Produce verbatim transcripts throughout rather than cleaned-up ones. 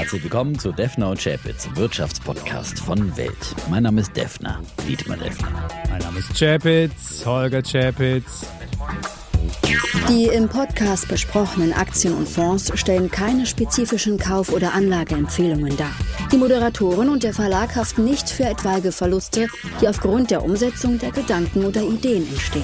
Herzlich willkommen zu Defner und Chapitz, Wirtschaftspodcast von Welt. Mein Name ist Defner, Dietmar Defner. Mein Name ist Chapitz, Holger Chapitz. Die im Podcast besprochenen Aktien und Fonds stellen keine spezifischen Kauf- oder Anlageempfehlungen dar. Die Moderatoren und der Verlag haften nicht für etwaige Verluste, die aufgrund der Umsetzung der Gedanken oder Ideen entstehen.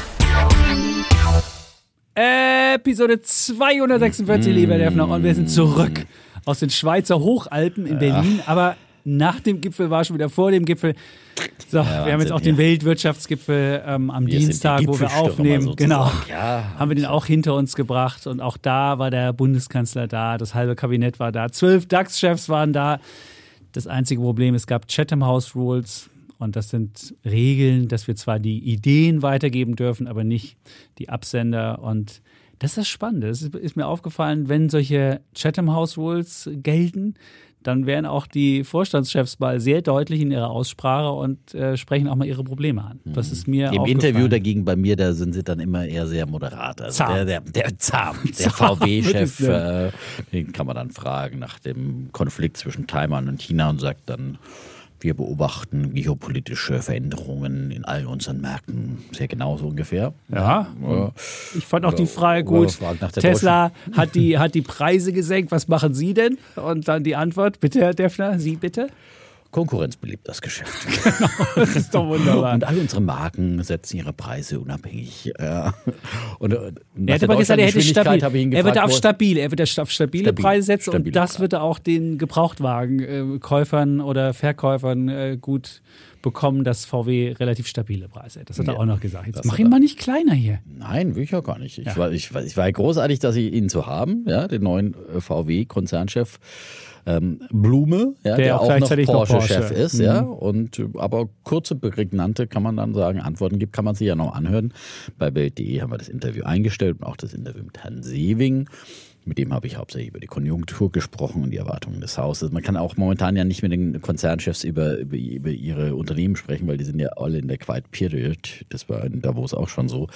Episode zweihundertsechsundvierzig, mm. lieber Defner, und wir sind zurück aus den Schweizer Hochalpen in Berlin, ja. Aber nach dem Gipfel war schon wieder vor dem Gipfel. So, ja, wir Wahnsinn, haben jetzt auch den ja. Weltwirtschaftsgipfel ähm, am wir Dienstag, wo wir aufnehmen. Genau, ja, haben wir den auch hinter uns gebracht und auch da war der Bundeskanzler da, das halbe Kabinett war da, zwölf DAX-Chefs waren da. Das einzige Problem, es gab Chatham House Rules. Und das sind Regeln, dass wir zwar die Ideen weitergeben dürfen, aber nicht die Absender. Und das ist das Spannende. Es ist mir aufgefallen, wenn solche Chatham House Rules gelten, dann werden auch die Vorstandschefs mal sehr deutlich in ihrer Aussprache und äh, sprechen auch mal ihre Probleme an. Das ist mir Im aufgefallen. Interview dagegen bei mir, da sind sie dann immer eher sehr moderat. Also zahm. Der, der, der Zahm, der V W-Chef, äh, den kann man dann fragen nach dem Konflikt zwischen Taiwan und China und sagt dann, wir beobachten geopolitische Veränderungen in allen unseren Märkten sehr genau so ungefähr. Ja, ja. Ich fand auch die Frage gut. Tesla hat die, hat die Preise gesenkt. Was machen Sie denn? Und dann die Antwort, bitte, Herr Defner, Sie bitte? Konkurrenz belebt das Geschäft. Genau, das ist doch wunderbar. Und all unsere Marken setzen ihre Preise unabhängig. Ja. Und, und er hat aber gesagt, er hätte stabil. Er wird auf stabil, er wird auf stabile stabil, Preise setzen und das Preise. Wird er auch den Gebrauchtwagenkäufern oder Verkäufern äh, gut bekommen, dass V W relativ stabile Preise hat. Das hat ja, er auch noch gesagt. Jetzt mach ihn mal nicht kleiner hier. Nein, will ich ja gar nicht. Ich, ja. war, ich, ich war großartig, dass ich ihn zu haben, ja, den neuen V W-Konzernchef. Ähm, Blume, ja, der, der auch, auch noch Porsche-Chef Porsche. ist, mhm. ja, und aber kurze, prägnante, kann man dann sagen, Antworten gibt, kann man sich ja noch anhören. Bei Welt punkt de haben wir das Interview eingestellt und auch das Interview mit Herrn Sewing. Mit dem habe ich hauptsächlich über die Konjunktur gesprochen und die Erwartungen des Hauses. Man kann auch momentan ja nicht mit den Konzernchefs über, über, über ihre Unternehmen sprechen, weil die sind ja alle in der Quiet Period. Das war in Davos auch schon so.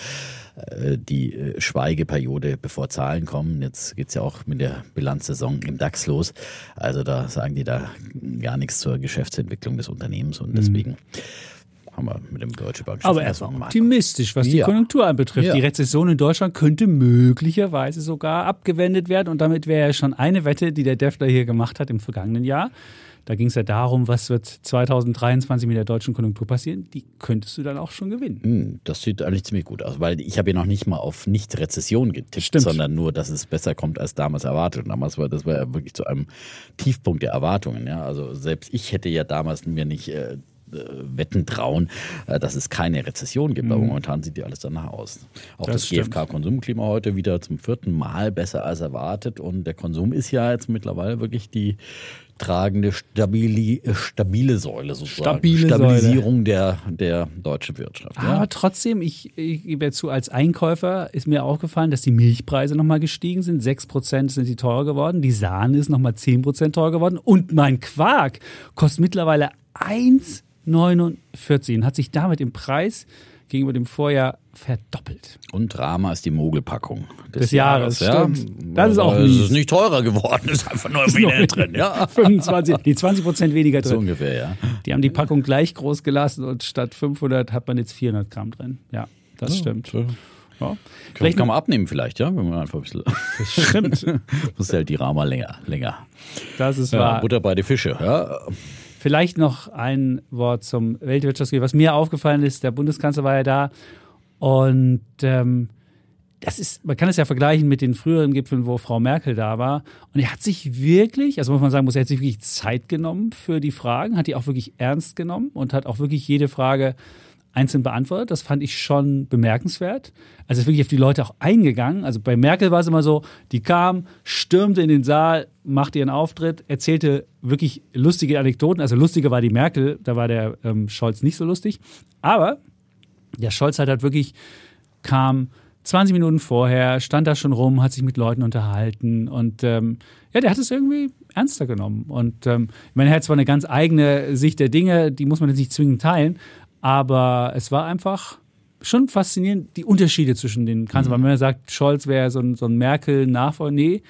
Die Schweigeperiode, bevor Zahlen kommen. Jetzt geht es ja auch mit der Bilanzsaison im DAX los. Also da sagen die da gar nichts zur Geschäftsentwicklung des Unternehmens und deswegen mhm. haben wir mit dem Deutsche Bank Aber er ist optimistisch, was die ja. Konjunktur anbetrifft. Ja. Die Rezession in Deutschland könnte möglicherweise sogar abgewendet werden. Und damit wäre ja schon eine Wette, die der Defner hier gemacht hat im vergangenen Jahr. Da ging es ja darum, was wird zwanzig dreiundzwanzig mit der deutschen Konjunktur passieren. Die könntest du dann auch schon gewinnen. Das sieht eigentlich ziemlich gut aus, weil ich habe ja noch nicht mal auf Nicht-Rezession getippt, Stimmt. sondern nur, dass es besser kommt als damals erwartet. Und damals war das war ja wirklich zu einem Tiefpunkt der Erwartungen. Ja? Also selbst ich hätte ja damals mir nicht äh, wetten trauen, dass es keine Rezession gibt. Mhm. Aber momentan sieht ja alles danach aus. Auch das, das G F K-Konsumklima heute wieder zum vierten Mal besser als erwartet. Und der Konsum ist ja jetzt mittlerweile wirklich die tragende stabili, stabile Säule sozusagen. Stabile Stabilisierung Säule. Der, der deutschen Wirtschaft. Aber ja. trotzdem, ich, ich gebe zu, als Einkäufer ist mir aufgefallen, dass die Milchpreise nochmal gestiegen sind. sechs Prozent sind die teurer geworden. Die Sahne ist nochmal zehn Prozent teurer geworden. Und mein Quark kostet mittlerweile eins Komma neunundvierzig und hat sich damit im Preis gegenüber dem Vorjahr verdoppelt. Und Drama ist die Mogelpackung des, des Jahres. Jahres stimmt. Ja. Das ist auch mies. Es ist nicht teurer geworden, es ist einfach nur weniger drin. Ja. fünfundzwanzig, die zwanzig Prozent weniger drin. So ungefähr, ja. Die haben die Packung gleich groß gelassen und statt fünfhundert hat man jetzt vierhundert Gramm drin. Ja, das ja, stimmt. So. Ja. Vielleicht kann man abnehmen vielleicht, ja, wenn man einfach ein bisschen... Das stimmt. Muss halt die Rama länger, länger. Das ist ja, wahr. Butter bei die Fische, ja. Vielleicht noch ein Wort zum Weltwirtschaftsgipfel. Was mir aufgefallen ist, der Bundeskanzler war ja da und ähm, das ist, man kann es ja vergleichen mit den früheren Gipfeln, wo Frau Merkel da war. Und er hat sich wirklich, also muss man sagen, muss er hat sich wirklich Zeit genommen für die Fragen, hat die auch wirklich ernst genommen und hat auch wirklich jede Frage einzeln beantwortet. Das fand ich schon bemerkenswert. Also ist wirklich auf die Leute auch eingegangen. Also bei Merkel war es immer so, die kam, stürmte in den Saal, machte ihren Auftritt, erzählte wirklich lustige Anekdoten. Also lustiger war die Merkel, da war der ähm, Scholz nicht so lustig. Aber der Scholz hat halt wirklich, kam zwanzig Minuten vorher, stand da schon rum, hat sich mit Leuten unterhalten und ähm, ja, der hat es irgendwie ernster genommen. Und ähm, ich meine, er hat zwar eine ganz eigene Sicht der Dinge, die muss man jetzt nicht zwingend teilen, aber es war einfach schon faszinierend, die Unterschiede zwischen den Kanzlern. Mhm. Wenn man sagt, Scholz wäre so ein, so ein Merkel-Nachfolger, nee,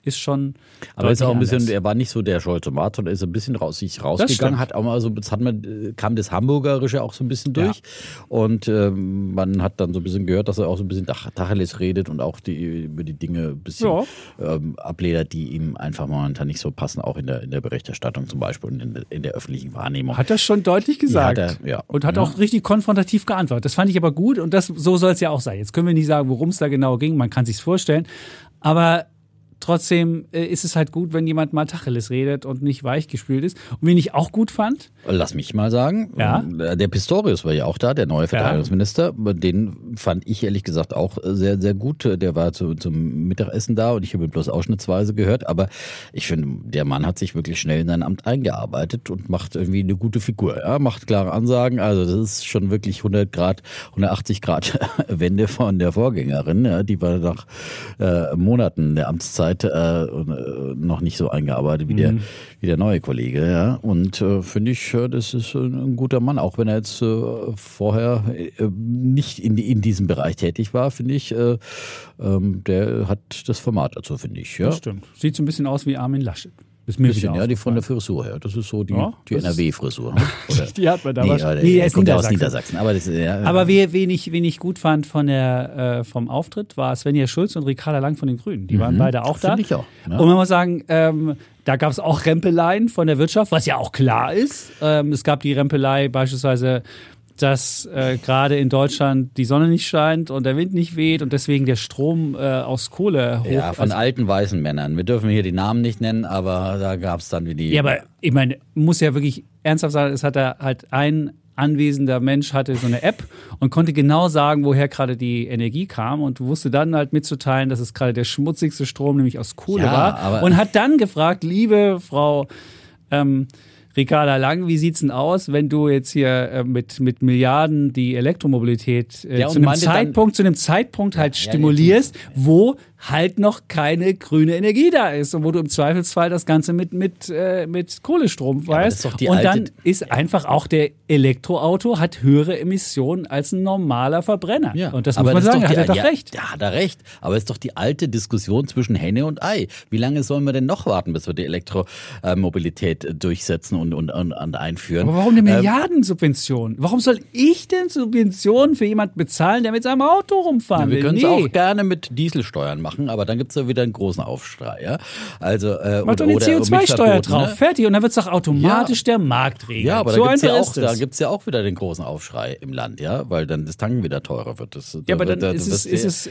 ist schon. Aber ist auch ein bisschen, er war nicht so der Scholzomat, sondern ist ein bisschen raus, sich rausgegangen, hat auch mal so, das hat man, kam das Hamburgerische auch so ein bisschen durch. Ja. Und ähm, man hat dann so ein bisschen gehört, dass er auch so ein bisschen Tacheles redet und auch die, über die Dinge ein bisschen ja. ähm, abledert, die ihm einfach momentan nicht so passen, auch in der, in der Berichterstattung zum Beispiel und in der, in der öffentlichen Wahrnehmung. Hat er schon deutlich gesagt. Ja, hat er, ja. Und hat ja. auch richtig konfrontativ geantwortet. Das fand ich aber gut und das, so soll es ja auch sein. Jetzt können wir nicht sagen, worum es da genau ging, man kann sich's vorstellen. Aber trotzdem äh, ist es halt gut, wenn jemand mal Tacheles redet und nicht weichgespült ist. Und wen ich auch gut fand. Lass mich mal sagen. Ja? Der Pistorius war ja auch da, der neue Verteidigungsminister. Ja. Den fand ich ehrlich gesagt auch sehr, sehr gut. Der war zu, zum Mittagessen da und ich habe ihn bloß ausschnittsweise gehört. Aber ich finde, der Mann hat sich wirklich schnell in sein Amt eingearbeitet und macht irgendwie eine gute Figur. Ja? Macht klare Ansagen. Also das ist schon wirklich hundert Grad, hundertachtzig Grad Wende von der Vorgängerin. Ja? Die war nach äh, Monaten der Amtszeit Äh, noch nicht so eingearbeitet wie der, mhm. wie der neue Kollege. Ja. Und äh, finde ich, äh, das ist ein guter Mann, auch wenn er jetzt äh, vorher äh, nicht in, in diesem Bereich tätig war, finde ich, äh, ähm, der hat das Format dazu, finde ich. Ja. Das stimmt. Sieht so ein bisschen aus wie Armin Laschet. Ist mir bisschen, ja, die von der Frisur her. Das ist so die, ja, die N R W-Frisur. Die hat man da nee, wahrscheinlich. Nee, er kommt ja aus Niedersachsen. Aber, das, ja, aber wen, wen, ich, wen ich gut fand von der, äh, vom Auftritt, war Svenja Schulz und Ricarda Lang von den Grünen. Die waren mhm. beide auch da. Finde ich auch. Ja. Und man muss sagen, ähm, da gab es auch Rempeleien von der Wirtschaft, was ja auch klar ist. Ähm, es gab die Rempelei beispielsweise, dass äh, gerade in Deutschland die Sonne nicht scheint und der Wind nicht weht und deswegen der Strom äh, aus Kohle hoch... Ja, von also, alten weißen Männern. Wir dürfen hier die Namen nicht nennen, aber da gab es dann wie die... Ja, aber ich meine, muss ja wirklich ernsthaft sagen, es hat da halt ein anwesender Mensch hatte so eine App und konnte genau sagen, woher gerade die Energie kam und wusste dann halt mitzuteilen, dass es gerade der schmutzigste Strom nämlich aus Kohle ja, war aber und hat dann gefragt, liebe Frau... Ähm, Ricarda Lang, wie sieht's denn aus, wenn du jetzt hier äh, mit, mit Milliarden die Elektromobilität äh, ja, zu einem Zeitpunkt, dann, zu einem Zeitpunkt halt ja, stimulierst, ja, wo halt noch keine grüne Energie da ist und wo du im Zweifelsfall das Ganze mit, mit, äh, mit Kohlestrom weißt. Ja, und dann ist einfach auch der Elektroauto hat höhere Emissionen als ein normaler Verbrenner. Ja, und das muss man sagen, die, hat er doch ja, recht. Ja, hat er recht. Aber es ist doch die alte Diskussion zwischen Henne und Ei. Wie lange sollen wir denn noch warten, bis wir die Elektromobilität durchsetzen und, und, und, und einführen? Aber warum eine Milliardensubvention? Warum soll ich denn Subventionen für jemanden bezahlen, der mit seinem Auto rumfahren ja, wir will? Wir können es nee. auch gerne mit Dieselsteuern machen, aber dann gibt es ja wieder einen großen Aufschrei. Ja? Also, äh, Macht doch eine C O zwei Steuer drauf, ne? Fertig. Und dann wird es doch automatisch ja. der Markt regeln. Ja, aber so da gibt es ja, ist ja auch wieder den großen Aufschrei im Land, ja, weil dann das Tanken wieder teurer wird. Das, ja, aber dann da, ist, es, ist es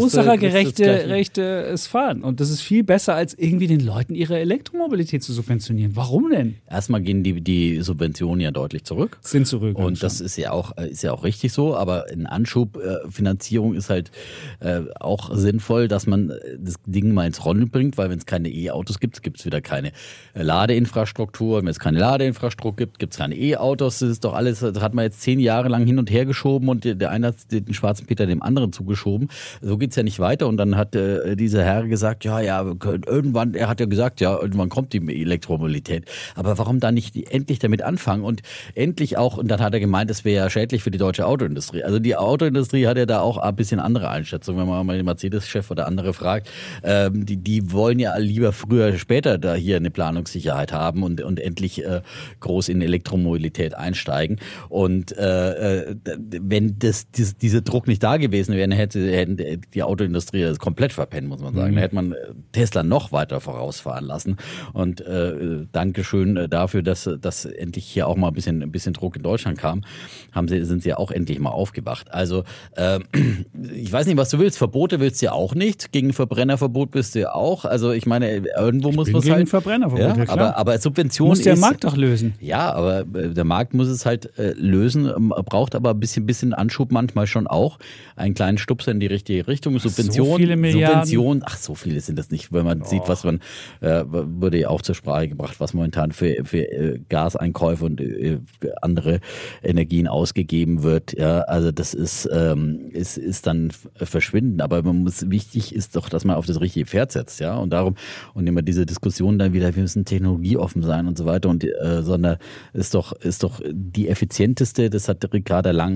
verursachergerechtes Fahren. Und das ist viel besser, als irgendwie den Leuten ihre Elektromobilität zu subventionieren. Warum denn? Erstmal gehen die, die Subventionen ja deutlich zurück. Sind zurück. Und das ist ja auch, ist ja auch richtig so, aber in Anschubfinanzierung ist halt äh, auch sinnvoll, dass man das Ding mal ins Rollen bringt, weil wenn es keine E-Autos gibt, gibt es wieder keine Ladeinfrastruktur. Wenn es keine Ladeinfrastruktur gibt, gibt es keine E-Autos. Das ist doch alles, das hat man jetzt zehn Jahre lang hin und her geschoben und der eine hat den schwarzen Peter dem anderen zugeschoben. So geht's ja nicht weiter. Und dann hat äh, dieser Herr gesagt, ja, ja, irgendwann, er hat ja gesagt, ja, irgendwann kommt die Elektromobilität. Aber warum dann nicht die, endlich damit anfangen und endlich auch, und dann hat er gemeint, das wäre ja schädlich für die deutsche Autoindustrie. Also die Autoindustrie hat ja da auch ein bisschen andere Einschätzung, wenn man mal den Mercedes-Chef oder andere fragt. Ähm, die, die wollen ja lieber früher, später da hier eine Planungssicherheit haben und, und endlich äh, groß in Elektromobilität einsteigen. Und äh, wenn das, das, dieser Druck nicht da gewesen wäre, hätte, hätte die Autoindustrie das komplett verpennt, muss man sagen. Mhm. Da hätte man Tesla noch weiter vorausfahren lassen. Und äh, Dankeschön dafür, dass, dass endlich hier auch mal ein bisschen, ein bisschen Druck in Deutschland kam, haben sie, sind sie ja auch endlich mal aufgewacht. Also äh, ich weiß nicht, was du willst. Verbote willst du ja auch nicht. Gegen Verbrennerverbot bist du ja auch. Also ich meine, irgendwo ich muss man es halt... Verbrennerverbot, ja, ja, klar. aber, aber Subvention muss der ist, Markt doch lösen. Ja, aber der Markt muss es halt äh, lösen, braucht aber ein bisschen, bisschen Anschub manchmal schon auch. Einen kleinen Stupser in die richtige Richtung. Subvention, so viele Milliarden. Subvention, ach so viele sind das nicht, wenn man oh. sieht, was man, äh, wurde ja auch zur Sprache gebracht, was momentan für, für äh, Gaseinkäufe und äh, andere Energien ausgegeben wird. Ja, also das ist, ähm, ist, ist dann verschwindend. Aber man muss, wichtig ist doch, dass man auf das richtige Pferd setzt, ja. Und darum, und immer diese Diskussion dann wieder, wir müssen technologieoffen sein und so weiter. Und äh, sondern ist doch, ist doch die effizienteste, das hat Ricarda Lang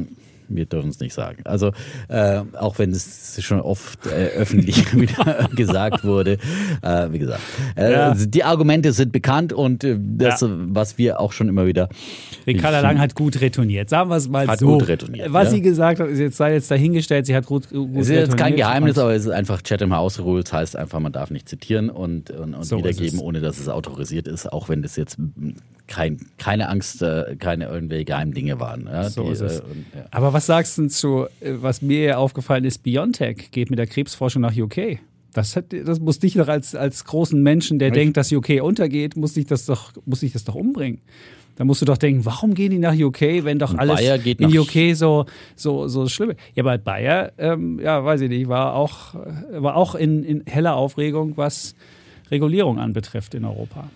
wir dürfen es nicht sagen. Also äh, auch wenn es schon oft äh, öffentlich wieder gesagt wurde, äh, wie gesagt, äh, ja. die Argumente sind bekannt und äh, das, ja. was wir auch schon immer wieder... Ricarda Lang hat gut retourniert, sagen wir es mal hat so. Gut retourniert, was ja. sie gesagt hat, ist jetzt, sei jetzt dahingestellt, sie hat gut, gut retourniert. Es ist jetzt kein Geheimnis, aber es ist einfach Chatham House Rules, heißt einfach, man darf nicht zitieren und, und, und so wiedergeben, ohne dass es autorisiert ist, auch wenn das jetzt kein, keine Angst, keine irgendwelche geheimen Dinge waren. Ja, so die, ist es. Und, ja. Aber was sagst du zu, was mir aufgefallen ist, BioNTech geht mit der Krebsforschung nach U K. Das, hat, das muss dich doch als, als großen Menschen, der ich denkt, dass U K untergeht, muss dich das doch, muss dich das doch umbringen. Da musst du doch denken, warum gehen die nach U K, wenn doch alles in U K so, so, so schlimm ist. Ja, bei Bayer, ähm, ja, weiß ich nicht, war auch, war auch in, in heller Aufregung, was Regulierung anbetrifft in Europa.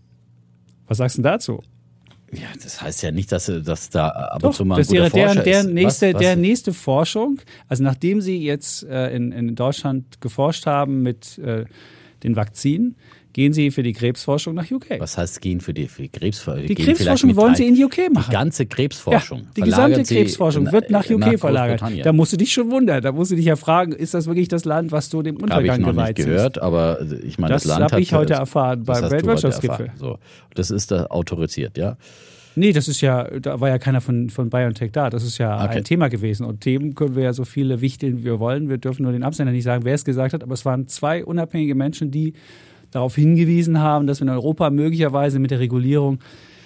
Was sagst du denn dazu? Ja, das heißt ja nicht, dass, dass da ab Doch, und zu mal ein das guter ihre, deren, Forscher deren ist. Nächste, was, was? Der nächste Forschung, also nachdem sie jetzt äh, in, in Deutschland geforscht haben mit äh, den Vakzinen, gehen sie für die Krebsforschung nach U K. Was heißt gehen für die, für die Krebsforschung? Die Krebsforschung wollen sie in U K machen. Die ganze Krebsforschung. Ja, die gesamte Krebsforschung wird nach U K nach verlagert. Da musst du dich schon wundern. Da musst du dich ja fragen, ist das wirklich das Land, was du dem Untergang geweiht bist? Habe ich noch nicht gehört, aber ich meine, das, das Land hat... Das habe ich heute erfahren beim Weltwirtschaftsgipfel. So, das ist da autorisiert, ja? Nee, das ist ja, da war ja keiner von, von BioNTech da. Das ist ja okay. ein Thema gewesen. Und Themen können wir ja so viele wichteln, wie wir wollen. Wir dürfen nur den Absender nicht sagen, wer es gesagt hat. Aber es waren zwei unabhängige Menschen, die darauf hingewiesen haben, dass wir in Europa möglicherweise mit der Regulierung,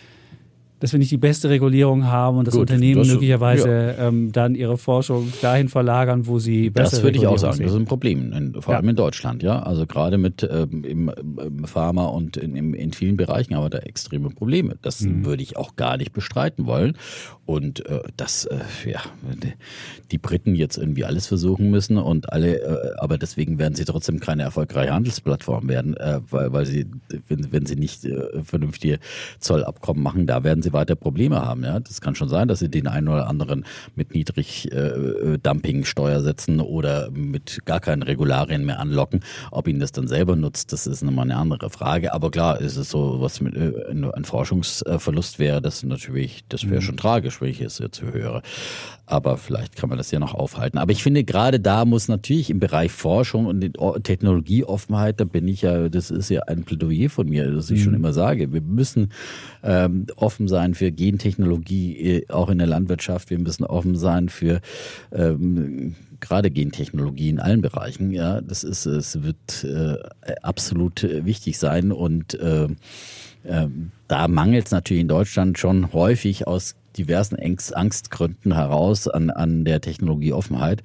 dass wir nicht die beste Regulierung haben und dass Gut, Unternehmen das, möglicherweise ja. ähm, dann ihre Forschung dahin verlagern, wo sie besser Das würde ich auch sagen, sehen. das ist ein Problem, in, vor allem ja. in Deutschland, ja. Also gerade mit ähm, im, im Pharma und in, in, in vielen Bereichen haben wir da extreme Probleme. Das mhm. würde ich auch gar nicht bestreiten wollen. Und äh, dass äh, ja, die Briten jetzt irgendwie alles versuchen müssen und alle, äh, aber deswegen werden sie trotzdem keine erfolgreiche Handelsplattform werden, äh, weil, weil sie, wenn, wenn sie nicht äh, vernünftige Zollabkommen machen, da werden sie weiter Probleme haben. Ja, das kann schon sein, dass sie den einen oder anderen mit niedrig äh, Dumpingsteuer setzen oder mit gar keinen Regularien mehr anlocken. Ob ihnen das dann selber nutzt, das ist nochmal eine andere Frage. Aber klar, ist es so, was mit äh, ein Forschungsverlust wäre, das natürlich, das wäre mhm. schon tragisch, wenn ich es jetzt höre. Aber vielleicht kann man das ja noch aufhalten. Aber ich finde, gerade da muss natürlich im Bereich Forschung und Technologieoffenheit, da bin ich ja, das ist ja ein Plädoyer von mir, das ich mhm. schon immer sage. Wir müssen ähm, offen sein für Gentechnologie, auch in der Landwirtschaft. Wir müssen offen sein für ähm, gerade Gentechnologie in allen Bereichen. Ja, das ist, es wird äh, absolut wichtig sein und äh, äh, da mangelt es natürlich in Deutschland schon häufig aus diversen Angstgründen heraus an, an der Technologieoffenheit.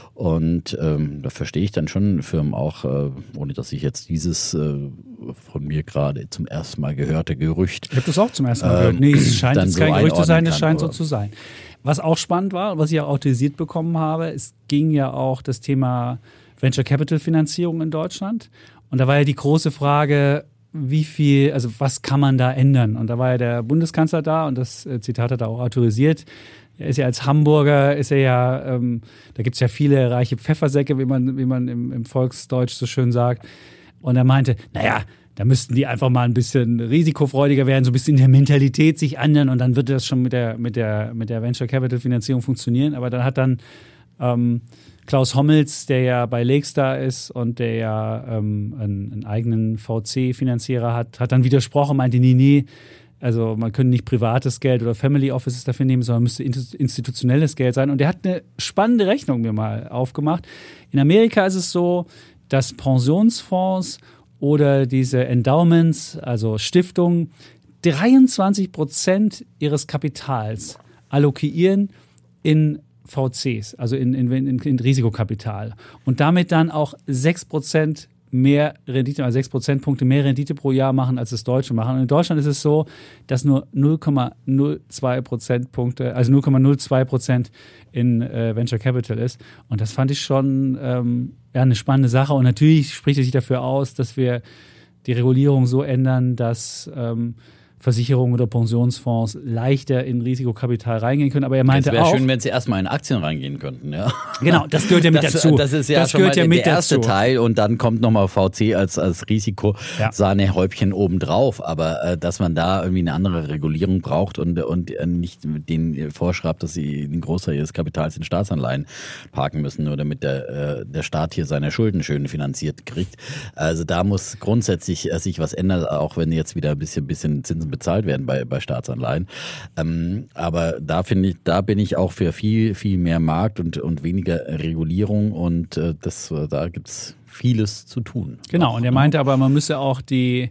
Und ähm, da verstehe ich dann schon Firmen auch, äh, ohne dass ich jetzt dieses äh, von mir gerade zum ersten Mal gehörte Gerücht. Ich habe das auch zum ersten Mal gehört. Nee, es scheint jetzt kein Gerücht zu sein, es scheint so zu sein. Was auch spannend war, was ich auch autorisiert bekommen habe, es ging ja auch das Thema Venture Capital Finanzierung in Deutschland. Und da war ja die große Frage, wie viel, also was kann man da ändern? Und da war ja der Bundeskanzler da und das Zitat hat er auch autorisiert. Er ist ja als Hamburger, ist er ja, ähm, da gibt es ja viele reiche Pfeffersäcke, wie man, wie man im, im Volksdeutsch so schön sagt. Und er meinte, naja, da müssten die einfach mal ein bisschen risikofreudiger werden, so ein bisschen in der Mentalität sich ändern und dann wird das schon mit der, mit der, mit der Venture Capital Finanzierung funktionieren. Aber dann hat dann ähm, Klaus Hommels, der ja bei Lakestar ist und der ja ähm, einen, einen eigenen V C-Finanzierer hat, hat dann widersprochen, meinte, nee, nee, also man könnte nicht privates Geld oder Family Offices dafür nehmen, sondern müsste institutionelles Geld sein. Und der hat eine spannende Rechnung mir mal aufgemacht. In Amerika ist es so, dass Pensionsfonds oder diese Endowments, also Stiftungen, dreiundzwanzig Prozent ihres Kapitals allokieren in V Cs, also in, in, in, in Risikokapital. Und damit dann auch sechs Prozent mehr Rendite, also sechs Prozentpunkte mehr Rendite pro Jahr machen, als das Deutsche machen. Und in Deutschland ist es so, dass nur null Komma null zwei Prozentpunkte, also null Komma null zwei Prozent in äh, Venture Capital ist. Und das fand ich schon ähm, ja, eine spannende Sache. Und natürlich spricht es sich dafür aus, dass wir die Regulierung so ändern, dass ähm, Versicherungen oder Pensionsfonds leichter in Risikokapital reingehen können. Aber er meinte auch... Es wäre schön, wenn sie erstmal in Aktien reingehen könnten, ja. Genau, das gehört ja mit das, dazu. Das ist ja das schon gehört mal ja mit der erste dazu. Teil und dann kommt nochmal V C als, als Risikosahnehäubchen ja. obendrauf. Aber äh, dass man da irgendwie eine andere Regulierung braucht und, und äh, nicht denen vorschreibt, dass sie den Großteil ihres Kapitals in Staatsanleihen parken müssen, nur damit der, äh, der Staat hier seine Schulden schön finanziert kriegt. Also da muss grundsätzlich äh, sich was ändern, auch wenn jetzt wieder ein bisschen, bisschen Zinsen bezahlt werden bei, bei Staatsanleihen. Ähm, aber da finde ich, da bin ich auch für viel, viel mehr Markt und, und weniger Regulierung und äh, das, da gibt es vieles zu tun. Genau, auch, und er meinte aber, man müsse auch die,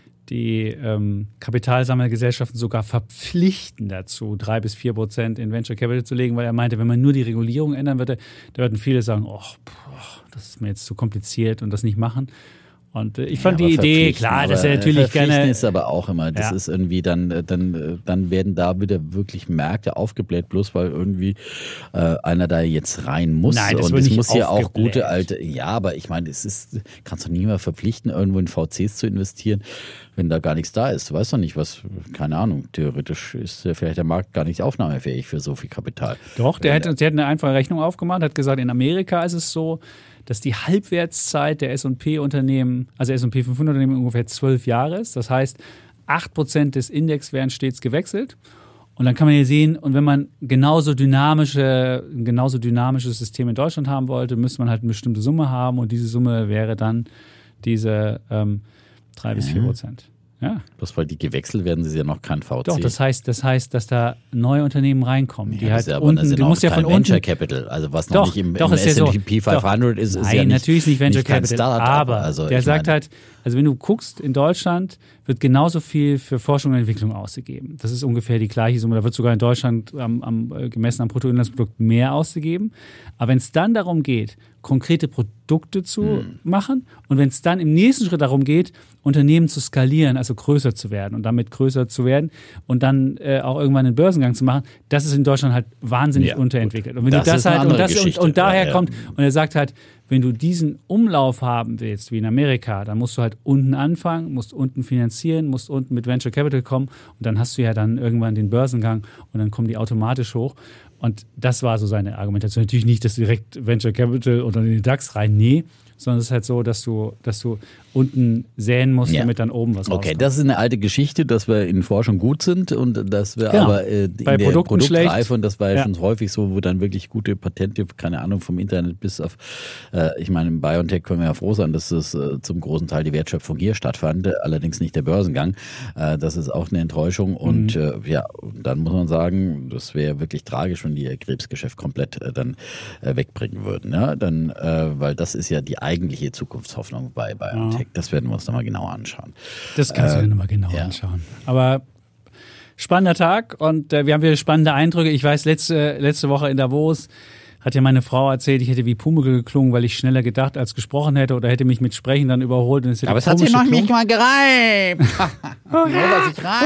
die ähm, Kapitalsammelgesellschaften sogar verpflichten dazu, drei bis vier Prozent in Venture Capital zu legen, weil er meinte, wenn man nur die Regulierung ändern würde, da würden viele sagen, oh, das ist mir jetzt zu kompliziert und das nicht machen. Und äh, ich fand ja, die Idee, klar, dass er natürlich gerne... ist aber auch immer, das ja. ist irgendwie dann, dann, dann werden da wieder wirklich Märkte aufgebläht, bloß weil irgendwie äh, einer da jetzt rein muss. Nein, das und wird es nicht muss ja auch aufgebläht. gute alte, ja, aber ich meine, es ist, kannst du nie mehr verpflichten, irgendwo in V Cs zu investieren, wenn da gar nichts da ist. Du weißt doch nicht, was, keine Ahnung, theoretisch ist ja vielleicht der Markt gar nicht aufnahmefähig für so viel Kapital. Doch, der hätte, der hat eine einfache Rechnung aufgemacht, hat gesagt, in Amerika ist es so, dass die Halbwertszeit der S und P-Unternehmen, also S und P fünfhundert-Unternehmen ungefähr zwölf Jahre ist. Das heißt, acht Prozent des Index werden stets gewechselt. Und dann kann man hier sehen, und wenn man genauso dynamische, ein genauso dynamisches System in Deutschland haben wollte, müsste man halt eine bestimmte Summe haben und diese Summe wäre dann diese ähm, drei bis vier Prozent. Ja. Bloß weil die gewechselt werden, sie ja noch kein V C. Doch, das heißt, das heißt, dass da neue Unternehmen reinkommen. Die ja, halt ja aber unten, du musst ja von Venture unten, Capital, also was doch, noch nicht im, doch, im ist ja S und P so, fünfhundert ist, ist nein, ja nicht, natürlich nicht Venture nicht Capital, Startup, aber also, der sagt meine, halt, also wenn du guckst, in Deutschland wird genauso viel für Forschung und Entwicklung ausgegeben. Das ist ungefähr die gleiche Summe. Da wird sogar in Deutschland am, am, gemessen am Bruttoinlandsprodukt mehr ausgegeben. Aber wenn es dann darum geht, konkrete Produkte zu hm. machen und wenn es dann im nächsten Schritt darum geht, Unternehmen zu skalieren, also größer zu werden und damit größer zu werden und dann äh, auch irgendwann einen Börsengang zu machen, das ist in Deutschland halt wahnsinnig ja, unterentwickelt. Und wenn das du das halt und, das, und, und daher ja, ja. kommt und er sagt halt, wenn du diesen Umlauf haben willst, wie in Amerika, dann musst du halt unten anfangen, musst unten finanzieren, musst unten mit Venture Capital kommen und dann hast du ja dann irgendwann den Börsengang und dann kommen die automatisch hoch. Und das war so seine Argumentation. Natürlich nicht, dass direkt Venture Capital oder in den DAX rein, nee, sondern es ist halt so, dass du, dass du unten säen musst, ja. damit dann oben was rauskommt. Okay, das ist eine alte Geschichte, dass wir in Forschung gut sind und dass wir genau. aber äh, in Bei der Produkten Produktreife, und das war ja, ja schon häufig so, wo dann wirklich gute Patente, keine Ahnung, vom Internet bis auf, äh, ich meine, im Biotech können wir ja froh sein, dass das äh, zum großen Teil die Wertschöpfung hier stattfand, allerdings nicht der Börsengang. Äh, das ist auch eine Enttäuschung und mhm. äh, ja, dann muss man sagen, das wäre wirklich tragisch, wenn die ihr Krebsgeschäft komplett äh, dann äh, wegbringen würden. Ja? Dann, äh, weil das ist ja die eigentliche Zukunftshoffnung bei Biotech. Ja. Das werden wir uns nochmal genauer anschauen. Das kannst äh, du dir nochmal genauer ja. anschauen. Aber spannender Tag und äh, wir haben wieder spannende Eindrücke. Ich weiß, letzte, letzte Woche in Davos hat ja meine Frau erzählt, ich hätte wie Pumuckl geklungen, weil ich schneller gedacht als gesprochen hätte oder hätte mich mit Sprechen dann überholt. Und es aber es hat sich noch nicht mal gereimt. Hurra, hurra,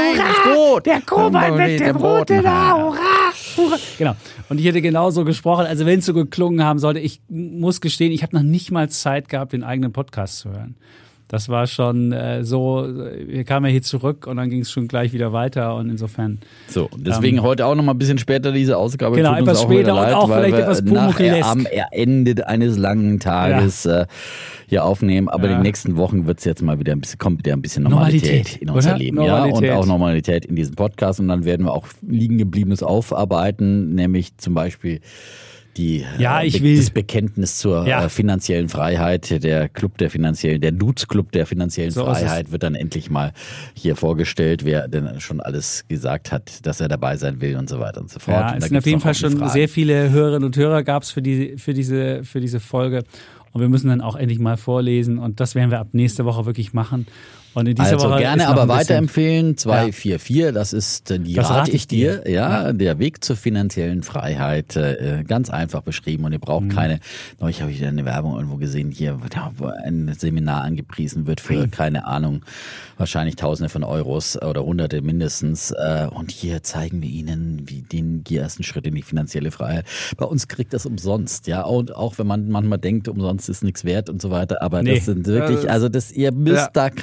ist gut. Der Kobold mit dem roten Haar. Hurra, hurra. Genau. Und ich hätte genauso gesprochen. Also wenn es so geklungen haben sollte, ich muss gestehen, ich habe noch nicht mal Zeit gehabt, den eigenen Podcast zu hören. Das war schon äh, so, wir kamen ja hier zurück und dann ging es schon gleich wieder weiter und insofern. So, deswegen ähm, heute auch noch mal ein bisschen später diese Ausgabe. Genau, tut etwas uns auch später leid, und auch weil vielleicht wir etwas Pumuckl-esk. am Ende eines langen Tages ja. äh, hier aufnehmen. Aber ja. in den nächsten Wochen wird es jetzt mal wieder ein bisschen, kommt wieder ein bisschen Normalität, Normalität in unser oder? Leben. Normalität. Ja, und auch Normalität in diesem Podcast. Und dann werden wir auch liegen gebliebenes aufarbeiten, nämlich zum Beispiel Die, ja, ich äh, will. das Bekenntnis zur ja. äh, finanziellen Freiheit, der Club der finanziellen, der Lutz Club der finanziellen so Freiheit wird dann endlich mal hier vorgestellt, wer denn schon alles gesagt hat, dass er dabei sein will und so weiter und so fort. Ja, und es sind auf jeden Fall schon Fragen. Sehr viele Hörerinnen und Hörer gab es für, die, für, diese, für diese Folge und wir müssen dann auch endlich mal vorlesen und das werden wir ab nächste Woche wirklich machen. Und in dieser also Woche gerne aber weiterempfehlen, zwei vier vier, ja. das ist die das rate ich dir, dir. Ja, ja, der Weg zur finanziellen Freiheit, äh, ganz einfach beschrieben und ihr braucht mhm. keine, neulich habe ich eine Werbung irgendwo gesehen, hier, wo ein Seminar angepriesen wird für, mhm. keine Ahnung, wahrscheinlich Tausende von Euros oder Hunderte mindestens äh, und hier zeigen wir Ihnen wie den, die ersten Schritte in die finanzielle Freiheit. Bei uns kriegt das umsonst, ja, und auch wenn man manchmal denkt, umsonst ist nichts wert und so weiter, aber nee. das sind wirklich, also das, ihr müsst ja. da keine hundert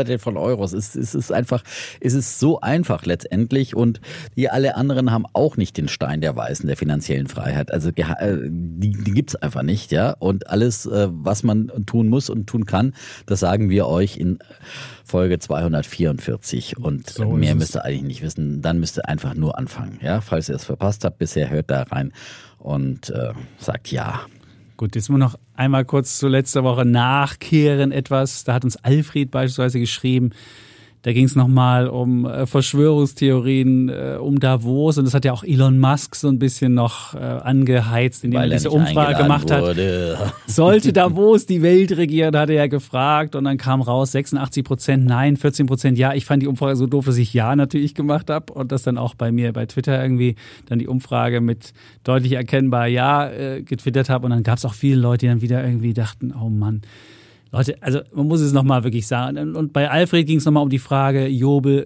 hunderte von Euros. Es, es ist einfach, es ist so einfach letztendlich und die alle anderen haben auch nicht den Stein der Weisen der finanziellen Freiheit. Also die, die gibt's einfach nicht, ja. Und alles, was man tun muss und tun kann, das sagen wir euch in Folge zweihundertvierundvierzig und so mehr müsst ihr eigentlich nicht wissen. Dann müsst ihr einfach nur anfangen, ja. Falls ihr es verpasst habt, bisher hört da rein und äh, sagt ja. Gut, jetzt muss noch einmal kurz zu letzter Woche nachkehren etwas. Da hat uns Alfred beispielsweise geschrieben, da ging es nochmal um äh, Verschwörungstheorien, äh, um Davos und das hat ja auch Elon Musk so ein bisschen noch äh, angeheizt, indem Weil er diese Umfrage gemacht wurde. hat. Sollte Davos die Welt regieren, hat er ja gefragt und dann kam raus sechsundachtzig Prozent nein, vierzehn Prozent ja. Ich fand die Umfrage so doof, dass ich ja natürlich gemacht habe und das dann auch bei mir bei Twitter irgendwie dann die Umfrage mit deutlich erkennbar ja äh, getwittert habe und dann gab es auch viele Leute, die dann wieder irgendwie dachten, oh Mann, Leute, also man muss es nochmal wirklich sagen. Und bei Alfred ging es nochmal um die Frage Global,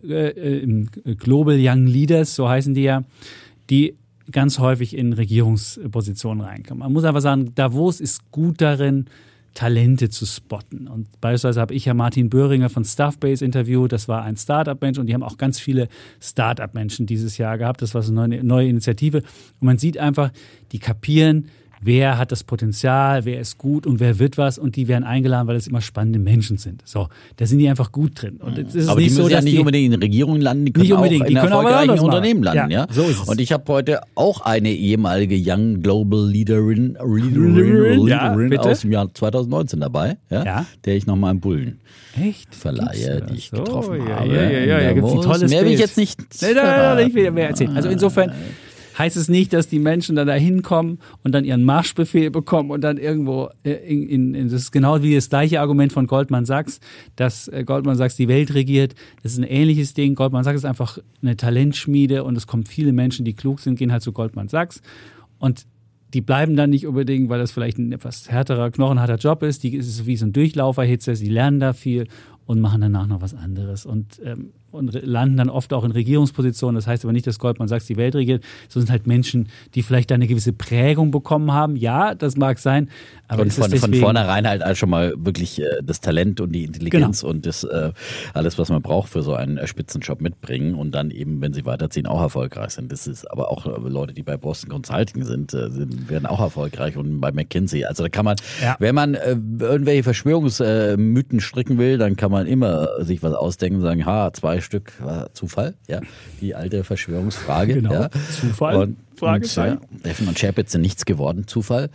äh, Global Young Leaders, so heißen die ja, die ganz häufig in Regierungspositionen reinkommen. Man muss einfach sagen, Davos ist gut darin, Talente zu spotten. Und beispielsweise habe ich ja Martin Böhringer von Stuffbase interviewt, das war ein Startup-Mensch und die haben auch ganz viele Startup-Menschen dieses Jahr gehabt. Das war so eine neue Initiative. Und man sieht einfach, die kapieren, wer hat das Potenzial, wer ist gut und wer wird was und die werden eingeladen, weil es immer spannende Menschen sind. So, da sind die einfach gut drin. Und jetzt ist es aber nicht die müssen so, ja dass nicht die unbedingt in Regierungen landen, die können nicht unbedingt, auch in die können erfolgreichen auch Unternehmen machen. landen. Ja, Ja, so ist es. Und ich habe heute auch eine ehemalige Young Global Leaderin, Leaderin, ja, Leaderin aus dem Jahr zweitausendneunzehn dabei, ja, ja. der ich nochmal einen Bullen Echt? verleihe, die ich so, getroffen ja, habe. Ja, ja, ja, ja, gibt's ein tolles Mehr will ich Bild. jetzt nicht Nein, nein, nein, ich will mehr erzählen. Also insofern heißt es nicht, dass die Menschen dann da hinkommen und dann ihren Marschbefehl bekommen und dann irgendwo in, in, in das ist genau wie das gleiche Argument von Goldman Sachs, dass Goldman Sachs die Welt regiert. Das ist ein ähnliches Ding. Goldman Sachs ist einfach eine Talentschmiede und es kommen viele Menschen, die klug sind, gehen halt zu Goldman Sachs und die bleiben dann nicht unbedingt, weil das vielleicht ein etwas härterer, knochenharter Job ist. Die ist so wie so ein Durchlauferhitzer, sie lernen da viel und machen danach noch was anderes und, ähm, und landen dann oft auch in Regierungspositionen. Das heißt aber nicht, dass Goldman Sachs die Welt regiert, sondern sind halt Menschen, die vielleicht da eine gewisse Prägung bekommen haben. Ja, das mag sein, aber und es von, ist deswegen, von vornherein halt also schon mal wirklich äh, das Talent und die Intelligenz Genau. und das äh, alles, was man braucht für so einen äh, Spitzenjob mitbringen und dann eben, wenn sie weiterziehen, auch erfolgreich sind. Das ist aber auch äh, Leute, die bei Boston Consulting sind, äh, sind, werden auch erfolgreich und bei McKinsey. Also da kann man, Ja. wenn man äh, irgendwelche Verschwörungsmythen stricken will, dann kann man immer sich was ausdenken und sagen, ha, zwei Stück war Zufall, ja, die alte Verschwörungsfrage. Genau, ja. Zufall, Und, Fragezeichen. und ja, Steffen und Chapitz sind nichts geworden, Zufall.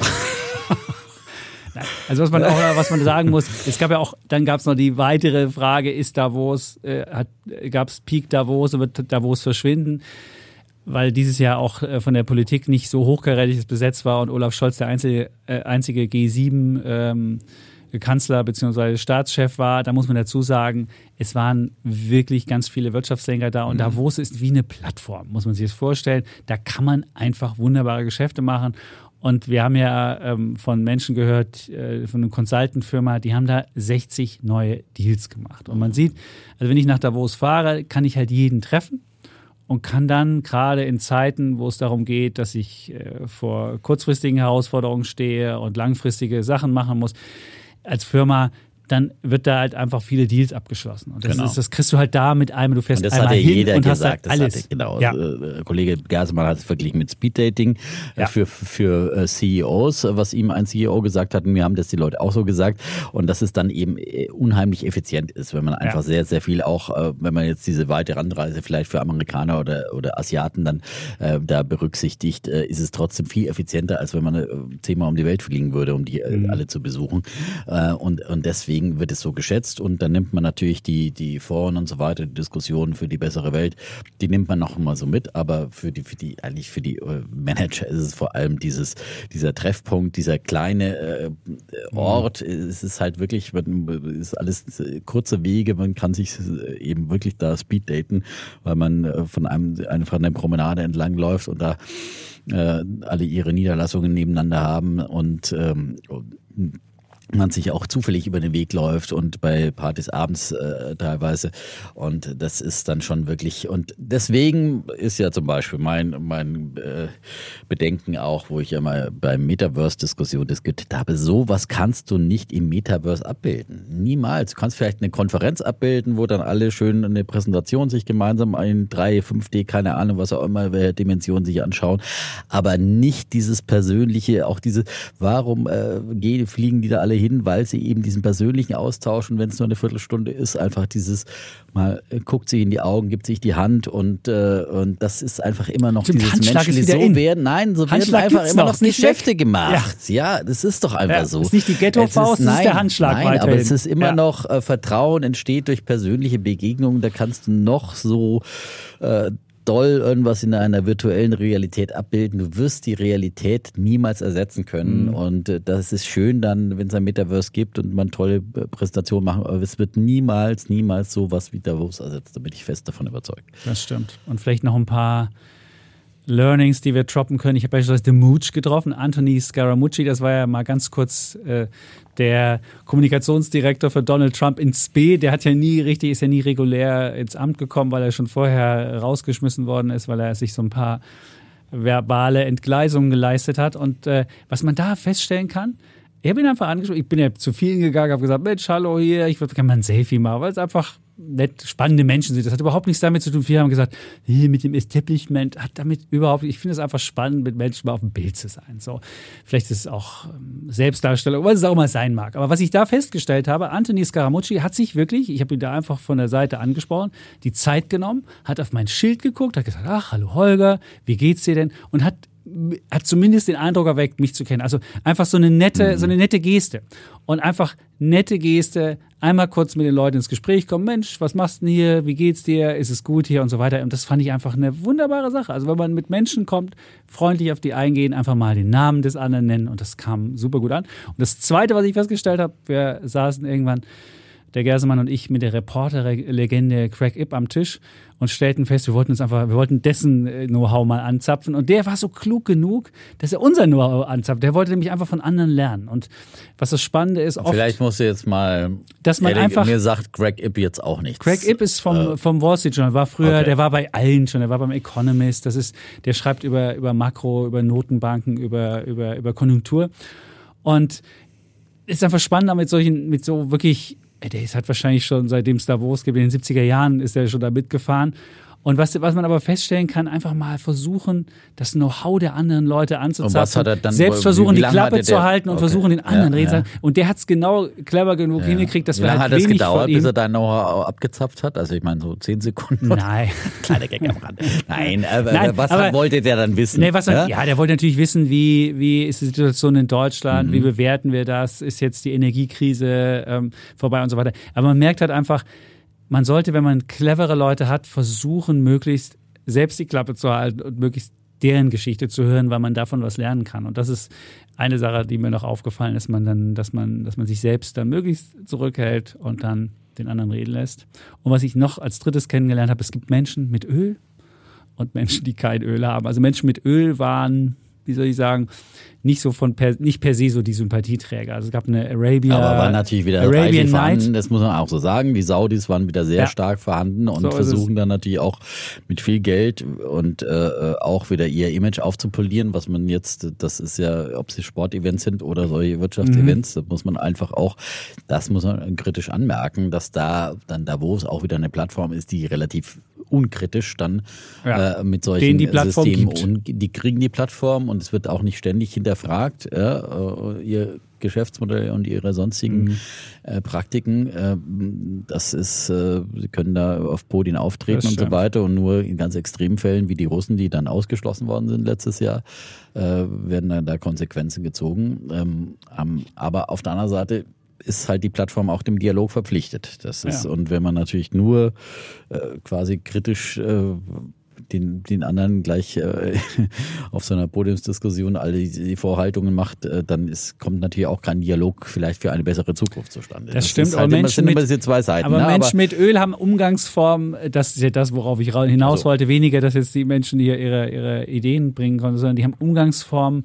Also was man auch, was man sagen muss, es gab ja auch, dann gab es noch die weitere Frage, ist Davos, äh, hat, gab es Peak Davos, wird Davos verschwinden? Weil dieses Jahr auch äh, von der Politik nicht so hochkarätig besetzt war und Olaf Scholz der einzige, äh, einzige G sieben ähm, Kanzler bzw. Staatschef war. Da muss man dazu sagen, es waren wirklich ganz viele Wirtschaftslenker da und mhm. Davos ist wie eine Plattform, muss man sich das vorstellen. Da kann man einfach wunderbare Geschäfte machen. Und wir haben ja ähm, von Menschen gehört, äh, von einer Consultant-Firma, die haben da sechzig neue Deals gemacht. Und man sieht, also wenn ich nach Davos fahre, kann ich halt jeden treffen und kann dann gerade in Zeiten, wo es darum geht, dass ich äh, vor kurzfristigen Herausforderungen stehe und langfristige Sachen machen muss, als Firma, dann wird da halt einfach viele Deals abgeschlossen. Und das, genau. ist, das kriegst du halt da mit einem, du fährst und das einmal hat ja hin jeder und gesagt, hast halt alles. Das hatte, genau. Ja. Äh, Kollege Gersemann hat es verglichen mit Speeddating Ja. für, für äh, C E Os, was ihm ein C E O gesagt hat. Und mir haben das die Leute auch so gesagt. Und dass es dann eben äh, unheimlich effizient ist, wenn man einfach Ja. sehr, sehr viel auch, äh, wenn man jetzt diese weite Randreise vielleicht für Amerikaner oder, oder Asiaten dann äh, da berücksichtigt, äh, ist es trotzdem viel effizienter, als wenn man äh, zehnmal um die Welt fliegen würde, um die äh, Mhm. alle zu besuchen. Äh, und, und deswegen wird es so geschätzt. Und dann nimmt man natürlich die, die Foren und so weiter, die Diskussionen für die bessere Welt, die nimmt man noch mal so mit, aber für die, für die, eigentlich für die Manager ist es vor allem dieses, dieser Treffpunkt, dieser kleine äh, Ort, mhm. es ist halt wirklich, es ist alles kurze Wege, man kann sich eben wirklich da speeddaten, weil man von einem, einfach einer Promenade entlang läuft und da äh, alle ihre Niederlassungen nebeneinander haben und ähm, man sich auch zufällig über den Weg läuft und bei Partys abends äh, teilweise. Und das ist dann schon wirklich, und deswegen ist ja zum Beispiel mein, mein äh, Bedenken auch, wo ich ja mal beim Metaverse-Diskussion diskutiert habe, sowas kannst du nicht im Metaverse abbilden. Niemals. Du kannst vielleicht eine Konferenz abbilden, wo dann alle schön eine Präsentation sich gemeinsam in drei, fünf D, keine Ahnung, was auch immer, welche Dimensionen sich anschauen, aber nicht dieses persönliche, auch diese, warum äh, gehen, fliegen die da alle hin, weil sie eben diesen persönlichen Austausch, und wenn es nur eine Viertelstunde ist, einfach dieses mal äh, guckt sich in die Augen, gibt sich die Hand und äh, und das ist einfach immer noch Stimmt, dieses Handschlag menschliche so in. werden. Nein, so Handschlag werden einfach immer noch, noch Geschäfte weg. gemacht. Ja. ja, das ist doch einfach ja, so. Das ist nicht die Ghetto-Faust, das ist der Handschlag Nein, weiterhin. aber es ist immer ja. noch äh, Vertrauen entsteht durch persönliche Begegnungen. Da kannst du noch so äh, doll irgendwas in einer virtuellen Realität abbilden. Du wirst die Realität niemals ersetzen können. Mhm. Und äh, das ist schön dann, wenn es ein Metaverse gibt und man tolle Präsentationen machen. Aber es wird niemals, niemals sowas wie Davos ersetzt. Da bin ich fest davon überzeugt. Das stimmt. Und vielleicht noch ein paar Learnings, die wir droppen können. Ich habe beispielsweise den Mooch getroffen, Anthony Scaramucci, das war ja mal ganz kurz äh, der Kommunikationsdirektor für Donald Trump in Spe. Der hat ja nie richtig, ist ja nie regulär ins Amt gekommen, weil er schon vorher rausgeschmissen worden ist, weil er sich so ein paar verbale Entgleisungen geleistet hat. Und äh, was man da feststellen kann, ich habe ihn einfach angesprochen, ich bin ja zu vielen gegangen, habe gesagt, Mensch, hallo hier, ich würde gerne mal ein Selfie machen, weil es einfach nett spannende Menschen sind. Das hat überhaupt nichts damit zu tun. Viele haben gesagt, hier mit dem Establishment hat damit überhaupt, ich finde es einfach spannend, mit Menschen mal auf dem Bild zu sein. So, vielleicht ist es auch ähm, Selbstdarstellung, was es auch immer sein mag. Aber was ich da festgestellt habe, Anthony Scaramucci hat sich wirklich, ich habe ihn da einfach von der Seite angesprochen, die Zeit genommen, hat auf mein Schild geguckt, hat gesagt, ach, hallo Holger, wie geht's dir denn? Und hat hat zumindest den Eindruck erweckt, mich zu kennen. Also einfach so eine nette, mhm. so eine nette Geste. Und einfach nette Geste, einmal kurz mit den Leuten ins Gespräch kommen. Mensch, was machst du denn hier? Wie geht's dir? Ist es gut hier? Und so weiter. Und das fand ich einfach eine wunderbare Sache. Also wenn man mit Menschen kommt, freundlich auf die eingehen, einfach mal den Namen des anderen nennen. Und das kam super gut an. Und das Zweite, was ich festgestellt habe, wir saßen irgendwann, der Gersemann und ich, mit der Reporterlegende Craig Ip am Tisch und stellten fest, wir wollten uns einfach, wir wollten dessen Know-how mal anzapfen. Und der war so klug genug, dass er unser Know-how anzapft. Der wollte nämlich einfach von anderen lernen. Und was das Spannende ist, oft, vielleicht musst du jetzt mal, dass man einfach, mir sagt Craig Ip jetzt auch nichts. Craig Ip ist vom, äh, vom Wall Street Journal, war früher, okay. Der war bei allen schon, der war beim Economist, das ist, der schreibt über, über Makro, über Notenbanken, über, über, über Konjunktur. Und es ist einfach spannend, mit solchen, mit so wirklich, der ist halt wahrscheinlich schon, seitdem es Davos gibt, in den siebziger Jahren ist er schon da mitgefahren. Und was, was man aber feststellen kann, einfach mal versuchen, das Know-how der anderen Leute anzuzapfen. Und was hat er dann, selbst versuchen, wie, wie die Klappe zu halten und okay. versuchen, den anderen ja, reden zu ja. Und der hat es genau clever genug ja. hingekriegt, dass wie wir halt hat wenig es gedauert, von ihm bis er dein Know-how abgezapft hat? Also ich meine, so zehn Sekunden? Nein. Kleiner Gag am Rand. Nein, aber Nein, was aber, wollte der dann wissen? Nee, was ja? ja, der wollte natürlich wissen, wie, wie ist die Situation in Deutschland, mhm. wie bewerten wir das, ist jetzt die Energiekrise ähm, vorbei und so weiter. Aber man merkt halt einfach, man sollte, wenn man clevere Leute hat, versuchen, möglichst selbst die Klappe zu halten und möglichst deren Geschichte zu hören, weil man davon was lernen kann. Und das ist eine Sache, die mir noch aufgefallen ist, man dann, dass man, dass man sich selbst dann möglichst zurückhält und dann den anderen reden lässt. Und was ich noch als drittes kennengelernt habe, es gibt Menschen mit Öl und Menschen, die kein Öl haben. Also Menschen mit Öl waren, wie soll ich sagen, nicht so von per, nicht per se so die Sympathieträger. Also es gab eine Arabia, aber war natürlich wieder Arabian vorhanden, das muss man auch so sagen. Die Saudis waren wieder sehr ja. stark vorhanden und so versuchen dann natürlich auch mit viel Geld und äh, auch wieder ihr Image aufzupolieren, was man jetzt, das ist ja, ob sie Sportevents sind oder solche Wirtschaftsevents, mhm. das muss man einfach auch, das muss man kritisch anmerken, dass da dann Davos auch wieder eine Plattform ist, die relativ unkritisch dann ja. äh, mit solchen die Systemen und die kriegen die Plattform und es wird auch nicht ständig hinterfragt, ja, äh, ihr Geschäftsmodell und ihre sonstigen mhm. äh, Praktiken. Äh, das ist, äh, sie können da auf Podien auftreten und so weiter und nur in ganz extremen Fällen wie die Russen, die dann ausgeschlossen worden sind letztes Jahr, äh, werden dann da Konsequenzen gezogen. Ähm, ähm, aber auf der anderen Seite ist halt die Plattform auch dem Dialog verpflichtet. Das ist, ja. Und wenn man natürlich nur äh, quasi kritisch äh, den, den anderen gleich äh, auf so einer Podiumsdiskussion alle die, die Vorhaltungen macht, äh, dann ist, kommt natürlich auch kein Dialog vielleicht für eine bessere Zukunft zustande. Das, das stimmt, ist halt aber immer, Menschen, sind mit, immer zwei Seiten, aber ne? Menschen aber mit Öl haben Umgangsformen, das ist ja das, worauf ich hinaus also. wollte, weniger, dass jetzt die Menschen hier ihre, ihre Ideen bringen konnten, sondern die haben Umgangsformen,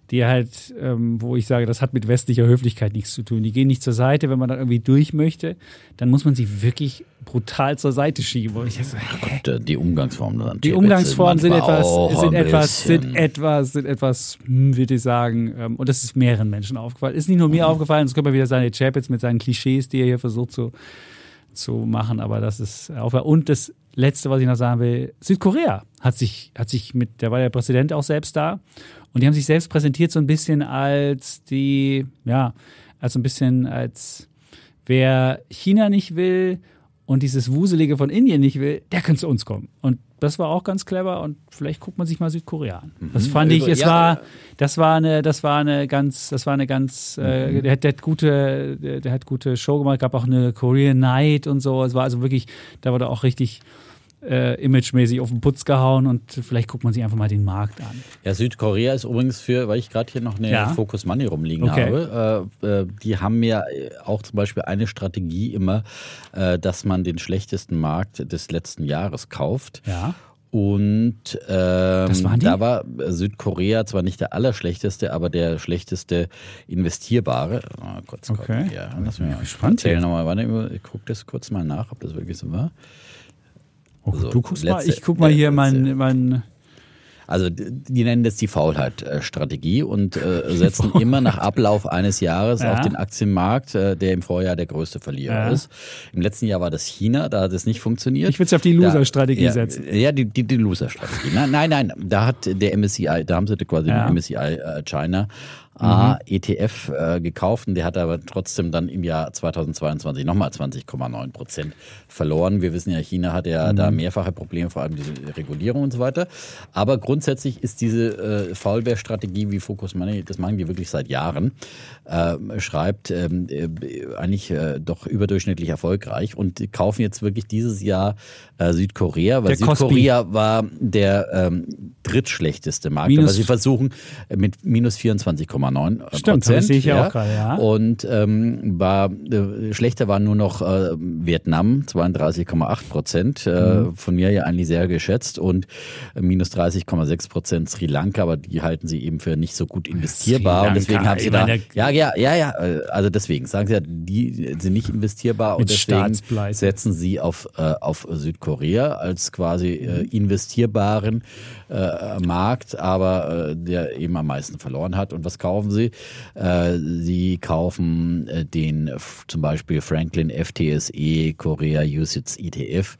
die halt, ähm, wo ich sage, das hat mit westlicher Höflichkeit nichts zu tun. Die gehen nicht zur Seite, wenn man dann irgendwie durch möchte, dann muss man sie wirklich brutal zur Seite schieben. Und ich so, Gott, die Umgangsformen. Die Umgangsformen sind etwas, sind etwas, sind etwas, sind etwas, hm, würde ich sagen, ähm, und das ist mehreren Menschen aufgefallen. Ist nicht nur mir mhm. aufgefallen, es könnte man wieder sagen, Chapitz mit seinen Klischees, die er hier versucht zu, zu machen, aber das ist aufgefallen. Und das Letzte, was ich noch sagen will, Südkorea hat sich, hat sich mit, da war der Präsident auch selbst da, und die haben sich selbst präsentiert so ein bisschen als die, ja, als so ein bisschen als wer China nicht will und dieses Wuselige von Indien nicht will, der kann zu uns kommen. Und das war auch ganz clever, und vielleicht guckt man sich mal Südkorea an. Das fand ich, es ja, war, das war eine, das war eine ganz, das war eine ganz, mhm. äh, der, der hat gute, der, der hat gute Show gemacht, gab auch eine Korean Night und so. Es war also wirklich, da wurde auch richtig Äh, imagemäßig auf den Putz gehauen, und vielleicht guckt man sich einfach mal den Markt an. Ja, Südkorea ist übrigens für, weil ich gerade hier noch eine ja? Focus Money rumliegen okay. habe, äh, äh, die haben ja auch zum Beispiel eine Strategie immer, äh, dass man den schlechtesten Markt des letzten Jahres kauft. Ja. Und ähm, da war Südkorea zwar nicht der allerschlechteste, aber der schlechteste investierbare. Oh, kurz, okay. Gott, ja, lass mich mal spannend. Erzähl nochmal, warte, ich gucke das kurz mal nach, ob das wirklich so war. Also, du guckst letzte, mal, ich guck mal hier mein, mein Also die nennen das die Faulheit-Strategie und äh, setzen immer nach Ablauf eines Jahres ja. auf den Aktienmarkt, äh, der im Vorjahr der größte Verlierer ja. ist. Im letzten Jahr war das China, da hat es nicht funktioniert. Ich würde es auf die Loser-Strategie ja, setzen. Ja, die, die, die Loser-Strategie. Nein, nein, nein, da hat der M S C I, da haben sie quasi ja. den M S C I äh, China A mhm. E T F äh, gekauft, und der hat aber trotzdem dann im Jahr zweitausendzweiundzwanzig nochmal zwanzig Komma neun Prozent verloren. Wir wissen ja, China hat ja mhm. da mehrfache Probleme, vor allem diese Regulierung und so weiter. Aber grundsätzlich ist diese äh, Faulbär-Strategie wie Focus Money, das machen die wirklich seit Jahren, äh, schreibt äh, eigentlich äh, doch überdurchschnittlich erfolgreich, und die kaufen jetzt wirklich dieses Jahr äh, Südkorea, weil der Südkorea Kospi. war der ähm, drittschlechteste Markt. Minus, aber sie versuchen mit minus vierundzwanzig Komma neun Prozent. Stimmt, das sehe ich ja auch gerade, ja. Und ähm, war, äh, schlechter war nur noch äh, Vietnam, zweiunddreißig Komma acht Prozent. Äh, mhm. Von mir ja eigentlich sehr geschätzt. Und äh, minus dreißig Komma sechs Prozent Sri Lanka, aber die halten sie eben für nicht so gut investierbar. Und deswegen haben sie da. Ja, ja, ja, ja. Also deswegen sagen sie ja, die sind nicht investierbar, und deswegen setzen sie auf, äh, auf Südkorea als quasi äh, investierbaren äh, Markt, aber äh, der eben am meisten verloren hat. Und was kaufen sie? Äh, sie kaufen äh, den f- zum Beispiel Franklin F T S E Korea U S I T S E T F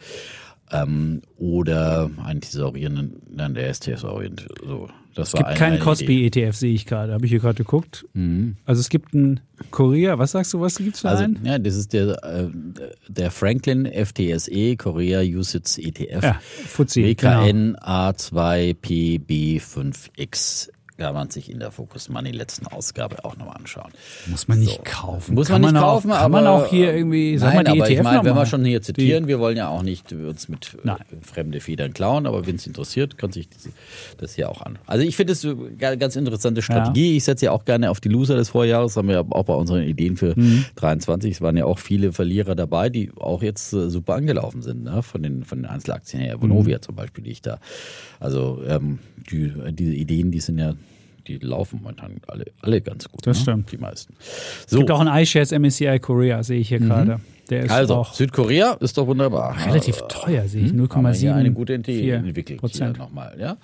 ähm, oder einen dieser Orient, nein, der S T S Orient. So, das es war gibt eine, keinen eine Kospi E T F, sehe ich gerade. Habe ich hier gerade geguckt. Mhm. Also es gibt einen Korea, was sagst du, was gibt es da also, einen? Ja, das ist der, äh, der Franklin F T S E Korea U S I T S E T F. Ja, F T S E, W K N genau. A zwei P B fünf X. Kann man sich in der Focus Money letzten Ausgabe auch nochmal anschauen. Muss man nicht so. kaufen. Muss man, man nicht kaufen, auch, aber. Kann man auch hier irgendwie, sag nein, mal, die aber E T F ich meine, wenn mal. wir schon hier zitieren, die, wir wollen ja auch nicht uns mit nein. fremde Federn klauen, aber wenn es interessiert, kann sich das hier auch an. Also ich finde es eine ganz interessante Strategie. Ja. Ich setze ja auch gerne auf die Loser des Vorjahres, das haben wir ja auch bei unseren Ideen für mhm. dreiundzwanzig. Es waren ja auch viele Verlierer dabei, die auch jetzt super angelaufen sind, ne? von, den, von den Einzelaktien her. Vonovia mhm. zum Beispiel, die ich da. Also ähm, die, diese Ideen, die sind ja die laufen momentan alle, alle ganz gut. Das ne? stimmt. Die meisten. So. Es gibt auch einen iShares M S C I Korea, sehe ich hier mhm. gerade. Der ist also, auch Südkorea ist doch wunderbar. Relativ also, teuer, sehe ich. null Komma sieben. Eine gute Idee entwickelt hier nochmal, ja.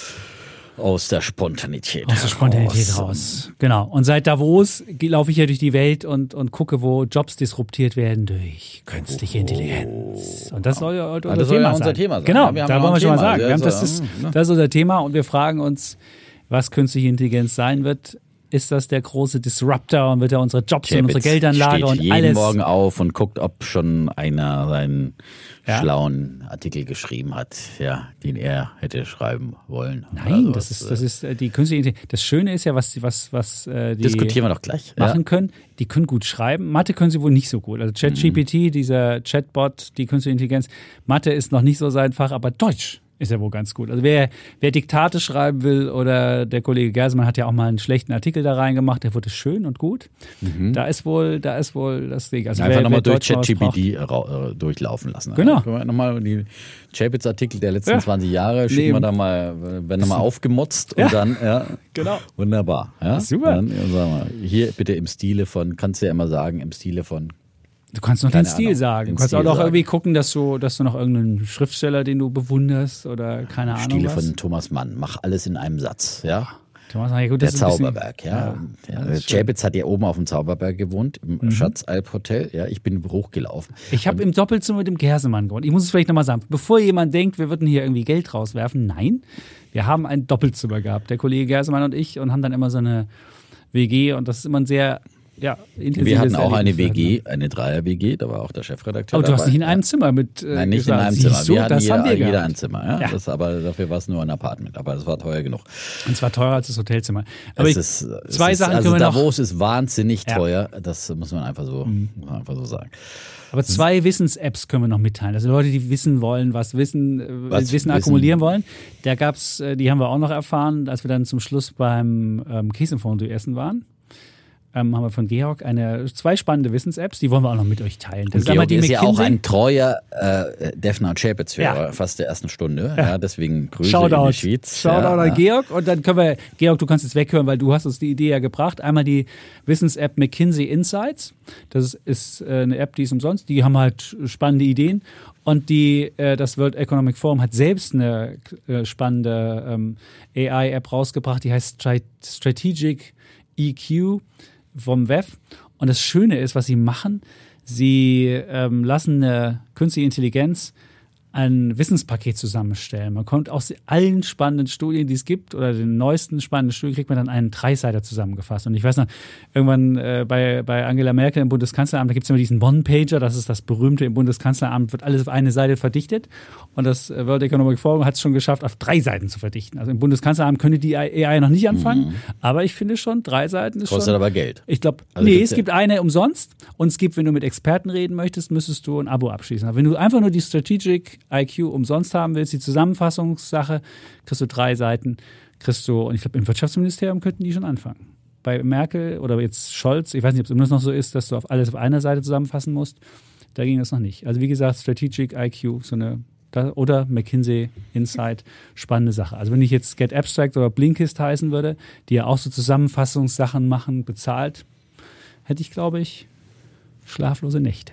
Aus der Spontanität Aus der Spontanität raus. raus. Genau. Und seit Davos laufe ich ja durch die Welt und, und gucke, wo Jobs disruptiert werden durch künstliche oh. Intelligenz. Und das soll ja heute unser, das Thema, soll ja sein. unser Thema sein. Genau, ja, da wollen wir schon mal sagen. Wir haben, das, ist, das ist unser Thema, und wir fragen uns, was künstliche Intelligenz sein wird. Ist das der große Disruptor, und wird er unsere Jobs Chapitz und unsere Geldanlage steht und jeden alles? Morgen auf und guckt, ob schon einer seinen ja? schlauen Artikel geschrieben hat, ja, den er hätte schreiben wollen. Nein, das ist, das ist die künstliche Intelligenz. Das Schöne ist ja, was, was, was äh, die diskutieren wir doch gleich. machen ja. können. Die können gut schreiben. Mathe können sie wohl nicht so gut. Also ChatGPT, mhm. dieser Chatbot, die künstliche Intelligenz. Mathe ist noch nicht so sein Fach, aber Deutsch. Ist ja wohl ganz gut. Also wer, wer Diktate schreiben will oder der Kollege Gersemann hat ja auch mal einen schlechten Artikel da reingemacht, der wurde schön und gut. Mhm. Da ist wohl, da ist wohl das Ding. Also einfach nochmal durch ChatGPT durchlaufen lassen. Genau. Also können wir nochmal die Chapitz-Artikel der letzten ja. zwanzig Jahre schicken wir da mal, werden nochmal aufgemotzt und ja. dann, ja, genau. Wunderbar. Ja? Super. Dann, sagen wir, hier bitte im Stile von, kannst du ja immer sagen, im Stile von. Du kannst noch den Stil Ahnung, sagen. Den du kannst Stil auch noch sagen. Irgendwie gucken, dass du, dass du noch irgendeinen Schriftsteller, den du bewunderst oder keine Ahnung Stile was. von Thomas Mann. Mach alles in einem Satz, ja. Thomas Mann, ja gut, der das ist Zauberberg, bisschen, ja. ja. ja Chapitz hat ja oben auf dem Zauberberg gewohnt, im mhm. Schatz-Alp-Hotel. Ja, ich bin hochgelaufen. Ich habe im Doppelzimmer mit dem Gersemann gewohnt. Ich muss es vielleicht nochmal sagen, bevor jemand denkt, wir würden hier irgendwie Geld rauswerfen. Nein, wir haben ein Doppelzimmer gehabt, der Kollege Gersemann und ich, und haben dann immer so eine W G und das ist immer ein sehr Ja, wir hatten auch eine W G, eine Dreier-W G, da war auch der Chefredakteur. Aber du dabei. hast nicht in einem Zimmer mit. Äh, Nein, nicht gesagt. in einem Zimmer. So, wir hatten das jeder, haben wir jeder gehabt. ein Zimmer. Ja? Ja. Das, aber dafür war es nur ein Apartment. Aber das war teuer genug. Und zwar teurer als das Hotelzimmer. Aber es ich, ist, zwei es Sachen ist, also können wir noch. Davos ist wahnsinnig ja. teuer. Das muss man einfach so, mhm. muss man einfach so sagen. Aber zwei Wissens-Apps können wir noch mitteilen. Also Leute, die wissen wollen, was Wissen, was Wissen, Wissen akkumulieren wollen. Da gab's, die haben wir auch noch erfahren, als wir dann zum Schluss beim ähm, Käsefondue essen waren. Ähm, haben wir von Georg eine, zwei spannende Wissens-Apps, die wollen wir auch noch mit euch teilen. Das und ist Georg einmal die ist McKinsey. Ja auch ein treuer äh, Defner und Chapitz-Hörer, ja. fast der ersten Stunde. Ja. Ja, deswegen Grüße Shoutout. in die Schweiz. Shoutout ja. an Georg. Und dann können wir, Georg, du kannst jetzt weghören, weil du hast uns die Idee ja gebracht. Einmal die Wissens-App McKinsey Insights. Das ist äh, eine App, die ist umsonst. Die haben halt spannende Ideen. Und die, äh, das World Economic Forum hat selbst eine äh, spannende ähm, A I-App rausgebracht, die heißt Strat- Strategic E Q vom W E F. Und das Schöne ist, was sie machen, sie ähm, lassen eine künstliche Intelligenz ein Wissenspaket zusammenstellen. Man kommt aus allen spannenden Studien, die es gibt, oder den neuesten spannenden Studien, kriegt man dann einen Dreiseiter zusammengefasst. Und ich weiß noch, irgendwann äh, bei, bei Angela Merkel im Bundeskanzleramt, da gibt es immer diesen One-Pager, das ist das berühmte, im Bundeskanzleramt wird alles auf eine Seite verdichtet. Und das World Economic Forum hat es schon geschafft, auf drei Seiten zu verdichten. Also im Bundeskanzleramt könnte die A I noch nicht anfangen, mhm. aber ich finde schon, drei Seiten ist Kostet schon... Kostet aber Geld. Ich glaube, also nee, es gibt eine umsonst und es gibt, wenn du mit Experten reden möchtest, müsstest du ein Abo abschließen. Aber wenn du einfach nur die Strategic I Q umsonst haben willst, die Zusammenfassungssache, kriegst du drei Seiten, kriegst du, und ich glaube, im Wirtschaftsministerium könnten die schon anfangen. Bei Merkel oder jetzt Scholz, ich weiß nicht, ob es immer noch so ist, dass du auf alles auf einer Seite zusammenfassen musst, da ging das noch nicht. Also wie gesagt, Strategic I Q, so eine, oder McKinsey Insight, spannende Sache. Also wenn ich jetzt Get Abstract oder Blinkist heißen würde, die ja auch so Zusammenfassungssachen machen, bezahlt, hätte ich, glaube ich, schlaflose Nächte.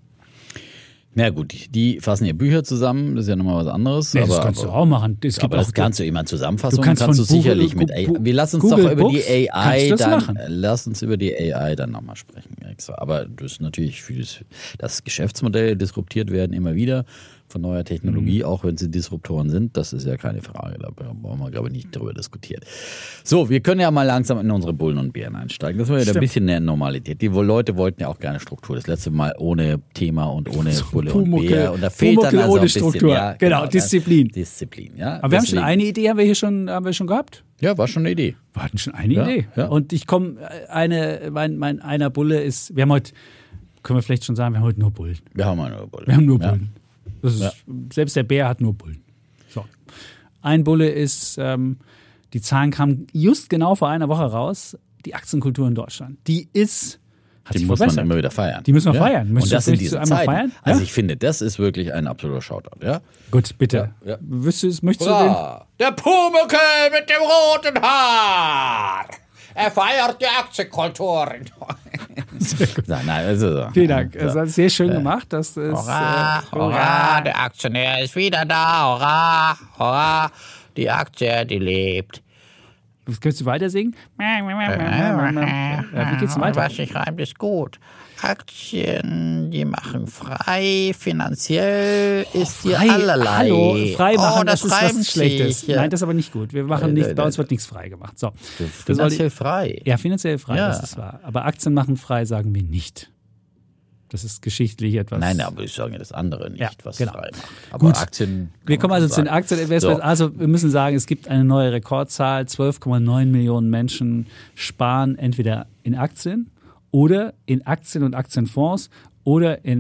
Na gut, die fassen ihr Bücher zusammen, das ist ja nochmal was anderes. Nee, aber, das kannst aber, du auch machen. Es gibt aber auch, das kannst du immer in Zusammenfassung, du kannst, kannst du Google, sicherlich mit A I. Wir lassen uns Google doch über Books, die A I dann, machen. lass uns über die A I dann nochmal sprechen. Aber das ist natürlich für das Geschäftsmodell disruptiert werden immer wieder von neuer Technologie, mhm. auch wenn sie Disruptoren sind, das ist ja keine Frage, da brauchen wir, glaube ich, nicht drüber diskutieren. So, wir können ja mal langsam in unsere Bullen und Bären einsteigen. Das war ja ein bisschen eine Normalität. Die Leute wollten ja auch gerne Struktur. Das letzte Mal ohne Thema und ohne so, Bulle Pumuckel, und Bär. Und da fehlt Pumuckel dann also ohne ein bisschen, Struktur. Ja, genau, genau, Disziplin. Disziplin, ja. Aber wir Deswegen. haben schon eine Idee, haben wir hier schon, haben wir schon gehabt? Ja, war schon eine Idee. Wir hatten schon eine ja, Idee. Ja. Und ich komme, eine, mein, mein einer Bulle ist, wir haben heute, können wir vielleicht schon sagen, wir haben heute nur Bullen. Wir haben nur Bullen. Wir haben nur Bullen. Ja. Das ist, ja. Selbst der Bär hat nur Bullen. So. Ein Bulle ist, ähm, die Zahlen kamen just genau vor einer Woche raus, die Aktienkultur in Deutschland. Die ist, hat die sich muss verbessert. man immer wieder feiern. Die müssen wir ja. feiern. Müssen und das sind diese einmal Zeiten. feiern? Also ja? ich finde, das ist wirklich ein absoluter Shoutout. Ja? Gut, bitte. Ja, ja. Möchtest, möchtest du den? Der Pumuckl mit dem roten Haar. Er feiert die Aktienkultur. nein, nein, also, Vielen Dank. Es hat sehr schön gemacht. Das ist, hurra, äh, hurra, der Aktionär ist wieder da. Hurra, hurra, die Aktie, die lebt. Kannst du weiter singen? Ja, wie geht's weiter? Was nicht reimt, ist gut. Aktien, die machen frei, finanziell oh, ist die allerlei. Hallo, frei machen, oh, das, das ist was Schlechtes. Ja. Nein, das ist aber nicht gut. Wir machen nicht, bei uns wird nichts frei gemacht. So. Finanziell frei. Ja, finanziell frei, ja. Das ist wahr. Aber Aktien machen frei, sagen wir nicht. Das ist geschichtlich etwas. Nein, aber ich sage das andere nicht, ja, was genau. frei macht. Aber gut. Aktien. Wir kommen also zu den Aktieninvestments. So. Also wir müssen sagen, es gibt eine neue Rekordzahl. zwölf Komma neun Millionen Menschen sparen entweder in Aktien oder in Aktien und Aktienfonds oder in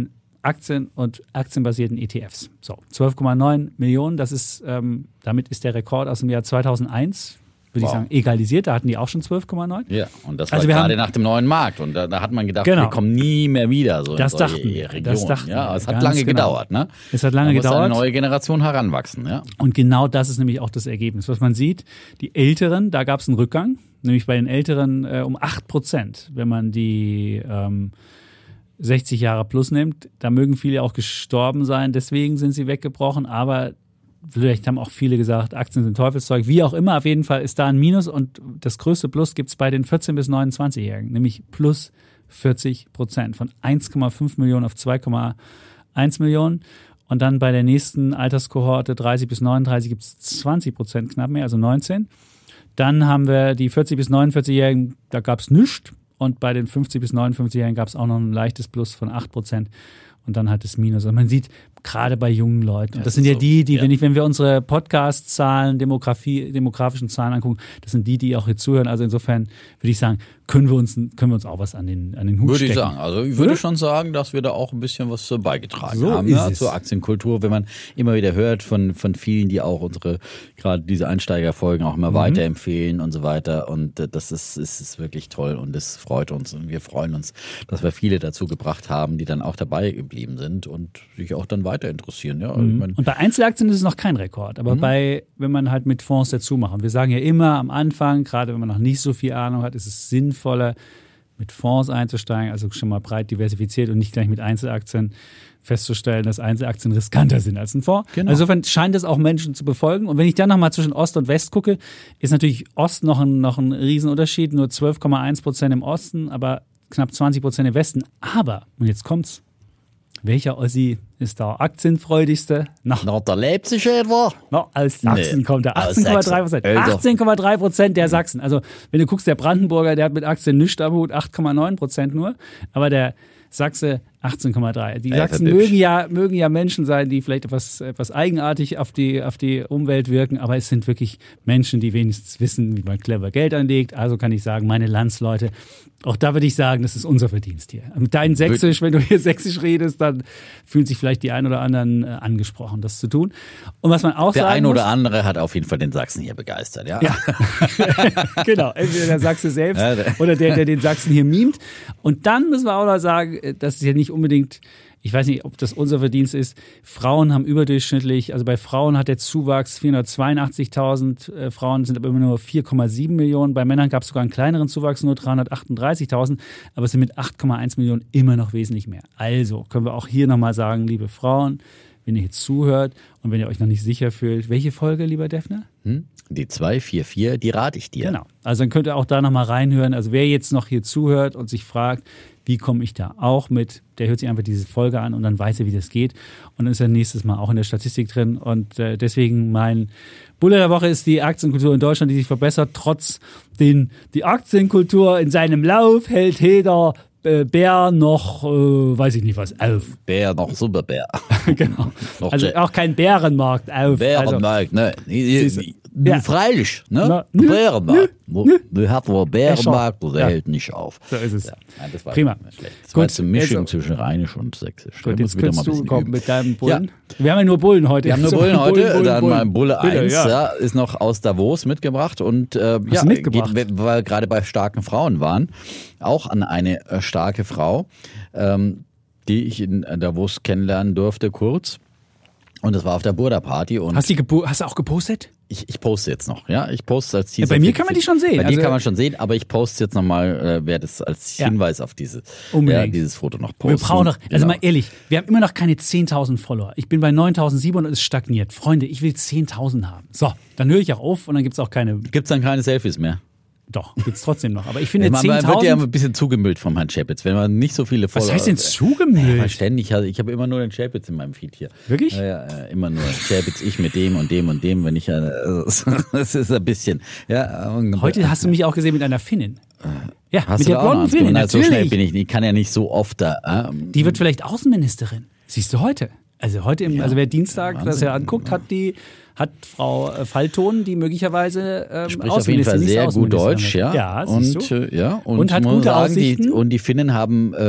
Aktien und aktienbasierten E T Fs. So, zwölf Komma neun Millionen, das ist, ähm, damit ist der Rekord aus dem Jahr zweitausendeins, würde wow. ich sagen, egalisiert. Da hatten die auch schon zwölf Komma neun. Ja, und das war also gerade haben, nach dem neuen Markt. Und da, da hat man gedacht, genau. wir kommen nie mehr wieder so das in solche dachten wir, Regionen. Das dachten ja, wir, es hat lange genau. gedauert. Ne? Es hat lange da muss gedauert. eine neue Generation heranwachsen. Ja? Und genau das ist nämlich auch das Ergebnis. Was man sieht, die Älteren, da gab es einen Rückgang, nämlich bei den Älteren äh, um acht Prozent, wenn man die ähm, sechzig Jahre plus nimmt. Da mögen viele auch gestorben sein, deswegen sind sie weggebrochen, aber vielleicht haben auch viele gesagt, Aktien sind Teufelszeug, wie auch immer, auf jeden Fall ist da ein Minus und das größte Plus gibt es bei den vierzehn- bis neunundzwanzigjährigen, nämlich plus vierzig Prozent, von eins Komma fünf Millionen auf zwei Komma eins Millionen. Und dann bei der nächsten Alterskohorte dreißig bis neununddreißig gibt es zwanzig Prozent knapp mehr, also neunzehn. Dann haben wir die vierzig- bis neunundvierzigjährigen, da gab es nichts. Und bei den fünfzig- bis neunundfünfzigjährigen gab es auch noch ein leichtes Plus von acht Prozent. Und dann halt das Minus. Und man sieht, gerade bei jungen Leuten, und das, das sind ja so, die, die, ja. wenn ich, wenn wir unsere Podcast-Zahlen, Demografie, demografischen Zahlen angucken, das sind die, die auch hier zuhören. Also insofern würde ich sagen, können wir uns, können wir uns auch was an den, an den Hut würde stecken. Würde ich sagen. Also ich würde ja? schon sagen, dass wir da auch ein bisschen was beigetragen so haben ja, zur Aktienkultur, wenn man immer wieder hört von, von vielen, die auch unsere, gerade diese Einsteigerfolgen auch immer mhm. weiterempfehlen und so weiter. Und das ist, ist, ist wirklich toll und das freut uns. Und wir freuen uns, dass wir viele dazu gebracht haben, die dann auch dabei geblieben sind und sich auch dann weiter interessieren. Ja, mhm. ich mein, und bei Einzelaktien ist es noch kein Rekord, aber mhm. bei, wenn man halt mit Fonds dazu machen. Wir sagen ja immer am Anfang, gerade wenn man noch nicht so viel Ahnung hat, ist es sinnvoller, mit Fonds einzusteigen, also schon mal breit diversifiziert und nicht gleich mit Einzelaktien festzustellen, dass Einzelaktien riskanter sind als ein Fonds. Genau. Also insofern scheint es auch Menschen zu befolgen. Und wenn ich dann nochmal zwischen Ost und West gucke, ist natürlich Ost noch ein, noch ein Riesenunterschied, nur zwölf Komma eins Prozent im Osten, aber knapp zwanzig Prozent im Westen. Aber, und jetzt kommt's, welcher Ossi ist der aktienfreudigste? Na, Na der Leipzig etwa? Na, aus Sachsen nee, kommt er. achtzehn Komma drei Prozent. achtzehn Komma drei Prozent der Sachsen. Also, wenn du guckst, der Brandenburger, der hat mit Aktien nichts am Hut, acht Komma neun Prozent nur. Aber der Sachse achtzehn Komma drei. Die Sachsen mögen ja, mögen ja Menschen sein, die vielleicht etwas, etwas eigenartig auf die, auf die Umwelt wirken, aber es sind wirklich Menschen, die wenigstens wissen, wie man clever Geld anlegt. Also kann ich sagen, meine Landsleute, auch da würde ich sagen, das ist unser Verdienst hier. Mit deinem Sächsisch, wenn du hier Sächsisch redest, dann fühlen sich vielleicht die ein oder anderen äh, angesprochen, das zu tun. Und was man auch der sagen ein oder muss, andere hat auf jeden Fall den Sachsen hier begeistert, ja. ja. Genau, entweder der Sachse selbst ja, der. oder der, der den Sachsen hier mimt. Und dann müssen wir auch noch sagen, das ist ja nicht unbedingt, ich weiß nicht, ob das unser Verdienst ist, Frauen haben überdurchschnittlich, also bei Frauen hat der Zuwachs vierhundertzweiundachtzigtausend äh, Frauen, sind aber immer nur vier Komma sieben Millionen. Bei Männern gab es sogar einen kleineren Zuwachs, nur dreihundertachtunddreißigtausend, aber es sind mit acht Komma eins Millionen immer noch wesentlich mehr. Also können wir auch hier nochmal sagen, liebe Frauen, wenn ihr jetzt zuhört und wenn ihr euch noch nicht sicher fühlt, welche Folge, lieber Defner? Hm? Die zwei vier vier, die rate ich dir. Genau, also dann könnt ihr auch da nochmal reinhören. Also wer jetzt noch hier zuhört und sich fragt, wie komme ich da auch mit, der hört sich einfach diese Folge an und dann weiß er, wie das geht. Und dann ist er nächstes Mal auch in der Statistik drin. Und äh, deswegen mein Bulle der Woche ist die Aktienkultur in Deutschland, die sich verbessert. Trotz den, die Aktienkultur in seinem Lauf hält jeder äh, Bär noch, äh, weiß ich nicht was, auf. Bär noch Superbär. Genau. Also auch kein Bärenmarkt auf. Bärenmarkt, also, ne. Ja. Freilich, ne? Na, nö, Bärenmarkt. Nö, nö. Hat wohl Bärenmarkt oder ja. hält nicht auf. So ist es. Ja. Nein, das war prima. Nicht schlecht. Das Gut, war jetzt eine Mischung also, zwischen Rheinisch und Sächsisch. Gut, jetzt kannst du kommen mit deinem Bullen. Ja. Wir haben ja nur Bullen heute. Wir haben nur Bullen heute. Bullen, Bullen, dann Bullen. Mein Bulle eins ja. Ja, ist noch aus Davos mitgebracht. Und äh, ja, mitgebracht? Geht, weil wir gerade bei starken Frauen waren, auch an eine äh, starke Frau, ähm, die ich in Davos kennenlernen durfte, kurz. Und das war auf der Burda-Party. Hast, hast du auch gepostet? Ich, ich poste jetzt noch, ja. Ich poste als Teaser. Ja, bei mir kann man die schon sehen. Bei also, dir kann man schon sehen, aber ich poste jetzt nochmal, äh, werde es als ja. Hinweis auf diese, ja, dieses Foto noch posten. Wir brauchen noch, also genau. mal ehrlich, wir haben immer noch keine zehntausend Follower. Ich bin bei neuntausendsieben und es stagniert. Freunde, ich will zehntausend haben. So, dann höre ich auch auf und dann gibt es auch keine... Gibt es dann keine Selfies mehr? Doch, gibt's trotzdem noch. Aber ich finde man, zehntausend... Man wird ja ein bisschen zugemüllt vom Herrn Chapitz, wenn man nicht so viele Follower... Was heißt denn zugemüllt? Ja, ständig. Ich habe immer nur den Chapitz in meinem Feed hier. Wirklich? Ja, ja, immer nur Chapitz, ich mit dem und dem und dem, wenn ich... Das ist ein bisschen... Ja, heute hast du mich auch gesehen mit einer Finnin. Ja, hast mit der blonden Finnin, natürlich. So schnell bin ich nicht. Ich kann ja nicht so oft da... Ähm, Die wird vielleicht Außenministerin. Siehst du heute. Also heute, im, ja, also wer Dienstag ja, das ja anguckt, hat die... Hat Frau Falton, die möglicherweise ähm, spricht auf jeden Fall sehr gut Deutsch, ja. Ja, und, äh, ja und, und hat muss gute sagen, Aussichten. Die, und die Finnen haben äh,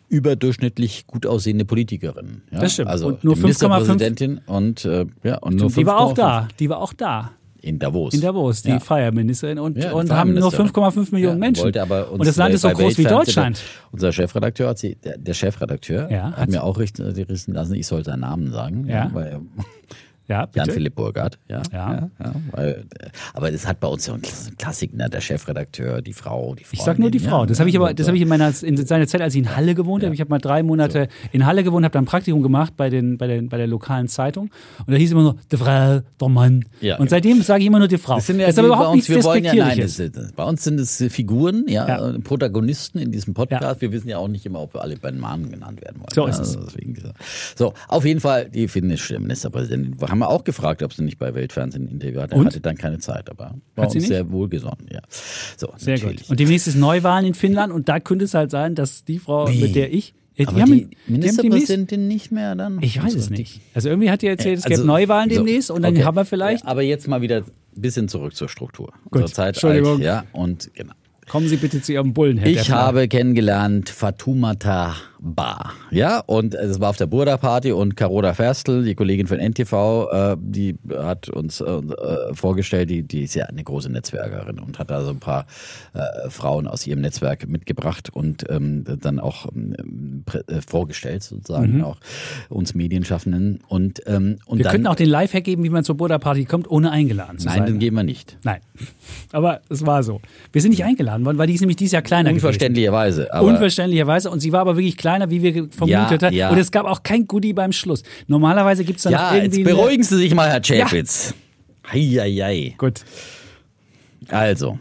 überdurchschnittlich gut aussehende Politikerin. Ja? Das stimmt. Also und nur fünf Komma fünf und äh, ja und nur die war auch da. Die war auch da. In Davos. In Davos, die ja. Feierministerin und, ja, und haben nur fünf Komma fünf Millionen ja, Menschen. Aber uns und das Land ist so groß wie Deutschland. Der, unser Chefredakteur, hat sie, der, der Chefredakteur ja, hat mir auch richten lassen, ich soll seinen Namen sagen. Ja. Ja, weil, Ja, Jan-Philipp Burkhardt, ja. ja. ja, ja weil, aber das hat bei uns ja einen Klassik, ne? Der Chefredakteur, die Frau, die Frau. Ich sag nur die Frau. Das habe ich aber, das habe ich in meiner in seiner Zeit, als ich in Halle gewohnt habe. Ja. Ich habe mal drei Monate so. in Halle gewohnt, habe dann ein Praktikum gemacht bei den, bei den, bei der lokalen Zeitung. Und da hieß immer nur die Frau, der Mann. Ja, und seitdem sage ich immer nur die Frau. Das, sind ja das ist aber überhaupt nichts Despektierliches. Ja, nein, bei uns sind es Figuren, ja, ja. Protagonisten in diesem Podcast. Ja. Wir wissen ja auch nicht immer, ob wir alle bei den Namen genannt werden wollen. So ist es. Also deswegen, so, auf jeden Fall die finnische Ministerpräsidentin. Haben wir auch gefragt, ob sie nicht bei Weltfernsehen ein Interview hatte. Er hatte dann keine Zeit, aber war uns sehr wohlgesonnen. Ja. So, sehr natürlich. Gut. Und demnächst ist Neuwahlen in Finnland und da könnte es halt sein, dass die Frau, nee. mit der ich Die aber haben, die Ministerpräsidentin nicht mehr dann? Ich weiß es nicht. Also irgendwie hat die erzählt, es also, gäbe Neuwahlen demnächst so, und dann okay. haben wir vielleicht... Ja, aber jetzt mal wieder ein bisschen zurück zur Struktur. Gut, zur Zeit Entschuldigung. Alt, ja, und genau. Kommen Sie bitte zu Ihrem Bullen, Herr Ich Deffner. habe kennengelernt Fatoumata Bah. Ja, und es war auf der Burda-Party und Carola Ferstl, die Kollegin von N T V, äh, die hat uns äh, vorgestellt, die, die ist ja eine große Netzwerkerin und hat da so ein paar äh, Frauen aus ihrem Netzwerk mitgebracht und ähm, dann auch ähm, äh, vorgestellt, sozusagen, mhm. auch uns Medienschaffenden. Und, ähm, und wir dann, könnten auch den Lifehack geben, wie man zur Burda-Party kommt, ohne eingeladen zu nein, sein. Nein, den geben wir nicht. Nein, aber es war so. Wir sind nicht eingeladen worden, weil die ist nämlich dieses Jahr kleiner Unverständlicherweise. gewesen. Unverständlicherweise. Und sie war aber wirklich kleiner, wie wir vermutet haben. Ja, ja. Und es gab auch kein Goodie beim Schluss. Normalerweise gibt es dann ja, noch irgendwie... Ja, jetzt beruhigen Sie sich mal, Herr Chapitz. Ja. Heieiei. Gut. Also...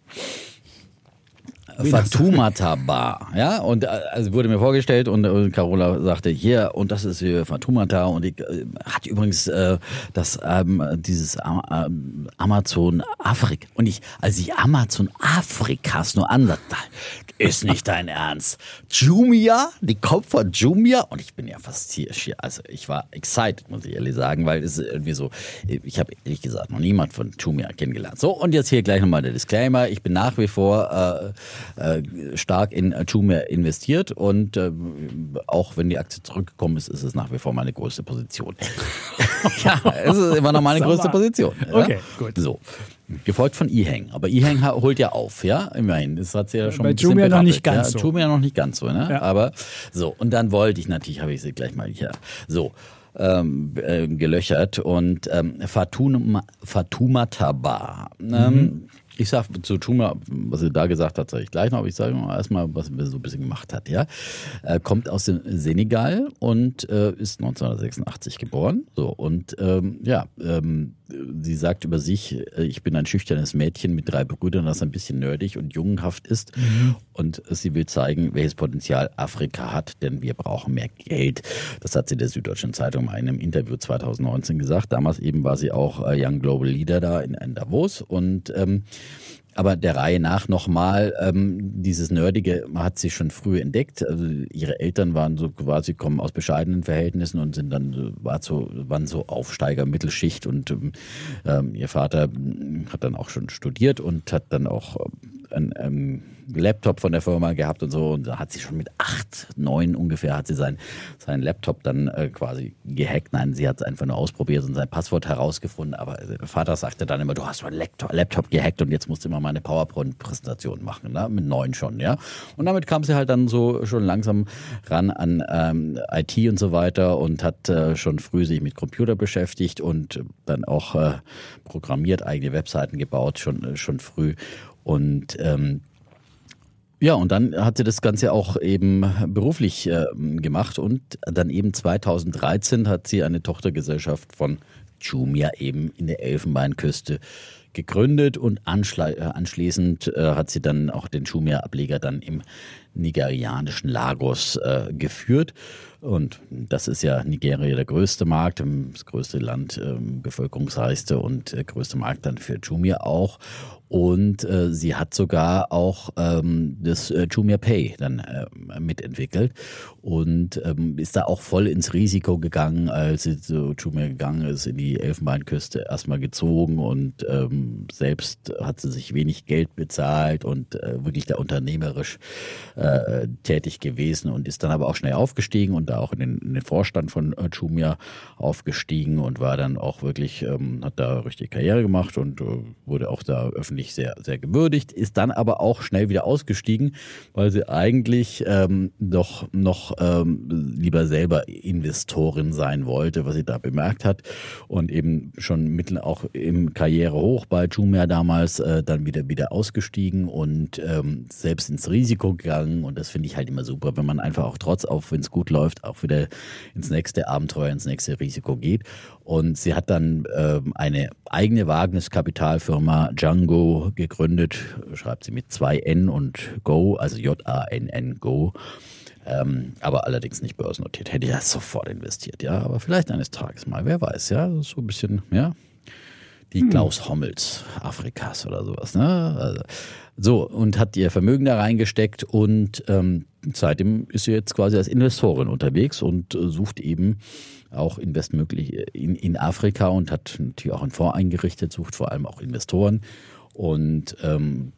Fatoumata Bah, ja, und also wurde mir vorgestellt und, und Carola sagte, hier, und das ist hier Fatoumata und die äh, hat übrigens äh, das ähm, dieses äh, Amazon Afrika und ich, als ich Amazon Afrikas nur ansah, ist nicht dein Ernst. Jumia, die kommt von Jumia und ich bin ja fast hier, also ich war excited, muss ich ehrlich sagen, weil es ist irgendwie so, ich habe ehrlich gesagt noch niemand von Jumia kennengelernt. So, und jetzt hier gleich nochmal der Disclaimer, ich bin nach wie vor äh, Äh, stark in Jumia investiert und äh, auch wenn die Aktie zurückgekommen ist, ist es nach wie vor meine größte Position. Ja, es ist immer noch meine größte Position. Ja? Okay, gut. So. Gefolgt von E-Hang. Aber E-Hang holt ja auf, ja, immerhin. Das hat sie ja schon bei ein bisschen Jumia berappelt, noch nicht ganz ja? so. Jumia noch nicht ganz so, ne? Ja. Aber so, und dann wollte ich natürlich, habe ich sie gleich mal hier so ähm, äh, gelöchert und ähm, Fatoum, Fatoumata Bah. Mhm. Ähm, Ich sag zu Jumia, was sie da gesagt hat, sage ich gleich noch, aber ich sage erstmal, was sie so ein bisschen gemacht hat. Ja, äh, kommt aus dem Senegal und äh, ist neunzehnhundertsechsundachtzig geboren. So und ähm, ja, ähm, sie sagt über sich, äh, ich bin ein schüchternes Mädchen mit drei Brüdern, das ein bisschen nerdig und jungenhaft ist. Mhm. Und sie will zeigen, welches Potenzial Afrika hat, denn wir brauchen mehr Geld. Das hat sie der Süddeutschen Zeitung in einem Interview zweitausendneunzehn gesagt. Damals eben war sie auch äh, Young Global Leader da in, in Davos und ähm, aber der Reihe nach nochmal, ähm, dieses Nerdige hat sie schon früh entdeckt. Also ihre Eltern waren so quasi, kommen aus bescheidenen Verhältnissen und sind dann, war so, waren so Aufsteiger, Mittelschicht und ähm, ihr Vater hat dann auch schon studiert und hat dann auch ein ähm, Laptop von der Firma gehabt und so und da hat sie schon mit acht, neun ungefähr hat sie sein, seinen Laptop dann äh, quasi gehackt. Nein, sie hat es einfach nur ausprobiert und sein Passwort herausgefunden, aber der Vater sagte dann immer, du hast meinen Laptop, Laptop gehackt und jetzt musst du immer meine PowerPoint-Präsentation machen, ne? Mit neun schon, ja. Und damit kam sie halt dann so schon langsam ran an ähm, I T und so weiter und hat äh, schon früh sich mit Computer beschäftigt und dann auch äh, programmiert, eigene Webseiten gebaut, schon, äh, schon früh und ähm, ja, und dann hat sie das Ganze auch eben beruflich äh, gemacht und dann eben zweitausenddreizehn hat sie eine Tochtergesellschaft von Jumia eben in der Elfenbeinküste gegründet und anschli- äh, anschließend äh, hat sie dann auch den Jumia-Ableger dann im nigerianischen Lagos äh, geführt. Und das ist ja Nigeria der größte Markt, das größte Land, äh, bevölkerungsreichste und äh, größte Markt dann für Jumia auch. Und äh, sie hat sogar auch ähm, das äh, Jumia Pay dann äh, mitentwickelt und ähm, ist da auch voll ins Risiko gegangen, als sie zu Jumia gegangen ist, in die Elfenbeinküste erstmal gezogen und ähm, selbst hat sie sich wenig Geld bezahlt und äh, wirklich da unternehmerisch äh, tätig gewesen und ist dann aber auch schnell aufgestiegen und da auch in den, in den Vorstand von äh, Jumia aufgestiegen und war dann auch wirklich, ähm, hat da richtig Karriere gemacht und äh, wurde auch da öffentlich sehr, sehr gewürdigt, ist dann aber auch schnell wieder ausgestiegen, weil sie eigentlich ähm, doch noch ähm, lieber selber Investorin sein wollte, was sie da bemerkt hat und eben schon mitten auch im Karrierehoch bei Jumia damals äh, dann wieder wieder ausgestiegen und ähm, selbst ins Risiko gegangen und das finde ich halt immer super, wenn man einfach auch trotz, auch wenn es gut läuft, auch wieder ins nächste Abenteuer, ins nächste Risiko geht. Und sie hat dann ähm, eine eigene Wagniskapitalfirma Django gegründet, schreibt sie mit zwei N und Go, also J A N N Go, ähm, aber allerdings nicht börsennotiert. Hätte ich ja sofort investiert, ja, aber vielleicht eines Tages mal, wer weiß, ja, das ist so ein bisschen, ja, die Klaus Hommels Afrikas oder sowas, ne? Also, so, und hat ihr Vermögen da reingesteckt und ähm, seitdem ist sie jetzt quasi als Investorin unterwegs und äh, sucht eben auch Investmöglich in, in Afrika und hat natürlich auch einen Fonds eingerichtet, sucht vor allem auch Investoren und ähm,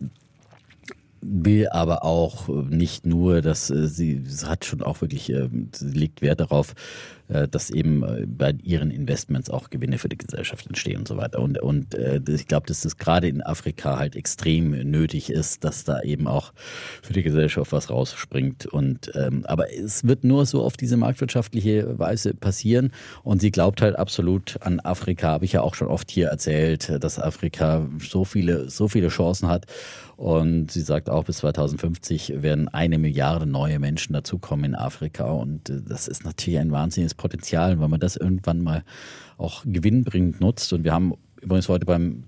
will aber auch nicht nur, dass äh, sie, sie hat schon auch wirklich, äh, sie legt Wert darauf, äh, dass eben äh, bei ihren Investments auch Gewinne für die Gesellschaft entstehen und so weiter. Und, und äh, ich glaube, dass das gerade in Afrika halt extrem nötig ist, dass da eben auch für die Gesellschaft was rausspringt. Und ähm, aber es wird nur so auf diese marktwirtschaftliche Weise passieren. Und sie glaubt halt absolut an Afrika, habe ich ja auch schon oft hier erzählt, dass Afrika so viele, so viele Chancen hat. Und sie sagt auch, bis zweitausendfünfzig werden eine Milliarde neue Menschen dazukommen in Afrika. Und das ist natürlich ein wahnsinniges Potenzial, weil man das irgendwann mal auch gewinnbringend nutzt. Und wir haben übrigens heute beim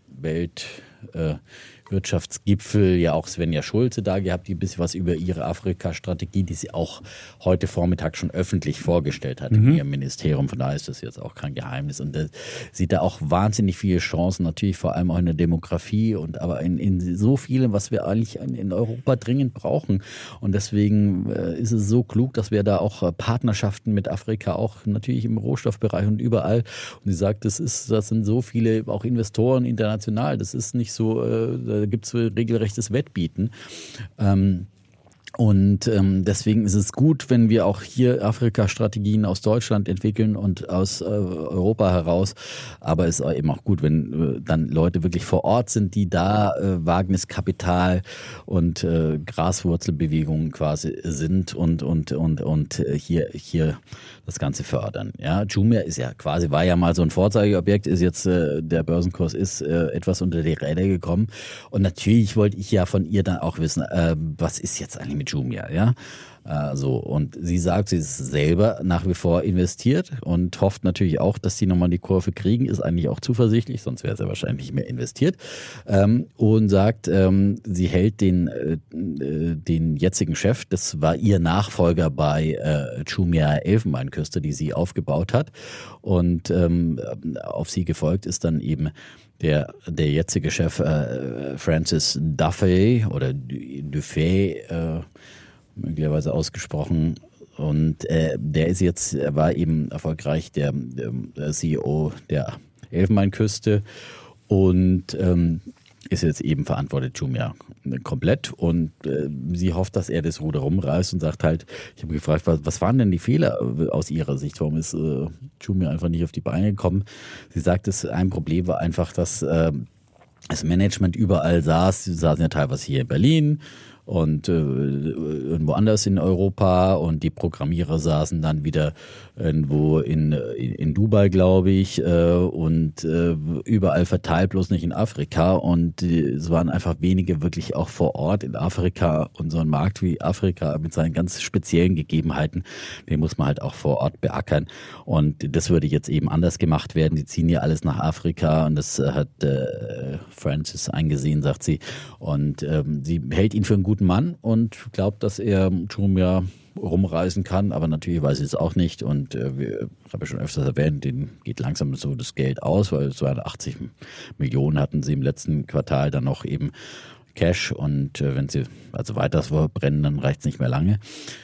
Weltwirtschaftsgipfel ja auch Svenja Schulze da gehabt, die ein bisschen was über ihre Afrika-Strategie, die sie auch heute Vormittag schon öffentlich vorgestellt hat mhm. in ihrem Ministerium. Von daher ist das jetzt auch kein Geheimnis. Und äh, sieht da auch wahnsinnig viele Chancen, natürlich vor allem auch in der Demografie und aber in, in so vielem, was wir eigentlich in Europa dringend brauchen. Und deswegen äh, ist es so klug, dass wir da auch äh, Partnerschaften mit Afrika auch natürlich im Rohstoffbereich und überall. Und sie sagt, das ist, das sind so viele auch Investoren international. Das ist nicht so, äh, da gibt es regelrechtes Wettbieten. Ähm, Und ähm, deswegen ist es gut, wenn wir auch hier Afrika-Strategien aus Deutschland entwickeln und aus äh, Europa heraus. Aber es ist eben auch gut, wenn äh, dann Leute wirklich vor Ort sind, die da äh, Wagniskapital und äh, Graswurzelbewegungen quasi sind und und und und äh, hier hier das Ganze fördern. Ja, Jumia ist ja quasi, war ja mal so ein Vorzeigeobjekt, ist jetzt, äh, der Börsenkurs ist äh, etwas unter die Räder gekommen. Und natürlich wollte ich ja von ihr dann auch wissen, äh, was ist jetzt eigentlich mit Jumia, ja? Äh, so. Und sie sagt, sie ist selber nach wie vor investiert und hofft natürlich auch, dass sie nochmal die Kurve kriegen, ist eigentlich auch zuversichtlich, sonst wäre sie wahrscheinlich nicht mehr investiert. Ähm, und sagt, ähm, sie hält den, äh, den jetzigen Chef, das war ihr Nachfolger bei äh, Jumia Elfenbeinküste, die sie aufgebaut hat. Und ähm, auf sie gefolgt ist dann eben der, der jetzige Chef äh, Francis Dufay oder Dufay, äh, möglicherweise ausgesprochen. Und äh, der ist jetzt, er war eben erfolgreich der, der C E O der Elfenbeinküste und ähm, ist jetzt eben verantwortet Jumia komplett. Und äh, sie hofft, dass er das Ruder rumreißt und sagt halt, ich habe gefragt, was, was waren denn die Fehler aus ihrer Sicht? Warum ist äh, Jumia einfach nicht auf die Beine gekommen? Sie sagt, das ein Problem war einfach, dass äh, das Management überall saß. Sie saßen ja teilweise hier in Berlin und äh, irgendwo anders in Europa und die Programmierer saßen dann wieder irgendwo in, in, in Dubai, glaube ich, äh, und äh, überall verteilt, bloß nicht in Afrika. Und äh, es waren einfach wenige wirklich auch vor Ort in Afrika. Und so ein Markt wie Afrika mit seinen ganz speziellen Gegebenheiten, den muss man halt auch vor Ort beackern. Und das würde jetzt eben anders gemacht werden. Die ziehen ja alles nach Afrika und das hat äh, Francis eingesehen, sagt sie. Und ähm, sie hält ihn für einen guten Mann und glaubt, dass er Jumia rumreisen kann, aber natürlich weiß ich es auch nicht und äh, wir, ich habe ja schon öfters erwähnt, denen geht langsam so das Geld aus, weil zweihundertachtzig Millionen hatten sie im letzten Quartal dann noch eben Cash und äh, wenn sie also weiter verbrennen, dann reicht es nicht mehr lange.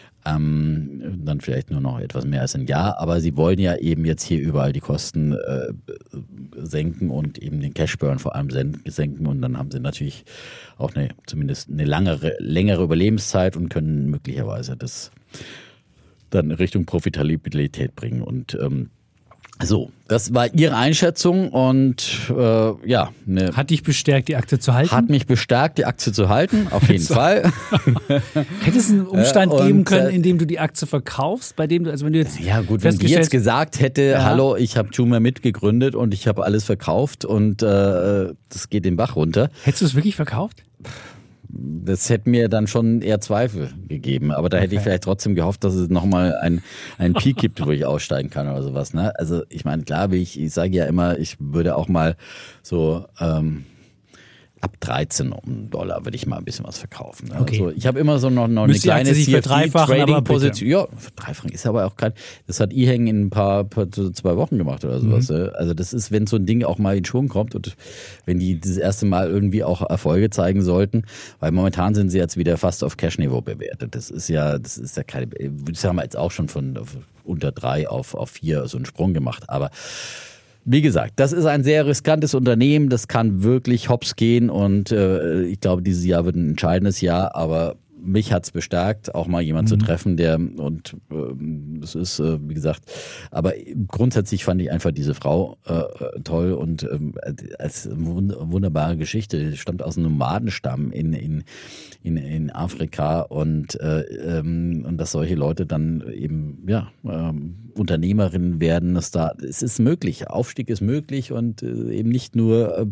Ähm, dann vielleicht nur noch etwas mehr als ein Jahr, aber sie wollen ja eben jetzt hier überall die Kosten äh, senken und eben den Cashburn vor allem senken und dann haben sie natürlich auch eine, zumindest eine langere, längere Überlebenszeit und können möglicherweise das dann Richtung Profitabilität bringen und ähm, so, das war Ihre Einschätzung und äh, ja. Ne, hat dich bestärkt, die Aktie zu halten? Hat mich bestärkt, die Aktie zu halten, auf jeden so. Fall. Hätte es einen Umstand und, geben können, in dem du die Aktie verkaufst, bei dem du, also wenn du jetzt ja gut, wenn die jetzt gesagt hätte, ja. hallo, ich habe Joomla mitgegründet und ich habe alles verkauft und äh, das geht den Bach runter. Hättest du es wirklich verkauft? Das hätte mir dann schon eher Zweifel gegeben, aber da hätte okay. ich vielleicht trotzdem gehofft, dass es nochmal ein, einen Peak gibt, wo ich aussteigen kann oder sowas. Ne? Also ich meine, klar, wie ich, ich sage ja immer, ich würde auch mal so ähm, ab dreizehn Dollar würde ich mal ein bisschen was verkaufen. Ne? Okay. Also ich habe immer so noch, noch eine kleine C F D-Trading-Position. Ja, verdreifachen ist aber auch kein, das hat E-Hang in ein paar, paar, zwei Wochen gemacht oder sowas. Mhm. Also das ist, wenn so ein Ding auch mal in Schwung kommt und wenn die das erste Mal irgendwie auch Erfolge zeigen sollten, weil momentan sind sie jetzt wieder fast auf Cash-Niveau bewertet. Das ist ja, das ist ja keine, das haben wir jetzt auch schon von unter drei auf, auf vier so einen Sprung gemacht, aber wie gesagt, das ist ein sehr riskantes Unternehmen, das kann wirklich hops gehen und äh, ich glaube, dieses Jahr wird ein entscheidendes Jahr, aber mich hat's bestärkt, auch mal jemanden mhm. zu treffen, der und ähm, das ist, äh, wie gesagt, aber grundsätzlich fand ich einfach diese Frau äh, toll und ähm, als wund- wunderbare Geschichte, stammt aus einem Nomadenstamm in, in, in, in Afrika und, äh, ähm, und dass solche Leute dann eben, ja, ähm, Unternehmerinnen werden, dass da, es ist möglich, Aufstieg ist möglich und äh, eben nicht nur äh,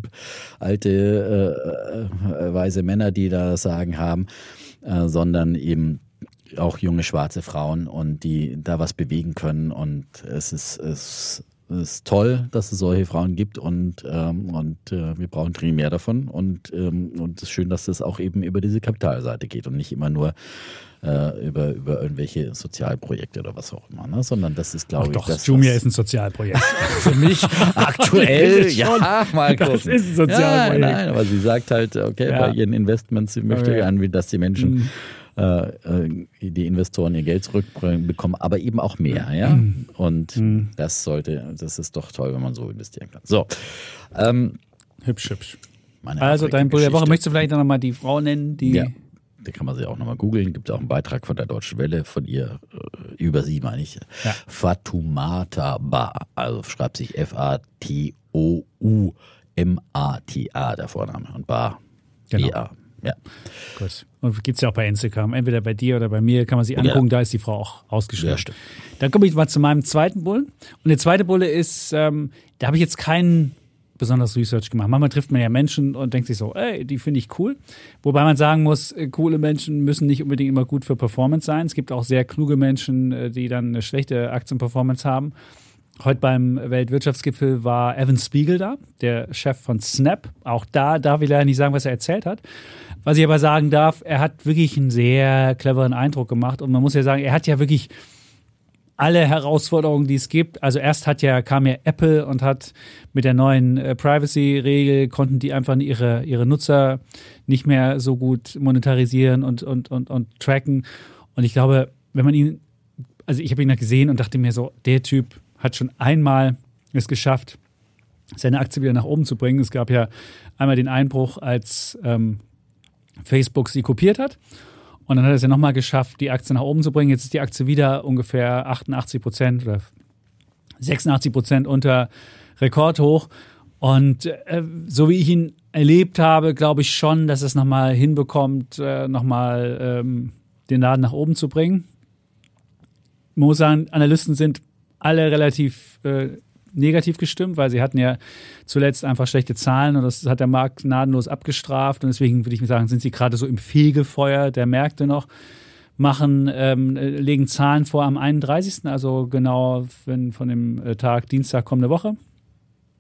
alte äh, äh, weise Männer, die da das Sagen haben, äh, sondern eben auch junge schwarze Frauen und die da was bewegen können und es ist, es ist toll, dass es solche Frauen gibt und, ähm, und äh, wir brauchen dringend mehr davon und ähm, und es ist schön, dass das auch eben über diese Kapitalseite geht und nicht immer nur äh, über, über irgendwelche Sozialprojekte oder was auch immer, ne? Sondern das ist, glaube Ach ich, doch, das Joomla ist ein Sozialprojekt. Für mich aktuell, ja, mal gucken. Das ist ein Sozialprojekt. Ja, nein, aber sie sagt halt, okay, ja. bei ihren Investments, sie möchte okay. gerne, dass die Menschen mhm. die Investoren ihr Geld zurückbekommen, aber eben auch mehr, ja. Mhm. Und mhm. das sollte, das ist doch toll, wenn man so investieren kann. So. Ähm, hübsch, hübsch. Also dein Bull der Woche, möchtest du vielleicht noch mal die Frau nennen, die... Ja, da kann man sie auch noch mal googeln. Gibt auch einen Beitrag von der Deutschen Welle, von ihr, äh, über sie meine ich. Ja. Fatoumata Ba, also schreibt sich F A T O U M A T A, der Vorname. Und Ba, genau. B A. Ja. Gut. Und gibt es ja auch bei Instagram. Entweder bei dir oder bei mir kann man sie angucken. Ja. Da ist die Frau auch ausgeschrieben. Ja, stimmt. Dann komme ich mal zu meinem zweiten Bullen. Und der zweite Bulle ist, ähm, da habe ich jetzt keinen besonders Research gemacht. Manchmal trifft man ja Menschen und denkt sich so, ey, die finde ich cool. Wobei man sagen muss, coole Menschen müssen nicht unbedingt immer gut für Performance sein. Es gibt auch sehr kluge Menschen, die dann eine schlechte Aktienperformance haben. Heute beim Weltwirtschaftsgipfel war Evan Spiegel da, der Chef von Snap. Auch da darf ich leider nicht sagen, was er erzählt hat. Was ich aber sagen darf, er hat wirklich einen sehr cleveren Eindruck gemacht. Und man muss ja sagen, er hat ja wirklich alle Herausforderungen, die es gibt. Also erst hat ja, kam ja Apple und hat mit der neuen äh, Privacy-Regel, konnten die einfach ihre, ihre Nutzer nicht mehr so gut monetarisieren und, und, und, und tracken. Und ich glaube, wenn man ihn, also ich habe ihn da gesehen und dachte mir so, der Typ hat schon einmal es geschafft, seine Aktie wieder nach oben zu bringen. Es gab ja einmal den Einbruch, als ähm, Facebook sie kopiert hat. Und dann hat er es ja nochmal geschafft, die Aktie nach oben zu bringen. Jetzt ist die Aktie wieder ungefähr achtundachtzig Prozent oder sechsundachtzig Prozent unter Rekordhoch. Und äh, so wie ich ihn erlebt habe, glaube ich schon, dass es nochmal hinbekommt, äh, nochmal ähm, den Laden nach oben zu bringen. Man muss sagen, Analysten sind alle relativ äh, negativ gestimmt, weil sie hatten ja zuletzt einfach schlechte Zahlen und das hat der Markt gnadenlos abgestraft und deswegen würde ich mir sagen, sind sie gerade so im Fegefeuer der Märkte noch, machen, ähm, legen Zahlen vor am einunddreißigsten, also genau wenn, von dem Tag Dienstag kommende Woche.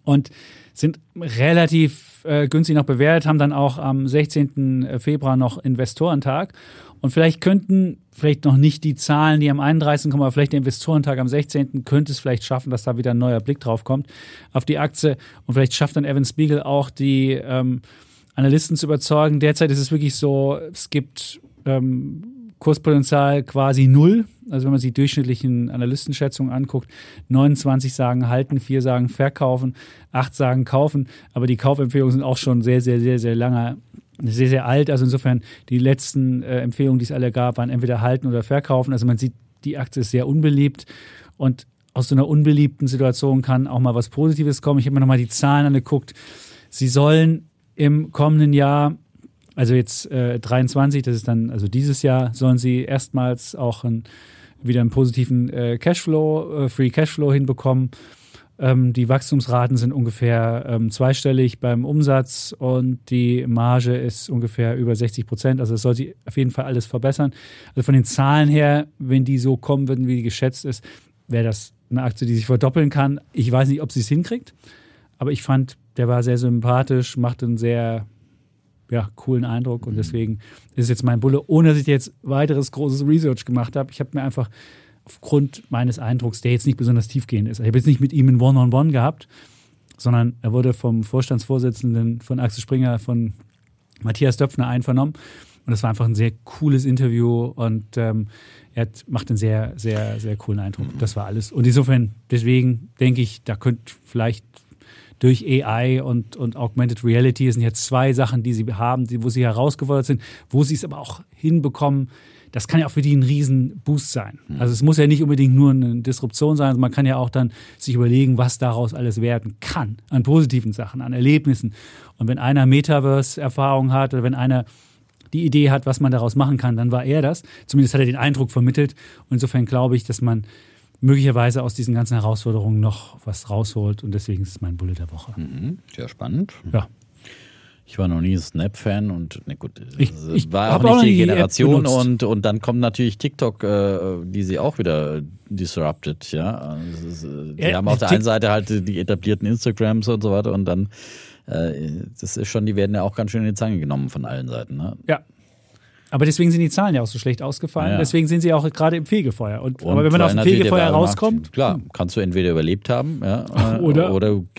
und sind relativ äh, günstig noch bewertet, haben dann auch am sechzehnten Februar noch Investorentag. Und vielleicht könnten, vielleicht noch nicht die Zahlen, die am einunddreißigsten kommen, aber vielleicht der Investorentag am sechzehnten könnte es vielleicht schaffen, dass da wieder ein neuer Blick drauf kommt auf die Aktie. Und vielleicht schafft dann Evan Spiegel auch die ähm, Analysten zu überzeugen. Derzeit ist es wirklich so, es gibt ähm, Kurspotenzial quasi null. Also wenn man sich die durchschnittlichen Analystenschätzungen anguckt, neunundzwanzig sagen halten, vier sagen verkaufen, acht sagen kaufen. Aber die Kaufempfehlungen sind auch schon sehr, sehr, sehr, sehr lange, sehr, sehr alt. Also insofern, die letzten äh, Empfehlungen, die es alle gab, waren entweder halten oder verkaufen. Also man sieht, die Aktie ist sehr unbeliebt. Und aus so einer unbeliebten Situation kann auch mal was Positives kommen. Ich habe mir nochmal die Zahlen angeguckt. Sie sollen im kommenden Jahr, also jetzt äh, dreiundzwanzig, das ist dann, also dieses Jahr, sollen sie erstmals auch ein, wieder einen positiven äh, Cashflow, äh, Free Cashflow hinbekommen. Ähm, die Wachstumsraten sind ungefähr ähm, zweistellig beim Umsatz und die Marge ist ungefähr über sechzig Prozent. Also das soll sich auf jeden Fall alles verbessern. Also von den Zahlen her, wenn die so kommen würden, wie die geschätzt ist, wäre das eine Aktie, die sich verdoppeln kann. Ich weiß nicht, ob sie es hinkriegt, aber ich fand, der war sehr sympathisch, macht einen sehr ja, coolen Eindruck und deswegen ist es jetzt mein Bulle, ohne dass ich jetzt weiteres großes Research gemacht habe. Ich habe mir einfach aufgrund meines Eindrucks, der jetzt nicht besonders tiefgehend ist, ich habe jetzt nicht mit ihm ein One-on-One gehabt, sondern er wurde vom Vorstandsvorsitzenden von Axel Springer, von Matthias Döpfner einvernommen und das war einfach ein sehr cooles Interview und ähm, er hat, macht einen sehr, sehr, sehr coolen Eindruck. Das war alles. Und insofern, deswegen denke ich, da könnte vielleicht durch A I und, und Augmented Reality, das sind jetzt zwei Sachen, die sie haben, die, wo sie herausgefordert sind, wo sie es aber auch hinbekommen. Das kann ja auch für die ein riesen Boost sein. Also es muss ja nicht unbedingt nur eine Disruption sein, man kann ja auch dann sich überlegen, was daraus alles werden kann an positiven Sachen, an Erlebnissen. Und wenn einer Metaverse-Erfahrung hat oder wenn einer die Idee hat, was man daraus machen kann, dann war er das. Zumindest hat er den Eindruck vermittelt. Und insofern glaube ich, dass man möglicherweise aus diesen ganzen Herausforderungen noch was rausholt und deswegen ist es mein Bulle der Woche. Mhm, sehr spannend. Ja. Ich war noch nie Snap-Fan und ne gut, ich, ich war auch nicht auch die Generation und, und dann kommt natürlich TikTok, äh, die sie auch wieder disrupted, ja. Ist, die ja, haben auf der einen Seite halt die etablierten Instagrams und so weiter und dann äh, das ist schon, die werden ja auch ganz schön in die Zange genommen von allen Seiten, ne? Ja. Aber deswegen sind die Zahlen ja auch so schlecht ausgefallen. Ja. Deswegen sind sie auch gerade im Fegefeuer. Und, und aber wenn man aus dem Fegefeuer rauskommt. Macht, klar, kannst du entweder überlebt haben, ja, oder, oder du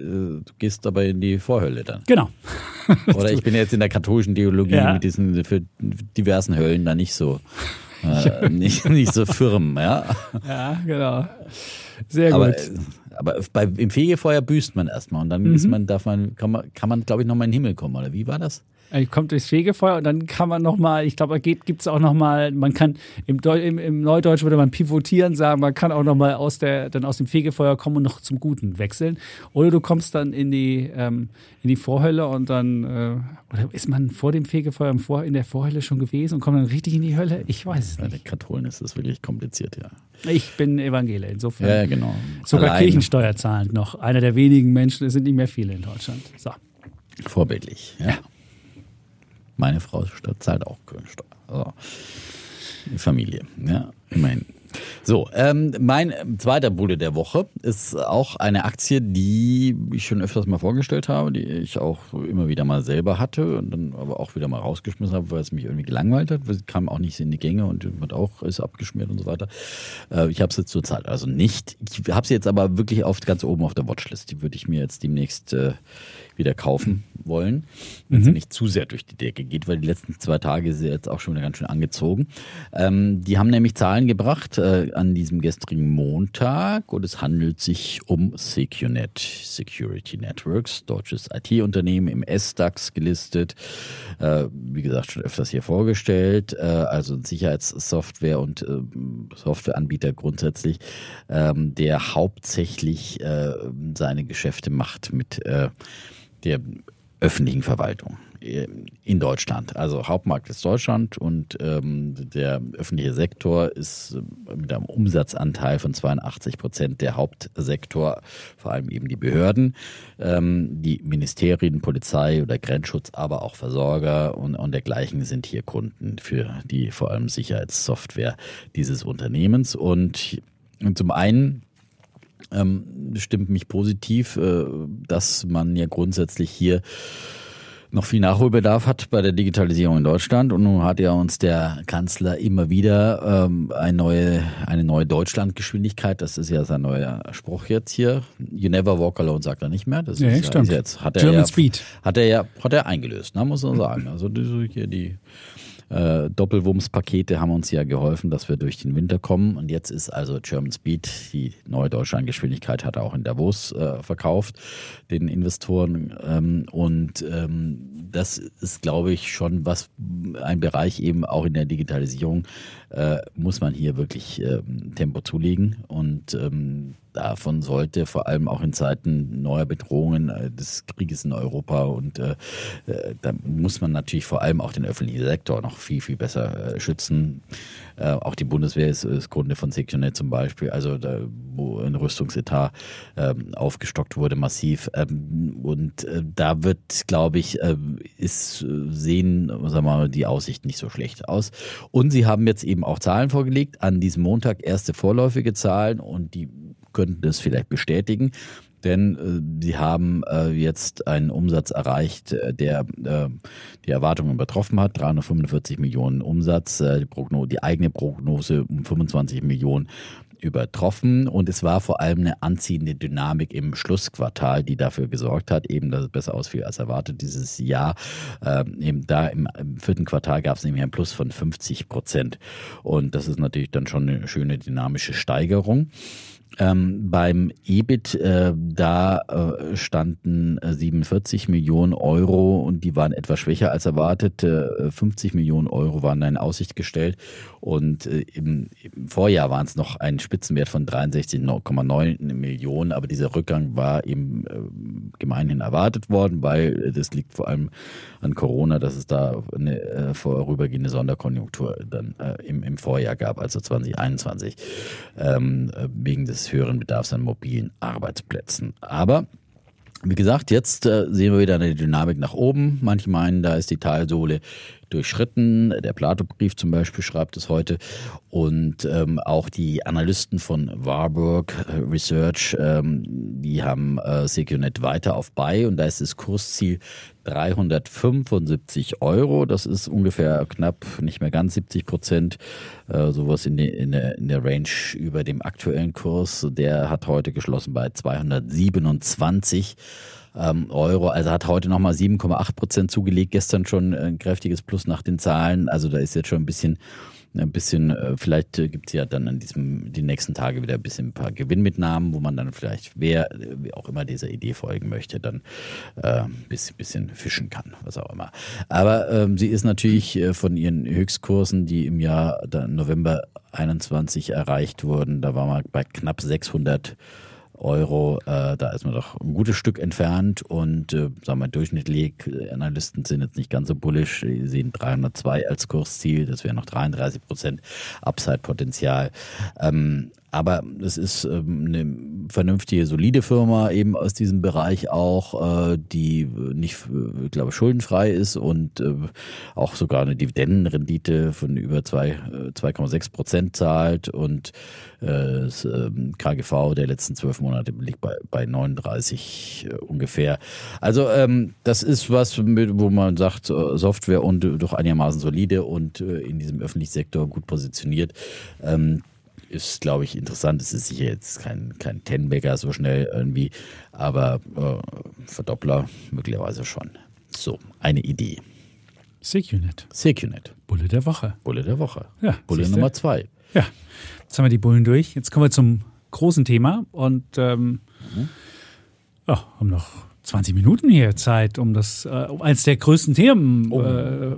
gehst aber in die Vorhölle dann. Genau. Oder ich bin jetzt in der katholischen Theologie ja. mit diesen für diversen Höllen da nicht so, äh, nicht, nicht so firm. Ja, ja genau. Sehr aber, gut. Aber bei, im Fegefeuer büßt man erstmal und dann mhm. ist man, darf man, kann man, kann man glaube ich, nochmal in den Himmel kommen. Oder wie war das? Er kommt durchs Fegefeuer und dann kann man nochmal, ich glaube, da gibt es auch nochmal, man kann, im, im, im Neudeutsch würde man pivotieren sagen, man kann auch nochmal aus, dann aus dem Fegefeuer kommen und noch zum Guten wechseln. Oder du kommst dann in die, ähm, in die Vorhölle und dann, äh, oder ist man vor dem Fegefeuer im vor, in der Vorhölle schon gewesen und kommt dann richtig in die Hölle? Ich weiß es nicht. Bei den Katholen ist das wirklich kompliziert, ja. Ich bin Evangelier, insofern. Ja, genau. Sogar Allein. Kirchensteuer zahlend noch. Einer der wenigen Menschen, es sind nicht mehr viele in Deutschland. So. Vorbildlich, ja. ja. Meine Frau zahlt auch Kirchensteuer. Also, Familie, ja, immerhin. So, ähm, mein zweiter Bulle der Woche ist auch eine Aktie, die ich schon öfters mal vorgestellt habe, die ich auch immer wieder mal selber hatte und dann aber auch wieder mal rausgeschmissen habe, weil es mich irgendwie gelangweilt hat. Es kam auch nicht in die Gänge und hat auch ist abgeschmiert und so weiter. Äh, ich habe es jetzt zurzeit also nicht. Ich habe sie jetzt aber wirklich auf, ganz oben auf der Watchlist. Die würde ich mir jetzt demnächst äh, wieder kaufen wollen, wenn mhm. sie nicht zu sehr durch die Decke geht, weil die letzten zwei Tage ist sie jetzt auch schon wieder ganz schön angezogen. Ähm, die haben nämlich Zahlen gebracht äh, an diesem gestrigen Montag und es handelt sich um Secunet Security Networks, deutsches I T-Unternehmen im S DAX gelistet, äh, wie gesagt schon öfters hier vorgestellt, äh, also Sicherheitssoftware und äh, Softwareanbieter grundsätzlich, ähm, der hauptsächlich äh, seine Geschäfte macht mit äh, der öffentlichen Verwaltung in Deutschland. Also Hauptmarkt ist Deutschland und ähm, der öffentliche Sektor ist mit einem Umsatzanteil von zweiundachtzig Prozent der Hauptsektor, vor allem eben die Behörden, ähm, die Ministerien, Polizei oder Grenzschutz, aber auch Versorger und, und dergleichen sind hier Kunden für die vor allem Sicherheitssoftware dieses Unternehmens. Und, und zum einen ähm, stimmt mich positiv, äh, dass man ja grundsätzlich hier noch viel Nachholbedarf hat bei der Digitalisierung in Deutschland. Und nun hat ja uns der Kanzler immer wieder ähm, eine neue, eine neue Deutschlandgeschwindigkeit, das ist ja sein neuer Spruch jetzt hier. You never walk alone, sagt er nicht mehr. Das ja, ist, stimmt. Ist jetzt, hat er German ja, Speed. Hat er ja hat er eingelöst, ne, muss man sagen. Also die, hier die Äh, Doppelwumms-Pakete haben uns ja geholfen, dass wir durch den Winter kommen. Und jetzt ist also German Speed, die neue Deutschlandgeschwindigkeit, hat er auch in Davos äh, verkauft, den Investoren. Ähm, und ähm, das ist, glaube ich, schon was, ein Bereich eben auch in der Digitalisierung, äh, muss man hier wirklich ähm, Tempo zulegen. Und ähm, davon sollte vor allem auch in Zeiten neuer Bedrohungen äh, des Krieges in Europa und äh, äh, da muss man natürlich vor allem auch den öffentlichen Sektor noch viel, viel besser äh, schützen. Äh, auch die Bundeswehr ist, ist Kunde von Secunet zum Beispiel, also da, wo ein Rüstungsetat äh, aufgestockt wurde massiv. Ähm, und äh, da wird, glaube ich, äh, ist, sehen sagen wir mal, die Aussichten nicht so schlecht aus. Und sie haben jetzt eben auch Zahlen vorgelegt, an diesem Montag erste vorläufige Zahlen und die könnten das vielleicht bestätigen, denn äh, sie haben äh, jetzt einen Umsatz erreicht, äh, der äh, die Erwartungen übertroffen hat, dreihundertfünfundvierzig Millionen Umsatz, äh, die, Prognose, die eigene Prognose um fünfundzwanzig Millionen übertroffen und es war vor allem eine anziehende Dynamik im Schlussquartal, die dafür gesorgt hat, eben, dass es besser ausfiel als erwartet dieses Jahr. Ähm, eben da im, im vierten Quartal gab es nämlich ein Plus von fünfzig Prozent und das ist natürlich dann schon eine schöne dynamische Steigerung. Ähm, beim E B I T, äh, da äh, standen äh, siebenundvierzig Millionen Euro und die waren etwas schwächer als erwartet. Äh, fünfzig Millionen Euro waren da in Aussicht gestellt und äh, im, im Vorjahr waren es noch ein Spitzenwert von dreiundsechzig Komma neun Millionen, aber dieser Rückgang war eben äh, gemeinhin erwartet worden, weil äh, das liegt vor allem an Corona, dass es da eine äh, vorübergehende Sonderkonjunktur dann äh, im, im Vorjahr gab, also zwanzig einundzwanzig, ähm, wegen des höheren Bedarfs an mobilen Arbeitsplätzen. Aber wie gesagt, jetzt äh, sehen wir wieder eine Dynamik nach oben. Manche meinen, da ist die Talsohle durchschritten. Der Plato-Brief zum Beispiel schreibt es heute. Und ähm, auch die Analysten von Warburg Research, ähm, die haben äh, Secunet weiter auf Buy und da ist das Kursziel dreihundertfünfundsiebzig Euro. Das ist ungefähr knapp, nicht mehr ganz siebzig Prozent, äh, sowas in, die, in, der, in der Range über dem aktuellen Kurs. Der hat heute geschlossen bei zweihundertsiebenundzwanzig Euro, also hat heute nochmal sieben Komma acht Prozent zugelegt, gestern schon ein kräftiges Plus nach den Zahlen, also da ist jetzt schon ein bisschen, ein bisschen, vielleicht gibt es ja dann an diesem, die nächsten Tage wieder ein bisschen ein paar Gewinnmitnahmen, wo man dann vielleicht, wer wie auch immer dieser Idee folgen möchte, dann äh, ein bisschen, bisschen fischen kann, was auch immer. Aber ähm, sie ist natürlich äh, von ihren Höchstkursen, die im Jahr dann November einundzwanzig erreicht wurden, da war man bei knapp sechshundert Euro, äh, da ist man doch ein gutes Stück entfernt und äh, sagen wir durchschnittlich, Analysten sind jetzt nicht ganz so bullisch, sie sehen dreihundertzwei als Kursziel, das wäre noch dreiunddreißig Prozent Upside-Potenzial. Ähm, aber es ist ähm, eine vernünftige, solide Firma eben aus diesem Bereich auch, äh, die nicht, ich glaube, schuldenfrei ist und äh, auch sogar eine Dividendenrendite von über zwei Komma sechs Prozent zahlt und äh, das äh, K G V der letzten zwölf Monate liegt bei, bei neununddreißig äh, ungefähr. Also ähm, das ist was, mit, wo man sagt, Software und äh, doch einigermaßen solide und äh, in diesem öffentlichen Sektor gut positioniert. Ähm, Ist, glaube ich, interessant. Es ist sicher jetzt kein, kein Ten-Bagger so schnell irgendwie, aber äh, Verdoppler möglicherweise schon. So, eine Idee. Secunet. Secunet. Bulle der Woche. Bulle der Woche. Ja, Bulle Nummer zwei. Ja, jetzt haben wir die Bullen durch. Jetzt kommen wir zum großen Thema und ähm, mhm. ja, haben noch zwanzig Minuten hier Zeit, um das, äh, um eines der größten Themen oh. äh,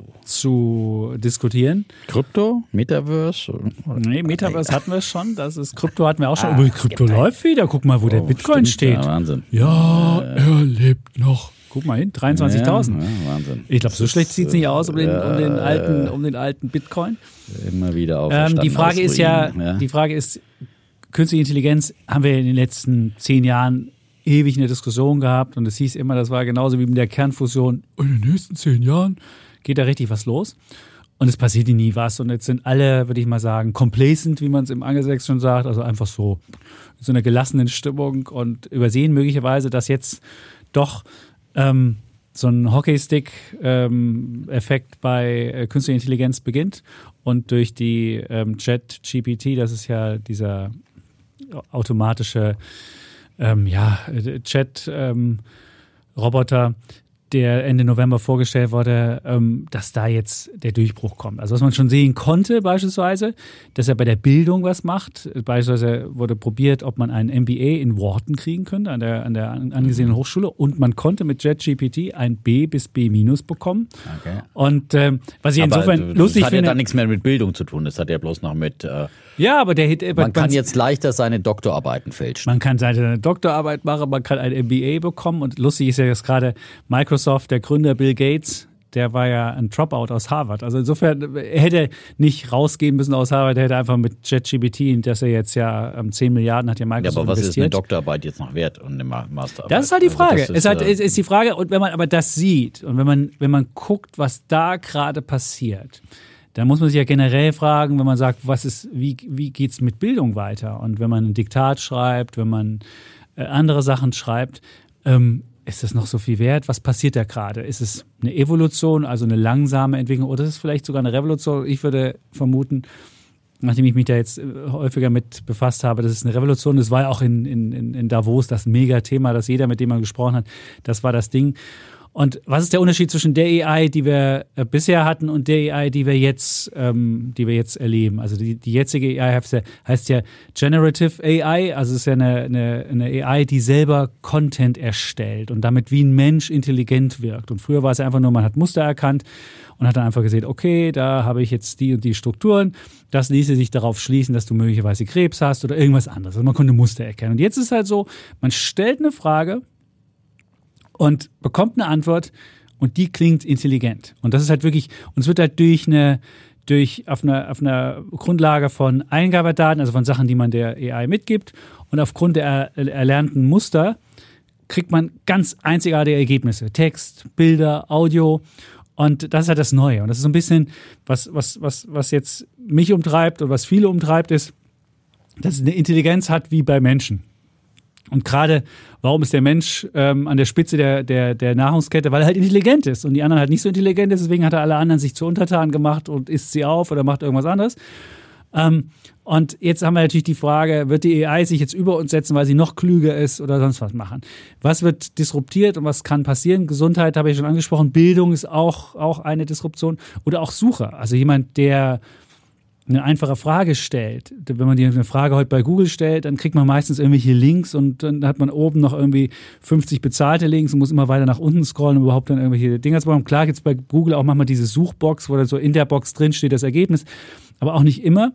zu diskutieren. Krypto? Metaverse? Nee, Metaverse hatten wir schon. Das ist Krypto hatten wir auch schon. Ah, Krypto läuft wieder. Guck mal, wo oh, der Bitcoin stimmt, steht. Ja, Wahnsinn. Ja, äh, er lebt noch. Guck mal hin, dreiundzwanzigtausend. Ja, ja, Wahnsinn. Ich glaube, so schlecht sieht es nicht aus um den, um den alten, um den alten Bitcoin. Immer wieder auf ähm, Die Frage ist ja, ja, die Frage ist, künstliche Intelligenz haben wir in den letzten zehn Jahren ewig eine Diskussion gehabt und es hieß immer, das war genauso wie mit der Kernfusion, in den nächsten zehn Jahren geht da richtig was los. und es passiert nie was. Und jetzt sind alle, würde ich mal sagen, complacent, wie man es im Angelsächsischen sagt, also einfach so in so einer gelassenen Stimmung und übersehen möglicherweise, dass jetzt doch ähm, so ein Hockeystick-Effekt ähm, bei äh, künstlicher Intelligenz beginnt und durch die ähm, Chat-G P T, das ist ja dieser automatische ähm, ja, Chat-Roboter, ähm, der Ende November vorgestellt wurde, ähm, dass da jetzt der Durchbruch kommt. Also was man schon sehen konnte beispielsweise, dass er bei der Bildung was macht. Beispielsweise wurde probiert, ob man einen M B A in Wharton kriegen könnte, an der, an der angesehenen Hochschule. Und man konnte mit ChatGPT ein B bis B minus bekommen. Okay. Und ähm, was ich aber insofern du, lustig finde... Das hat ja dann nichts mehr mit Bildung zu tun. Das hat ja bloß noch mit... Äh Ja, aber der äh, Man kann jetzt leichter seine Doktorarbeiten fälschen. Man kann seine Doktorarbeit machen, man kann ein M B A bekommen. Und lustig ist ja jetzt gerade Microsoft, der Gründer Bill Gates, der war ja ein Dropout aus Harvard. Also insofern, er hätte nicht rausgehen müssen aus Harvard, er hätte einfach mit ChatGPT, das er jetzt ja um, zehn Milliarden hat ja Microsoft investiert. Ja, aber was investiert. Ist eine Doktorarbeit jetzt noch wert und eine Masterarbeit? Das ist halt die Frage. Also ist, halt, ist, ist die Frage, und wenn man aber das sieht und wenn man, wenn man guckt, was da gerade passiert, da muss man sich ja generell fragen, wenn man sagt, was ist, wie, wie geht es mit Bildung weiter? Und wenn man ein Diktat schreibt, wenn man äh, andere Sachen schreibt, ähm, ist das noch so viel wert? Was passiert da gerade? Ist es eine Evolution, also eine langsame Entwicklung, oder ist es vielleicht sogar eine Revolution? Ich würde vermuten, nachdem ich mich da jetzt häufiger mit befasst habe, das ist eine Revolution. Das war ja auch in, in, in Davos das Mega-Thema, dass jeder, mit dem man gesprochen hat, das war das Ding. Und was ist der Unterschied zwischen der A I, die wir äh, bisher hatten, und der A I, die wir jetzt, ähm, die wir jetzt erleben? Also die, die jetzige A I heißt ja, heißt ja Generative A I, also es ist ja eine, eine, eine A I, die selber Content erstellt und damit wie ein Mensch intelligent wirkt. Und früher war es einfach nur, man hat Muster erkannt und hat dann einfach gesehen, okay, da habe ich jetzt die und die Strukturen. Das ließe sich darauf schließen, dass du möglicherweise Krebs hast oder irgendwas anderes. Also man konnte Muster erkennen. Und jetzt ist es halt so, man stellt eine Frage und bekommt eine Antwort und die klingt intelligent. Und das ist halt wirklich, und es wird halt durch eine, durch, auf einer, auf einer Grundlage von Eingabedaten, also von Sachen, die man der A I mitgibt, und aufgrund der erlernten Muster kriegt man ganz einzigartige Ergebnisse. Text, Bilder, Audio. Und das ist halt das Neue. Und das ist so ein bisschen, was, was, was, was jetzt mich umtreibt und was viele umtreibt, ist, dass es eine Intelligenz hat wie bei Menschen. Und gerade, warum ist der Mensch ähm, an der Spitze der, der, der Nahrungskette? Weil er halt intelligent ist und die anderen halt nicht so intelligent ist. Deswegen hat er alle anderen sich zu Untertanen gemacht und isst sie auf oder macht irgendwas anderes. Ähm, und jetzt haben wir natürlich die Frage, wird die A I sich jetzt über uns setzen, weil sie noch klüger ist oder sonst was machen? Was wird disruptiert und was kann passieren? Gesundheit habe ich schon angesprochen. Bildung ist auch, auch eine Disruption. Oder auch Sucher. Also jemand, der eine einfache Frage stellt. Wenn man die eine Frage heute bei Google stellt, dann kriegt man meistens irgendwelche Links und dann hat man oben noch irgendwie fünfzig bezahlte Links und muss immer weiter nach unten scrollen, um überhaupt dann irgendwelche Dinge zu bekommen. Klar gibt es bei Google auch manchmal diese Suchbox, wo da so in der Box drin steht das Ergebnis, aber auch nicht immer.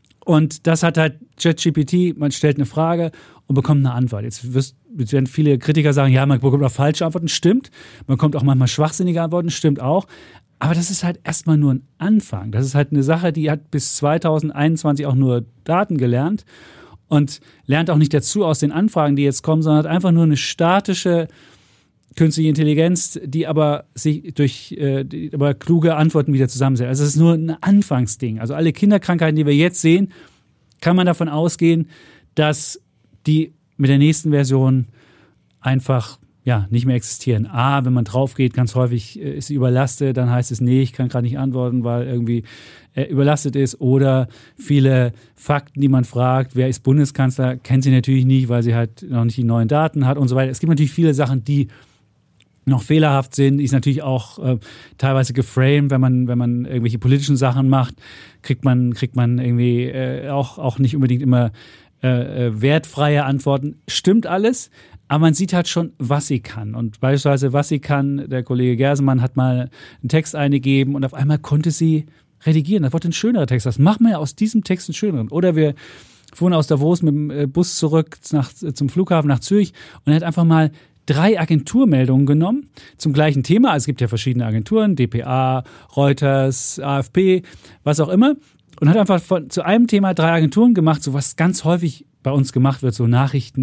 Und das hat halt ChatGPT, man stellt eine Frage und bekommt eine Antwort. Jetzt, wirst, jetzt werden viele Kritiker sagen, ja, man bekommt auch falsche Antworten, stimmt. Man bekommt auch manchmal schwachsinnige Antworten, stimmt auch. Aber das ist halt erstmal nur ein Anfang. Das ist halt eine Sache, die hat bis zweitausendeinundzwanzig auch nur Daten gelernt und lernt auch nicht dazu aus den Anfragen, die jetzt kommen, sondern hat einfach nur eine statische künstliche Intelligenz, die aber sich durch äh, die, aber kluge Antworten wieder zusammensetzt. Also es ist nur ein Anfangsding. Also alle Kinderkrankheiten, die wir jetzt sehen, kann man davon ausgehen, dass die mit der nächsten Version einfach ja, nicht mehr existieren. A, wenn man drauf geht, ganz häufig äh, ist sie überlastet, dann heißt es, nee, ich kann gerade nicht antworten, weil irgendwie äh, überlastet ist. Oder viele Fakten, die man fragt, wer ist Bundeskanzler, kennt sie natürlich nicht, weil sie halt noch nicht die neuen Daten hat und so weiter. Es gibt natürlich viele Sachen, die noch fehlerhaft sind, ist natürlich auch äh, teilweise geframed, wenn man wenn man irgendwelche politischen Sachen macht, kriegt man kriegt man irgendwie äh, auch auch nicht unbedingt immer äh, äh, wertfreie Antworten. Stimmt alles, aber man sieht halt schon, was sie kann. Und beispielsweise, was sie kann, der Kollege Gersemann hat mal einen Text eingegeben und auf einmal konnte sie redigieren. Das wurde ein schönerer Text. Das machen wir ja aus diesem Text einen schöneren. Oder wir fuhren aus Davos mit dem Bus zurück nach, zum Flughafen nach Zürich und er hat einfach mal drei Agenturmeldungen genommen zum gleichen Thema. Also es gibt ja verschiedene Agenturen, D P A, Reuters, A F P, was auch immer. Und hat einfach von, zu einem Thema drei Agenturen gemacht, so was ganz häufig bei uns gemacht wird, so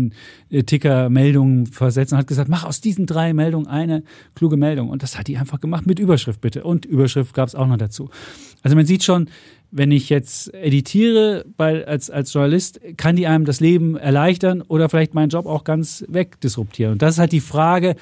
Nachrichten-Ticker-Meldungen versetzen und hat gesagt, mach aus diesen drei Meldungen eine kluge Meldung. Und das hat die einfach gemacht mit Überschrift bitte. Und Überschrift gab es auch noch dazu. Also man sieht schon, wenn ich jetzt editiere bei, als, als Journalist, kann die einem das Leben erleichtern oder vielleicht meinen Job auch ganz wegdisruptieren. Und das ist halt die Frage,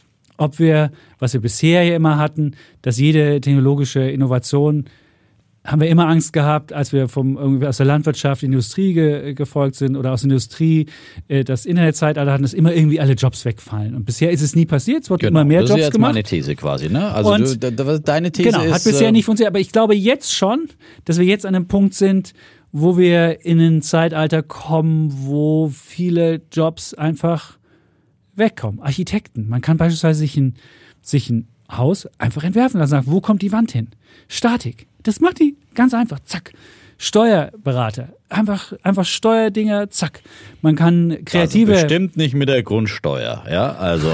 ob wir, was wir bisher ja immer hatten, dass jede technologische Innovation, haben wir immer Angst gehabt, als wir vom irgendwie aus der Landwirtschaft in die Industrie ge, gefolgt sind oder aus der Industrie äh, das Internetzeitalter hatten, dass immer irgendwie alle Jobs wegfallen. Und bisher ist es nie passiert, es wurden genau, immer mehr Jobs gemacht. Das ist jetzt meine These quasi, ne? Also und, du, da, deine These genau, ist... hat bisher äh, nicht funktioniert, aber ich glaube jetzt schon, dass wir jetzt an einem Punkt sind, wo wir in ein Zeitalter kommen, wo viele Jobs einfach wegkommen. Architekten, man kann beispielsweise sich ein, sich ein Haus einfach entwerfen lassen, sagen, wo kommt die Wand hin? Statik. Das macht die ganz einfach, zack. Steuerberater, einfach, einfach Steuerdinger, zack. Man kann kreative... Also bestimmt nicht mit der Grundsteuer, ja, also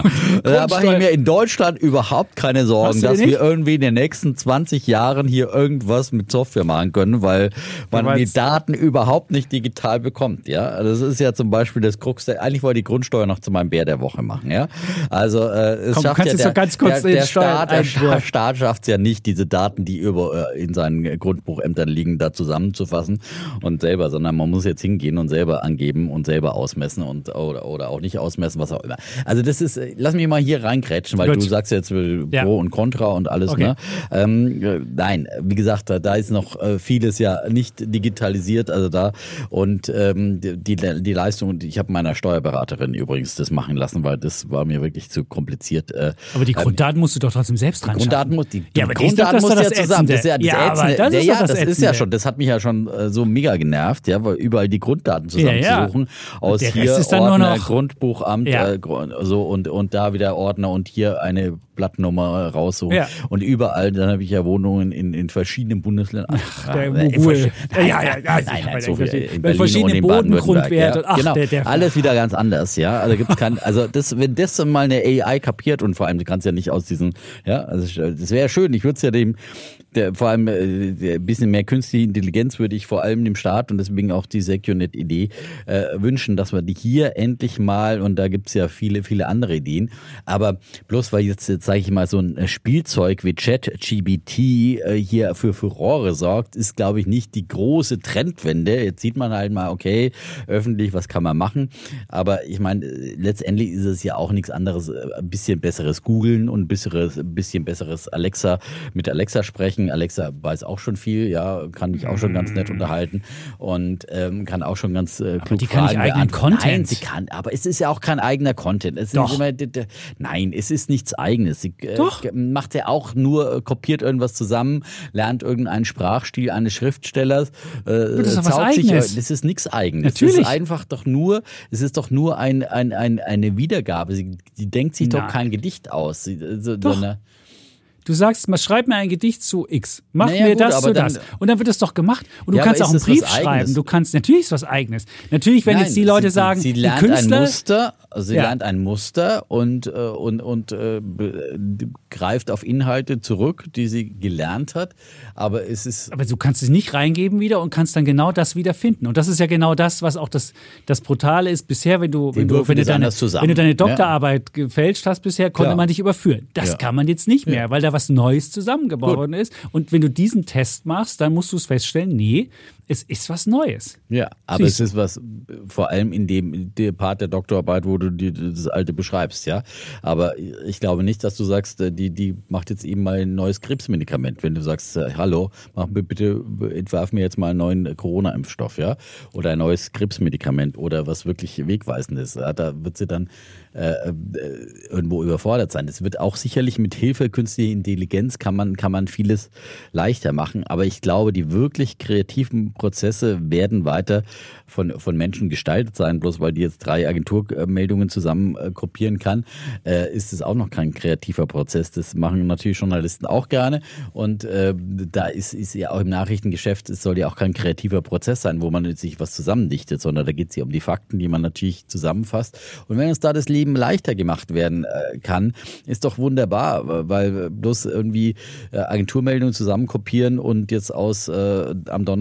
da mache ich mir in Deutschland überhaupt keine Sorgen, dass wir irgendwie in den nächsten zwanzig Jahren hier irgendwas mit Software machen können, weil man die Daten überhaupt nicht digital bekommt, ja. Das ist ja zum Beispiel das Krux, der, eigentlich wollte ich die Grundsteuer noch zu meinem Bär der Woche machen, ja. Also äh, es Komm, schafft ja der, so ganz kurz der, der Staat, der Staat schafft es ja nicht, diese Daten, die über äh, in seinen Grundbuchämtern liegen, da zusammenzufassen und selber, sondern man muss jetzt hingehen und selber angeben und selber ausmessen und oder, oder auch nicht ausmessen, was auch immer. Also das ist, lass mich mal hier reingrätschen, weil Gut. du sagst jetzt Pro ja. und Contra und alles. Okay. Ne? Ähm, nein, wie gesagt, da, da ist noch äh, vieles ja nicht digitalisiert, also da und ähm, die, die Leistung, und ich habe meiner Steuerberaterin übrigens das machen lassen, weil das war mir wirklich zu kompliziert. Äh, aber die Grunddaten musst du doch trotzdem selbst ran Grunddaten muss die, ja, die aber Grunddaten muss ja zusammen. Das ist ja das ja, Ätzende. das ist, ja, das, das ist ja schon, das hat mich ja schon äh, so mega genervt, ja, weil überall die Grunddaten zusammenzusuchen. Ja, ja. Aus der hier ist dann Ordner, nur noch Grundbuchamt, ja. äh, so und, und da wieder Ordner und hier eine Blattnummer raussuchen. Ja. Und überall, dann habe ich ja Wohnungen in, in verschiedenen Bundesländern. Ach, der Mogul. Ja, ja, ja. Nein, nein, nein, so viel in Berlin verschiedene und in Bodengrundwerte. Ja. Genau, der, der alles wieder ganz anders, ja. Also gibt's kein, also das, wenn das mal eine A I kapiert und vor allem, du kannst ja nicht aus diesen, ja, also das wäre schön. Ich würde es ja dem, der, vor allem äh, ein bisschen mehr künstliche Intelligenz würde ich vor allem dem Staat und deswegen auch die Secunet-Idee äh, wünschen, dass wir die hier endlich mal, und da gibt's ja viele, viele andere Ideen, aber bloß weil jetzt, jetzt sage ich mal, so ein Spielzeug wie ChatGPT äh, hier für Furore sorgt, ist, glaube ich, nicht die große Trendwende. Jetzt sieht man halt mal, okay, öffentlich, was kann man machen, aber ich meine, letztendlich ist es ja auch nichts anderes, ein bisschen besseres Googlen und ein besseres, ein bisschen besseres Alexa, mit Alexa sprechen. Alexa weiß auch schon viel, ja, kann mich auch schon ganz nett unterhalten und ähm, kann auch schon ganz äh, klug aber die kann Fragen nicht eigenen Content. Nein, sie kann, aber es ist ja auch kein eigener Content. Es Doch. Ist immer, d- d- nein, es ist nichts Eigenes. Sie äh, Doch. macht ja auch nur, äh, kopiert irgendwas zusammen, lernt irgendeinen Sprachstil eines Schriftstellers. Äh, das ist doch was zaubt sich, Eigenes. das ist nichts Eigenes. Natürlich. Es ist einfach doch nur, es ist doch nur ein, ein, ein, eine Wiedergabe. Sie, die denkt sich Nein. doch kein Gedicht aus. Sie, so, Doch. So eine, Du sagst, schreib mir ein Gedicht zu X. Mach Naja, mir gut, das aber zu dann- das. Und dann wird es doch gemacht. Und du Ja, kannst aber auch einen ist das Brief was schreiben. Eigenes? Du kannst, natürlich ist was Eigenes. Natürlich, wenn Nein, jetzt die Leute sie, sagen, sie die lernt Künstler, ein Muster, sie Ja. lernt ein Muster und äh, und und äh, be- greift auf Inhalte zurück, die sie gelernt hat. Aber es ist aber du kannst es nicht reingeben wieder und kannst dann genau das wieder finden. Und das ist ja genau das, was auch das, das Brutale ist. Bisher, wenn du, wenn du, würfeln wenn du, das deine, anders zusammen. wenn du deine Ja. Doktorarbeit gefälscht hast bisher, konnte Klar. man dich überführen. Das Ja. kann man jetzt nicht mehr, Ja. weil da was Neues zusammengebaut Gut. worden ist. Und wenn du diesen Test machst, dann musst du es feststellen, nee, es ist was Neues. Ja, aber Siehst es ist was, vor allem in dem in der Part der Doktorarbeit, wo du die, das Alte beschreibst, ja. Aber ich glaube nicht, dass du sagst, die, die macht jetzt eben mal ein neues Krebsmedikament. Wenn du sagst, äh, hallo, mach mir bitte, entwerf mir jetzt mal einen neuen Corona-Impfstoff, ja. Oder ein neues Krebsmedikament oder was wirklich wegweisend ist. Ja, da wird sie dann äh, äh, irgendwo überfordert sein. Es wird auch sicherlich mit Hilfe künstlicher Intelligenz kann man, kann man vieles leichter machen. Aber ich glaube, die wirklich kreativen Prozesse werden weiter von, von Menschen gestaltet sein. Bloß weil die jetzt drei Agenturmeldungen zusammen äh, kopieren kann, äh, ist es auch noch kein kreativer Prozess. Das machen natürlich Journalisten auch gerne. Und äh, da ist, ist ja auch im Nachrichtengeschäft, es soll ja auch kein kreativer Prozess sein, wo man sich was zusammendichtet, sondern da geht es ja um die Fakten, die man natürlich zusammenfasst. Und wenn uns da das Leben leichter gemacht werden äh, kann, ist doch wunderbar, weil bloß irgendwie äh, Agenturmeldungen zusammenkopieren und jetzt aus äh, am Donnerstag ein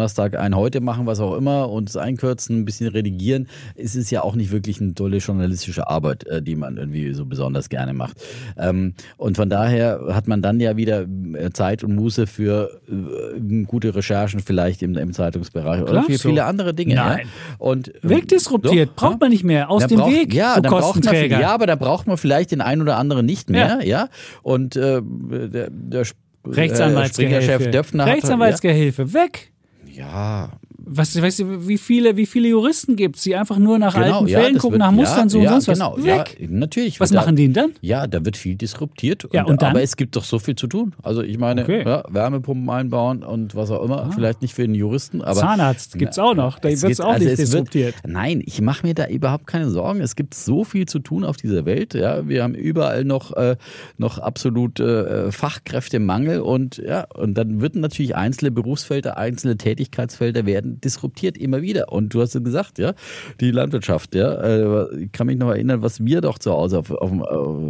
mein heute machen, was auch immer und es einkürzen, ein bisschen redigieren. Es ist ja auch nicht wirklich eine tolle journalistische Arbeit, die man irgendwie so besonders gerne macht. Und von daher hat man dann ja wieder Zeit und Muße für gute Recherchen vielleicht im, im Zeitungsbereich Klar, oder für so. viele andere Dinge. Nein. Ja? Und, Wegdisruptiert, doch, braucht man nicht mehr, aus da dem braucht, Weg, ja, du da braucht man, Kostenträger. ja, aber da braucht man vielleicht den einen oder anderen nicht mehr. Ja. Ja? Und äh, der, der Rechtsanwaltsgehilfe. Chef Döpfner Rechtsanwaltsgehilfe, ja. Weg. Ja. Was, weißt du, wie viele, wie viele Juristen gibt es, die einfach nur nach genau, alten ja, Fällen gucken, wird, nach Mustern ja, so und ja, sonst genau, was? Weg. Ja, natürlich. Was machen da, die denn dann? Ja, da wird viel disruptiert. Ja, und, und dann? Aber es gibt doch so viel zu tun. Also ich meine, okay. ja, Wärmepumpen einbauen und was auch immer. Ah. Vielleicht nicht für den Juristen. Aber Zahnarzt gibt es auch noch. Da wird es auch also nicht es disruptiert. Wird, nein, ich mache mir da überhaupt keine Sorgen. Es gibt so viel zu tun auf dieser Welt. Ja, wir haben überall noch, äh, noch absolut äh, Fachkräftemangel. Und, ja, und dann würden natürlich einzelne Berufsfelder, einzelne Tätigkeitsfelder werden disruptiert immer wieder. Und du hast gesagt, ja, die Landwirtschaft, ja, ich kann mich noch erinnern, was wir doch zu Hause auf, auf dem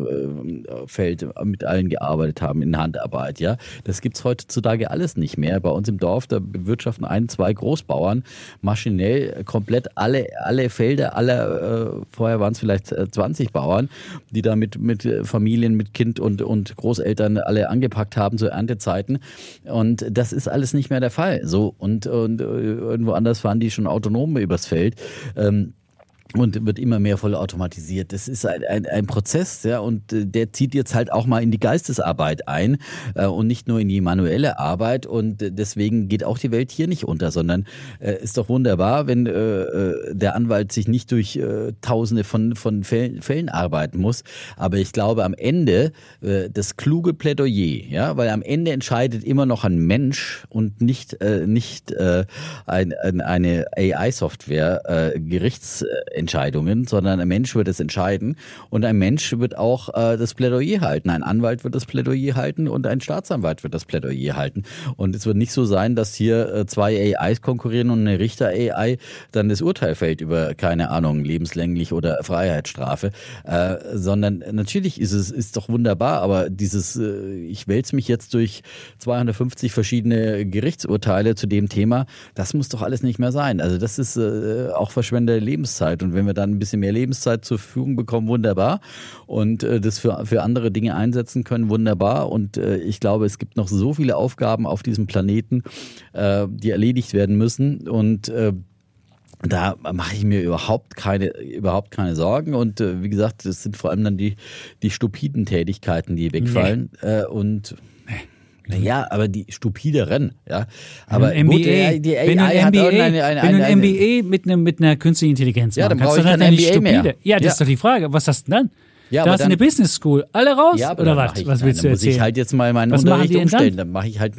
äh, Feld mit allen gearbeitet haben in Handarbeit, ja. Das gibt's heutzutage alles nicht mehr. Bei uns im Dorf, da bewirtschaften ein, zwei Großbauern maschinell komplett alle, alle Felder, alle, äh, vorher waren es vielleicht zwanzig Bauern, die da mit, mit Familien, mit Kind und, und Großeltern alle angepackt haben zu Erntezeiten. Und das ist alles nicht mehr der Fall. So, und, und irgendwo anders fahren die schon autonom übers Feld. Ähm, Und wird immer mehr voll automatisiert. Das ist ein, ein, ein Prozess, ja, und der zieht jetzt halt auch mal in die Geistesarbeit ein äh, und nicht nur in die manuelle Arbeit. Und deswegen geht auch die Welt hier nicht unter, sondern äh, ist doch wunderbar, wenn äh, der Anwalt sich nicht durch äh, Tausende von, von Fällen, Fällen arbeiten muss. Aber ich glaube, am Ende äh, das kluge Plädoyer, ja, weil am Ende entscheidet immer noch ein Mensch und nicht, äh, nicht äh, ein, ein, eine A I-Software, äh, Gerichts Entscheidungen, sondern ein Mensch wird es entscheiden und ein Mensch wird auch äh, das Plädoyer halten. Ein Anwalt wird das Plädoyer halten und ein Staatsanwalt wird das Plädoyer halten. Und es wird nicht so sein, dass hier äh, zwei A Is konkurrieren und eine Richter-A I dann das Urteil fällt über, keine Ahnung, lebenslänglich oder Freiheitsstrafe, äh, sondern natürlich ist es ist doch wunderbar, aber dieses, äh, ich wälze mich jetzt durch zweihundertfünfzig verschiedene Gerichtsurteile zu dem Thema, das muss doch alles nicht mehr sein. Also das ist äh, auch verschwendete Lebenszeit. Und wenn wir dann ein bisschen mehr Lebenszeit zur Verfügung bekommen, wunderbar. Und äh, das für, für andere Dinge einsetzen können, wunderbar. Und äh, ich glaube, es gibt noch so viele Aufgaben auf diesem Planeten, äh, die erledigt werden müssen. Und äh, da mache ich mir überhaupt keine, überhaupt keine Sorgen. Und äh, wie gesagt, das sind vor allem dann die, die stupiden Tätigkeiten, die wegfallen. Nee. Äh, und ja, aber die stupideren, ja. Aber wenn gut, die, die A I wenn du ein hat M B A, eine, eine, wenn du ein eine, M B A mit, ne, mit einer künstlichen Intelligenz ja, machen dann kannst, brauche ich dann kein nicht M B A stupide. mehr. Ja, das ja. ist doch die Frage. Was hast du denn dann? Ja, da hast du eine Business School. Alle raus? Ja, oder was? Ich, was willst nein, du dann erzählen? muss ich halt jetzt mal meinen was Unterricht umstellen. Dann? dann mache ich halt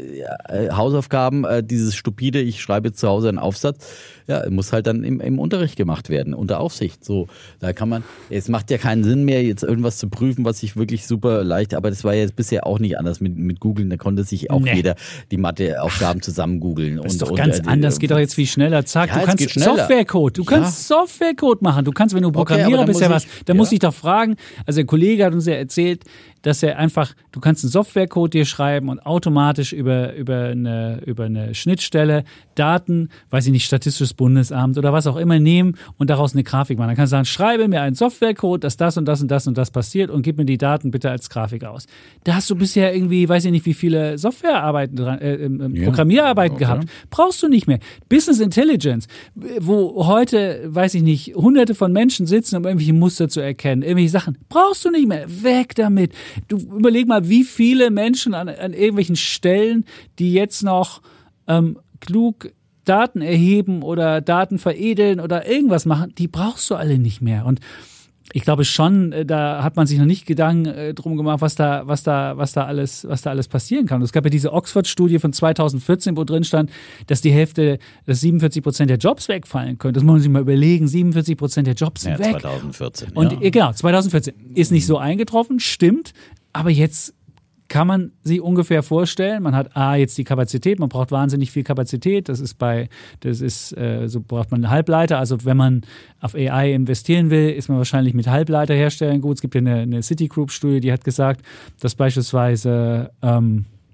äh, Hausaufgaben, äh, dieses stupide, ich schreibe jetzt zu Hause einen Aufsatz. Ja, muss halt dann im, im Unterricht gemacht werden, unter Aufsicht. So, da kann man, es macht ja keinen Sinn mehr, jetzt irgendwas zu prüfen, was ich wirklich super leicht, aber das war ja jetzt bisher auch nicht anders mit, mit Googeln, da konnte sich auch nee. jeder die Matheaufgaben zusammen googeln. Das ist und, doch ganz und, anders, geht doch jetzt viel schneller. Zack, ja, du kannst Softwarecode, du ja. kannst Softwarecode machen. Du kannst, wenn du Programmierer okay, bist, ja was, dann ja. muss ich doch fragen, also der Kollege hat uns ja erzählt, dass er einfach, du kannst einen Softwarecode dir schreiben und automatisch über, über, eine, über eine Schnittstelle Daten, weiß ich nicht, Statistisches Bundesamt oder was auch immer nehmen und daraus eine Grafik machen. Dann kannst du sagen, schreibe mir einen Softwarecode, dass das und das und das und das passiert und gib mir die Daten bitte als Grafik aus. Da hast du bisher irgendwie, weiß ich nicht, wie viele Softwarearbeiten dran, äh, äh, ja. Programmierarbeiten okay. gehabt. Brauchst du nicht mehr. Business Intelligence, wo heute, weiß ich nicht, hunderte von Menschen sitzen, um irgendwelche Muster zu erkennen, irgendwelche Sachen, brauchst du nicht mehr. Weg damit. Du überleg mal, wie viele Menschen an, an irgendwelchen Stellen, die jetzt noch ähm, klug Daten erheben oder Daten veredeln oder irgendwas machen, die brauchst du alle nicht mehr. Und ich glaube schon, da hat man sich noch nicht Gedanken äh, drum gemacht, was da, was da, was da alles, was da alles passieren kann. Und es gab ja diese Oxford-Studie von zweitausendvierzehn, wo drin stand, dass die Hälfte, dass siebenundvierzig Prozent der Jobs wegfallen können. Das muss man sich mal überlegen. siebenundvierzig Prozent der Jobs sind ja, weg. zweitausendvierzehn. Und ja. genau, zweitausendvierzehn ist nicht so eingetroffen, stimmt. Aber jetzt kann man sich ungefähr vorstellen, man hat A, jetzt die Kapazität, man braucht wahnsinnig viel Kapazität, das ist bei, das ist, äh, so braucht man einen Halbleiter, also wenn man auf A I investieren will, ist man wahrscheinlich mit Halbleiterherstellern gut. Es gibt ja eine, eine Citigroup-Studie, die hat gesagt, dass beispielsweise ähm,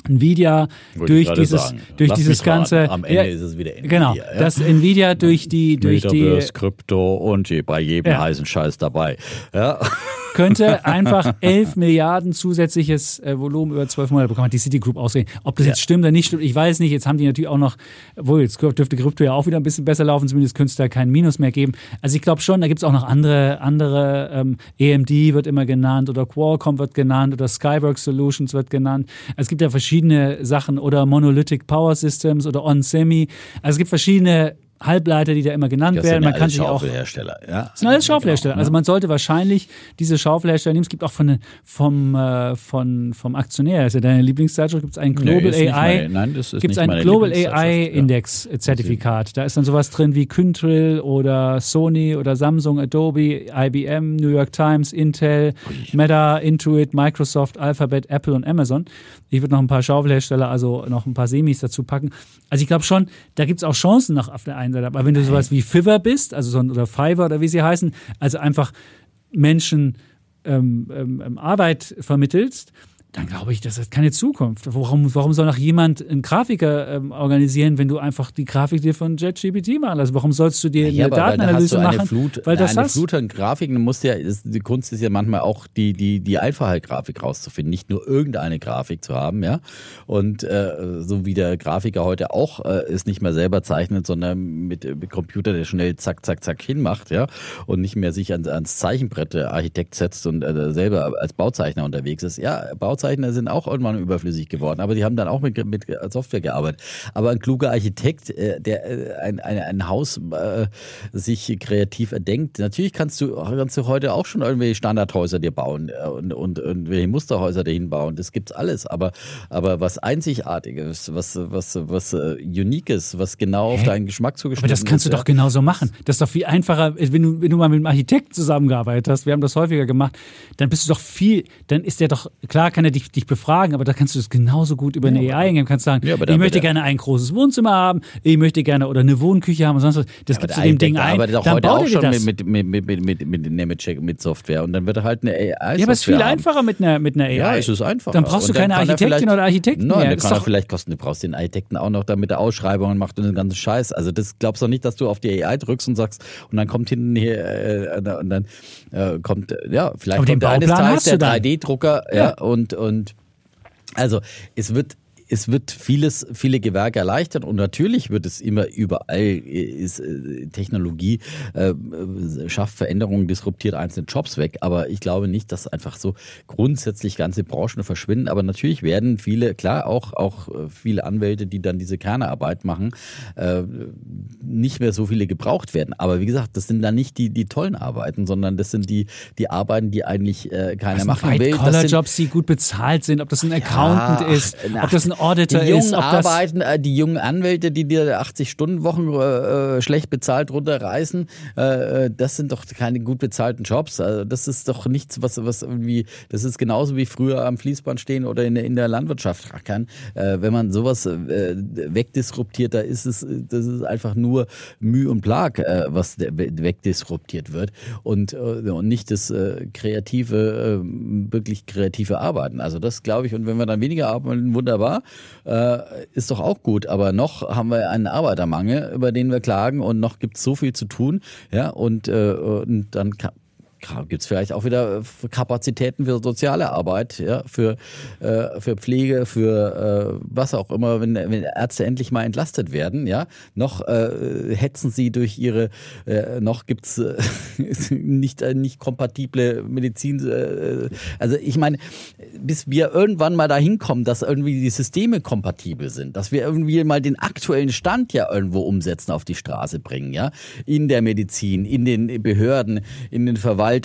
Nvidia Wollte durch dieses durch Lass dieses mich raten. ganze Am Ende ja, ist es wieder Nvidia. Genau, ja? dass Nvidia durch die durch Metaverse, die Krypto und je, bei jedem Ja. heißen Scheiß dabei. Ja. könnte einfach elf Milliarden zusätzliches äh, Volumen über zwölf Monate bekommen, hat die Citigroup ausrechnen. Ob das Ja. jetzt stimmt oder nicht stimmt, ich weiß nicht. Jetzt haben die natürlich auch noch, wohl, jetzt dürfte Krypto ja auch wieder ein bisschen besser laufen, zumindest könnte es da kein Minus mehr geben. Also ich glaube schon, da gibt es auch noch andere, andere ähm, A M D wird immer genannt oder Qualcomm wird genannt oder Skyworks Solutions wird genannt. Also es gibt ja verschiedene Sachen oder Monolithic Power Systems oder OnSemi. Also es gibt verschiedene Halbleiter, die da immer genannt Das werden. sind ja Man kann alles sich auch Schaufelhersteller. Ja. Das sind alles Schaufelhersteller. Genau, Also man sollte wahrscheinlich diese Schaufelhersteller nehmen. Es gibt auch von, vom, äh, von, vom Aktionär, das ist ja deine Lieblingszeitschrift, gibt es ein Global Nee, ist nicht A I, meine- nein, das ist gibt es nicht ein meine Global Lieblingszeitschrift, A I ja. Index Zertifikat. Da ist dann sowas drin wie Quintrill oder Sony oder Samsung, Adobe, I B M, New York Times, Intel, Meta, Intuit, Microsoft, Alphabet, Apple und Amazon. Ich würde noch ein paar Schaufelhersteller, also noch ein paar Semis dazu packen. Also ich glaube schon, da gibt es auch Chancen noch auf der einen Seite. Aber wenn du sowas wie Fiverr bist, also so ein, oder Fiverr oder wie sie heißen, also einfach Menschen ähm, ähm, Arbeit vermittelst, dann glaube ich, das hat keine Zukunft. Warum, warum soll noch jemand einen Grafiker ähm, organisieren, wenn du einfach die Grafik dir von JetGPT machen lässt? Warum sollst du dir Ja, eine aber weil da Datenanalyse hast du eine machen? Flut, weil das eine hast. Flut an Grafiken. Du musst ja, ist, die Kunst ist ja manchmal auch die, die, die einfache Grafik rauszufinden, nicht nur irgendeine Grafik zu haben, ja. Und äh, so wie der Grafiker heute auch äh, es nicht mehr selber zeichnet, sondern mit, mit Computer, der schnell zack, zack, zack hinmacht, ja. Und nicht mehr sich ans, ans Zeichenbrett der Architekt setzt und äh, selber als Bauzeichner unterwegs ist. Ja, Bauzeichner sind auch irgendwann überflüssig geworden, aber die haben dann auch mit, mit Software gearbeitet. Aber ein kluger Architekt, äh, der äh, ein, ein, ein Haus äh, sich kreativ erdenkt, natürlich kannst du, kannst du heute auch schon irgendwelche Standardhäuser dir bauen äh, und, und irgendwelche Musterhäuser dahin bauen. Das gibt's alles. Aber, aber was Einzigartiges, was, was, was uh, Uniques, was genau auf Hä? deinen Geschmack zugeschnitten ist. Aber das kannst ist, du doch genauso machen. Das ist doch viel einfacher, wenn du, wenn du mal mit einem Architekt zusammengearbeitet hast, wir haben das häufiger gemacht, dann bist du doch viel, dann ist der doch, klar kann er dich, dich befragen, aber da kannst du das genauso gut über eine Ja, A I eingeben. Kannst sagen, ja, aber ich da- möchte da- gerne ein großes Wohnzimmer haben, ich möchte gerne oder eine Wohnküche haben und sonst was. Das gibst du der dem Ding Architekt ein, arbeitet auch dann heute baut auch er dir schon das. mit, mit, mit, mit, mit, mit, mit, mit Software und dann wird er halt eine A I-Software Ja, aber es ist viel haben. einfacher mit einer, mit einer A I. Ja, es ist einfacher. Dann brauchst du Und dann keine kann er Architektin vielleicht- oder Architekten Nein, mehr. dann Ist kann er doch- vielleicht kosten. Du brauchst den Architekten auch noch, damit er Ausschreibungen macht und den ganzen Scheiß. Also das glaubst du doch nicht, dass du auf die A I drückst und sagst, und dann kommt hinten hier, äh, und dann äh, kommt, äh, ja, vielleicht Aber den kommt eines Bauplan Tages hast du der dann. drei D-Drucker, ja, Ja. und, und, also es wird, es wird vieles, viele Gewerke erleichtern und natürlich wird es immer überall, ist äh, Technologie äh, schafft Veränderungen, disruptiert einzelne Jobs weg, aber ich glaube nicht, dass einfach so grundsätzlich ganze Branchen verschwinden, aber natürlich werden viele, klar auch, auch äh, viele Anwälte, die dann diese Kernearbeit machen, äh, nicht mehr so viele gebraucht werden, aber wie gesagt, das sind dann nicht die, die tollen Arbeiten, sondern das sind die, die Arbeiten, die eigentlich äh, keiner Das machen sind will. Das sind- White-Collar-Jobs, die gut bezahlt sind, ob das ein Accountant Ja, ist, ach, ob das ein Auditor die jungen ist, ob das Arbeiten, äh, die jungen Anwälte, die dir achtzig-Stunden-Wochen äh, schlecht bezahlt runterreißen, äh, das sind doch keine gut bezahlten Jobs. Also das ist doch nichts, was, was irgendwie, das ist genauso wie früher am Fließband stehen oder in der, in der Landwirtschaft kann. Äh, wenn man sowas äh, wegdisruptiert, da ist es, das ist einfach nur Mühe und Plag, äh, was de- wegdisruptiert wird und, äh, und nicht das äh, kreative, äh, wirklich kreative Arbeiten. Also das glaube ich, und wenn wir dann weniger arbeiten, wunderbar, äh, ist doch auch gut. Aber noch haben wir einen Arbeitermangel, über den wir klagen und noch gibt es so viel zu tun. Ja, und, äh, und dann kann gibt es vielleicht auch wieder Kapazitäten für soziale Arbeit, ja, für, äh, für Pflege, für äh, was auch immer, wenn, wenn Ärzte endlich mal entlastet werden, ja, noch äh, hetzen sie durch ihre, äh, noch gibt's äh, nicht, äh, nicht kompatible Medizin, äh, also ich meine, bis wir irgendwann mal dahin kommen, dass irgendwie die Systeme kompatibel sind, dass wir irgendwie mal den aktuellen Stand ja irgendwo umsetzen, auf die Straße bringen, ja, in der Medizin, in den Behörden, in den Verwaltungen,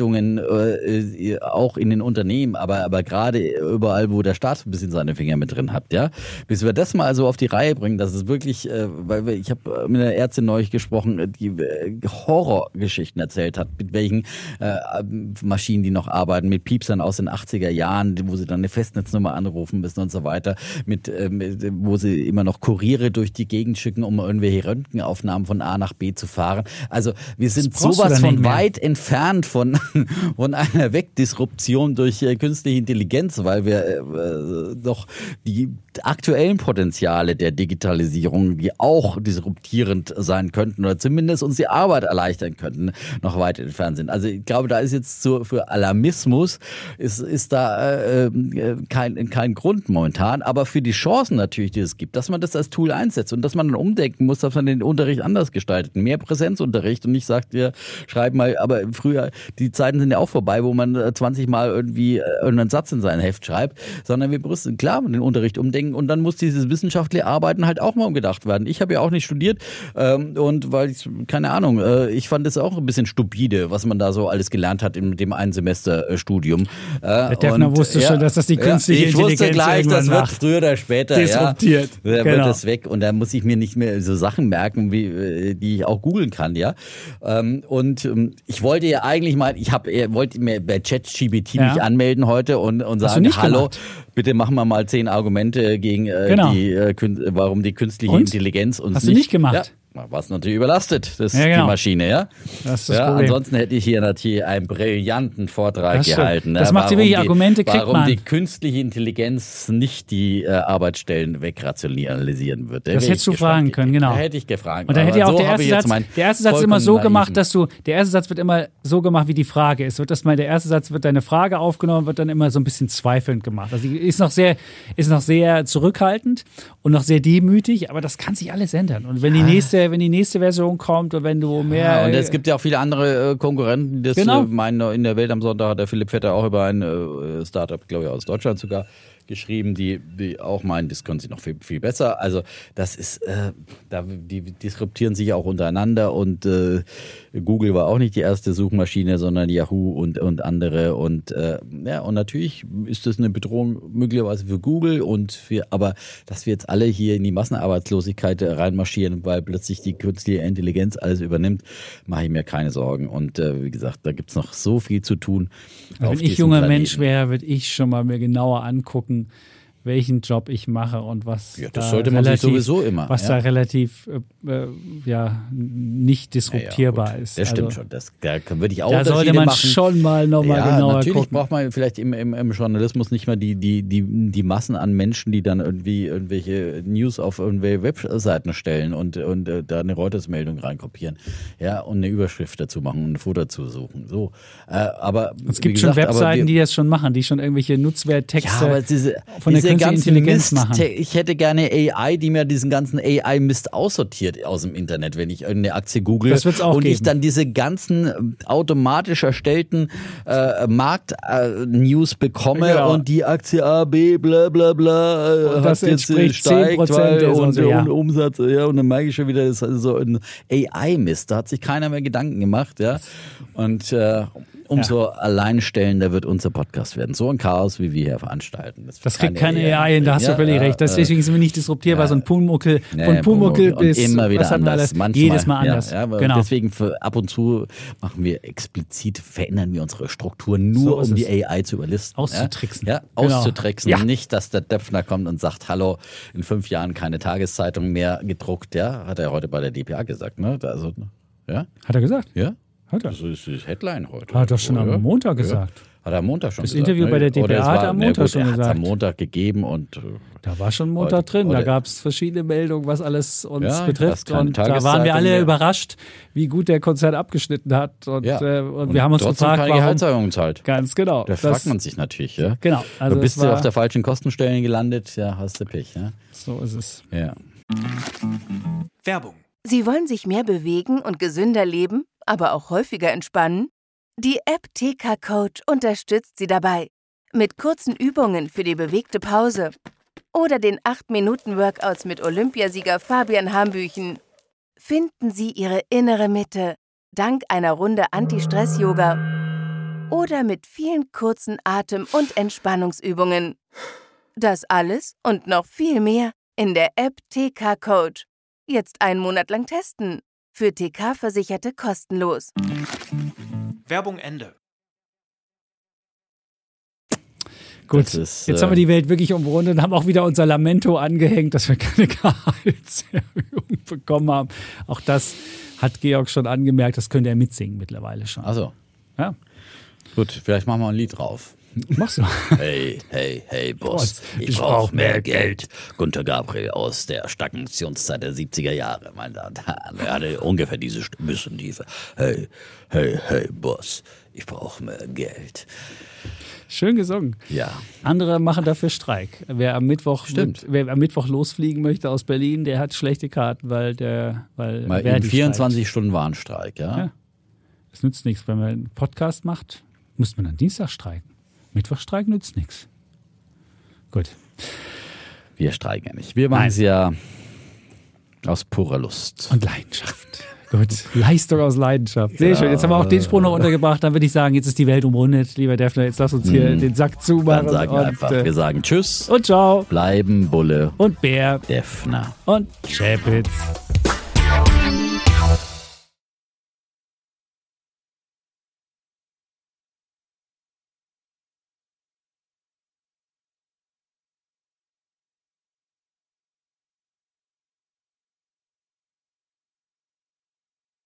äh, auch in den Unternehmen, aber, aber gerade überall, wo der Staat ein bisschen seine Finger mit drin hat, ja, bis wir das mal so auf die Reihe bringen, dass es wirklich, äh, weil wir, ich habe mit einer Ärztin neulich gesprochen, die äh, Horrorgeschichten erzählt hat, mit welchen äh, Maschinen die noch arbeiten, mit Piepsern aus den achtziger Jahren, wo sie dann eine Festnetznummer anrufen müssen und so weiter, mit, äh, mit wo sie immer noch Kuriere durch die Gegend schicken, um irgendwelche Röntgenaufnahmen von A nach B zu fahren. Also wir sind brauchst du sowas dann von nicht mehr. weit entfernt von von, von einer Wegdisruption durch äh, künstliche Intelligenz, weil wir äh, doch die aktuellen Potenziale der Digitalisierung, die auch disruptierend sein könnten oder zumindest uns die Arbeit erleichtern könnten, noch weit entfernt sind. Also ich glaube, da ist jetzt so für Alarmismus ist, ist da äh, kein, kein Grund momentan, aber für die Chancen natürlich, die es gibt, dass man das als Tool einsetzt und dass man dann umdenken muss, dass man den Unterricht anders gestaltet. Mehr Präsenzunterricht und nicht sagt, wir schreiben mal, aber früher, die Zeiten sind ja auch vorbei, wo man zwanzig Mal irgendwie einen Satz in sein Heft schreibt, sondern wir müssen klar den Unterricht umdenken und dann muss dieses wissenschaftliche Arbeiten halt auch mal umgedacht werden. Ich habe ja auch nicht studiert ähm, und weil ich, keine Ahnung, äh, ich fand das auch ein bisschen stupide, was man da so alles gelernt hat in dem einen Semester äh, Studium. Äh, Der Defner wusste ja, schon, dass das die künstliche ja, ich Intelligenz wusste gleich, das wird früher oder später disruptiert. Ja, da genau. wird das weg und da muss ich mir nicht mehr so Sachen merken, wie, die ich auch googeln kann, ja. Ähm, und ähm, ich wollte ja eigentlich mal, ich habe, wollte mir bei ChatGPT ja. mich anmelden heute und, und sagen, hallo, gemacht? bitte machen wir mal zehn Argumente gegen äh, genau. die, äh, warum die künstliche und? Intelligenz uns Hast nicht... du nicht gemacht? Ja, war es natürlich überlastet, das ja, genau. die Maschine, ja. Das ist das ja Problem. Ansonsten hätte ich hier natürlich einen brillanten Vortrag das gehalten. Das ja, macht sie wirklich, Argumente kriegt warum man. die künstliche Intelligenz nicht die äh, Arbeitsstellen wegrationalisieren wird. Da das hättest du fragen können, genau. Da hätte ich gefragt. Und da hätte ja auch so der erste Satz, der erste Satz immer so gemacht, dass du, der erste Satz wird immer so gemacht, wie die Frage ist. Wird das mal, der erste Satz wird deine Frage aufgenommen, wird dann immer so ein bisschen zweifelnd gemacht. Also ist noch sehr, ist noch sehr zurückhaltend und noch sehr demütig, aber das kann sich alles ändern. Und wenn die nächste, wenn die nächste Version kommt und wenn du mehr... Ja, und es gibt ja auch viele andere äh, Konkurrenten, die das genau. äh, meinen, in der Welt am Sonntag hat der Philipp Vetter auch über ein äh, Startup, glaube ich, aus Deutschland sogar geschrieben, die, die auch meinen, das können sie noch viel, viel besser. Also das ist, äh, da, die disruptieren sich auch untereinander und äh, Google war auch nicht die erste Suchmaschine, sondern Yahoo und, und andere und äh, ja, und natürlich ist das eine Bedrohung möglicherweise für Google und für, aber dass wir jetzt alle hier in die Massenarbeitslosigkeit reinmarschieren, weil plötzlich die künstliche Intelligenz alles übernimmt, mache ich mir keine Sorgen und äh, wie gesagt, da gibt es noch so viel zu tun. Wenn ich junger Planeten. Mensch wäre, würde ich schon mal mir genauer angucken, welchen Job ich mache und was ja, das da sollte man relativ, sich sowieso immer, was ja. da relativ äh, ja, nicht disruptierbar ja, ja, ist. Das stimmt also, schon, das, da würde ich auch da sollte man machen. schon mal nochmal ja, genauer natürlich gucken. Braucht man vielleicht im, im, im Journalismus nicht mal die, die, die, die Massen an Menschen, die dann irgendwie irgendwelche News auf irgendwelche Webseiten stellen und, und äh, da eine Reuters-Meldung reinkopieren, ja, und eine Überschrift dazu machen und ein Foto dazu suchen. So. Äh, aber es gibt gesagt, schon Webseiten, wir, die das schon machen, die schon irgendwelche Nutzwerttexte ja, aber diese, von der diese künstlichen Intelligenz Mist, machen. Ich hätte gerne A I, die mir diesen ganzen A I-Mist aussortiert aus dem Internet, wenn ich irgendeine Aktie google das wird's auch und geben. ich dann diese ganzen automatisch erstellten äh, Markt-News bekomme genau. und die Aktie A, B, bla bla bla äh, und das hat jetzt entspricht steigt, zehn Prozent weil, und, und, so, ja. und Umsatz, ja, und dann merke ich schon wieder, das ist so ein A I-Mist, da hat sich keiner mehr Gedanken gemacht, ja, und äh, umso ja. alleinstellender wird unser Podcast werden. So ein Chaos, wie wir hier veranstalten. Das, das kriegt keine A I hin, da hast ja, du völlig ja, recht. Deswegen sind wir nicht disruptierbar, ja, so ein Pumuckl, nee, von Pumuckl bis immer wieder anders. Manchmal, jedes Mal anders. Ja, ja, genau. Deswegen für ab und zu machen wir explizit, verändern wir unsere Struktur nur, so um die A I zu überlisten. Auszutricksen. Ja, genau. auszutricksen. Ja. Nicht, dass der Döpfner kommt und sagt, hallo, in fünf Jahren keine Tageszeitung mehr gedruckt. Ja, hat er heute bei der D P A gesagt. Ne? Also, ja? Hat er gesagt? Ja. Hat er? Das ist die Headline heute. Hat er schon oder? am Montag gesagt. Ja. Hat er am Montag schon das gesagt. Das Interview ne? bei der D P A hat er am Montag gut, schon er gesagt. Hat es am Montag gegeben und äh, da war schon Montag heute, drin. Da gab es verschiedene Meldungen, was alles uns ja, betrifft. Und da waren wir alle mehr. überrascht, wie gut der Konzern abgeschnitten hat. Und, ja. äh, und, und wir haben uns gefragt, keine warum. Gehaltserhöhung zahlt. Ganz genau. Da fragt man sich natürlich. Ja? Genau. Also da bist du auf der falschen Kostenstelle gelandet, ja, hast du Pech. Ja? So ist es. Ja. Werbung. Sie wollen sich mehr bewegen und gesünder leben, aber auch häufiger entspannen? Die App T K Coach unterstützt Sie dabei. Mit kurzen Übungen für die bewegte Pause oder den acht Minuten Workouts mit Olympiasieger Fabian Hambüchen. Finden Sie Ihre innere Mitte dank einer Runde Anti-Stress-Yoga oder mit vielen kurzen Atem- und Entspannungsübungen. Das alles und noch viel mehr in der App T K Coach. Jetzt einen Monat lang testen. Für T K-Versicherte kostenlos. Werbung Ende. Gut, ist, jetzt äh, haben wir die Welt wirklich umrundet und haben auch wieder unser Lamento angehängt, dass wir keine Gehaltserhöhung bekommen haben. Auch das hat Georg schon angemerkt, das könnte er mitsingen mittlerweile schon. Ach so. Ja. Gut, vielleicht machen wir ein Lied drauf. Machst du? Hey, hey, hey, Boss, ich, ich brauch mehr Geld. Gunter Gabriel aus der Stagnationszeit der siebziger Jahre, meine Damen und Herren. Er hatte ungefähr diese bisschen Tiefe. Hey, hey, hey, Boss, ich brauch mehr Geld. Schön gesungen. Ja. Andere machen dafür Streik. Wer am Mittwoch, mit, wer am Mittwoch losfliegen möchte aus Berlin, der hat schlechte Karten, weil der, weil Mal in vierundzwanzig streikt. Stunden Warnstreik, ja. ja. Das nützt nichts, wenn man einen Podcast macht, muss man am Dienstag streiken. Mittwochstreik nützt nichts. Gut. Wir streiken ja nicht. Wir machen es ja aus purer Lust. Und Leidenschaft. Gut. Leistung aus Leidenschaft. Sehr ja. schön. Jetzt haben wir auch den Spruch noch untergebracht. Dann würde ich sagen, jetzt ist die Welt umrundet. Lieber Däffner, jetzt lass uns hier hm. den Sack zumachen. Dann sagen wir und, einfach, wir sagen Tschüss. Und ciao. Bleiben Bulle und Bär. Däffner und Chapitz.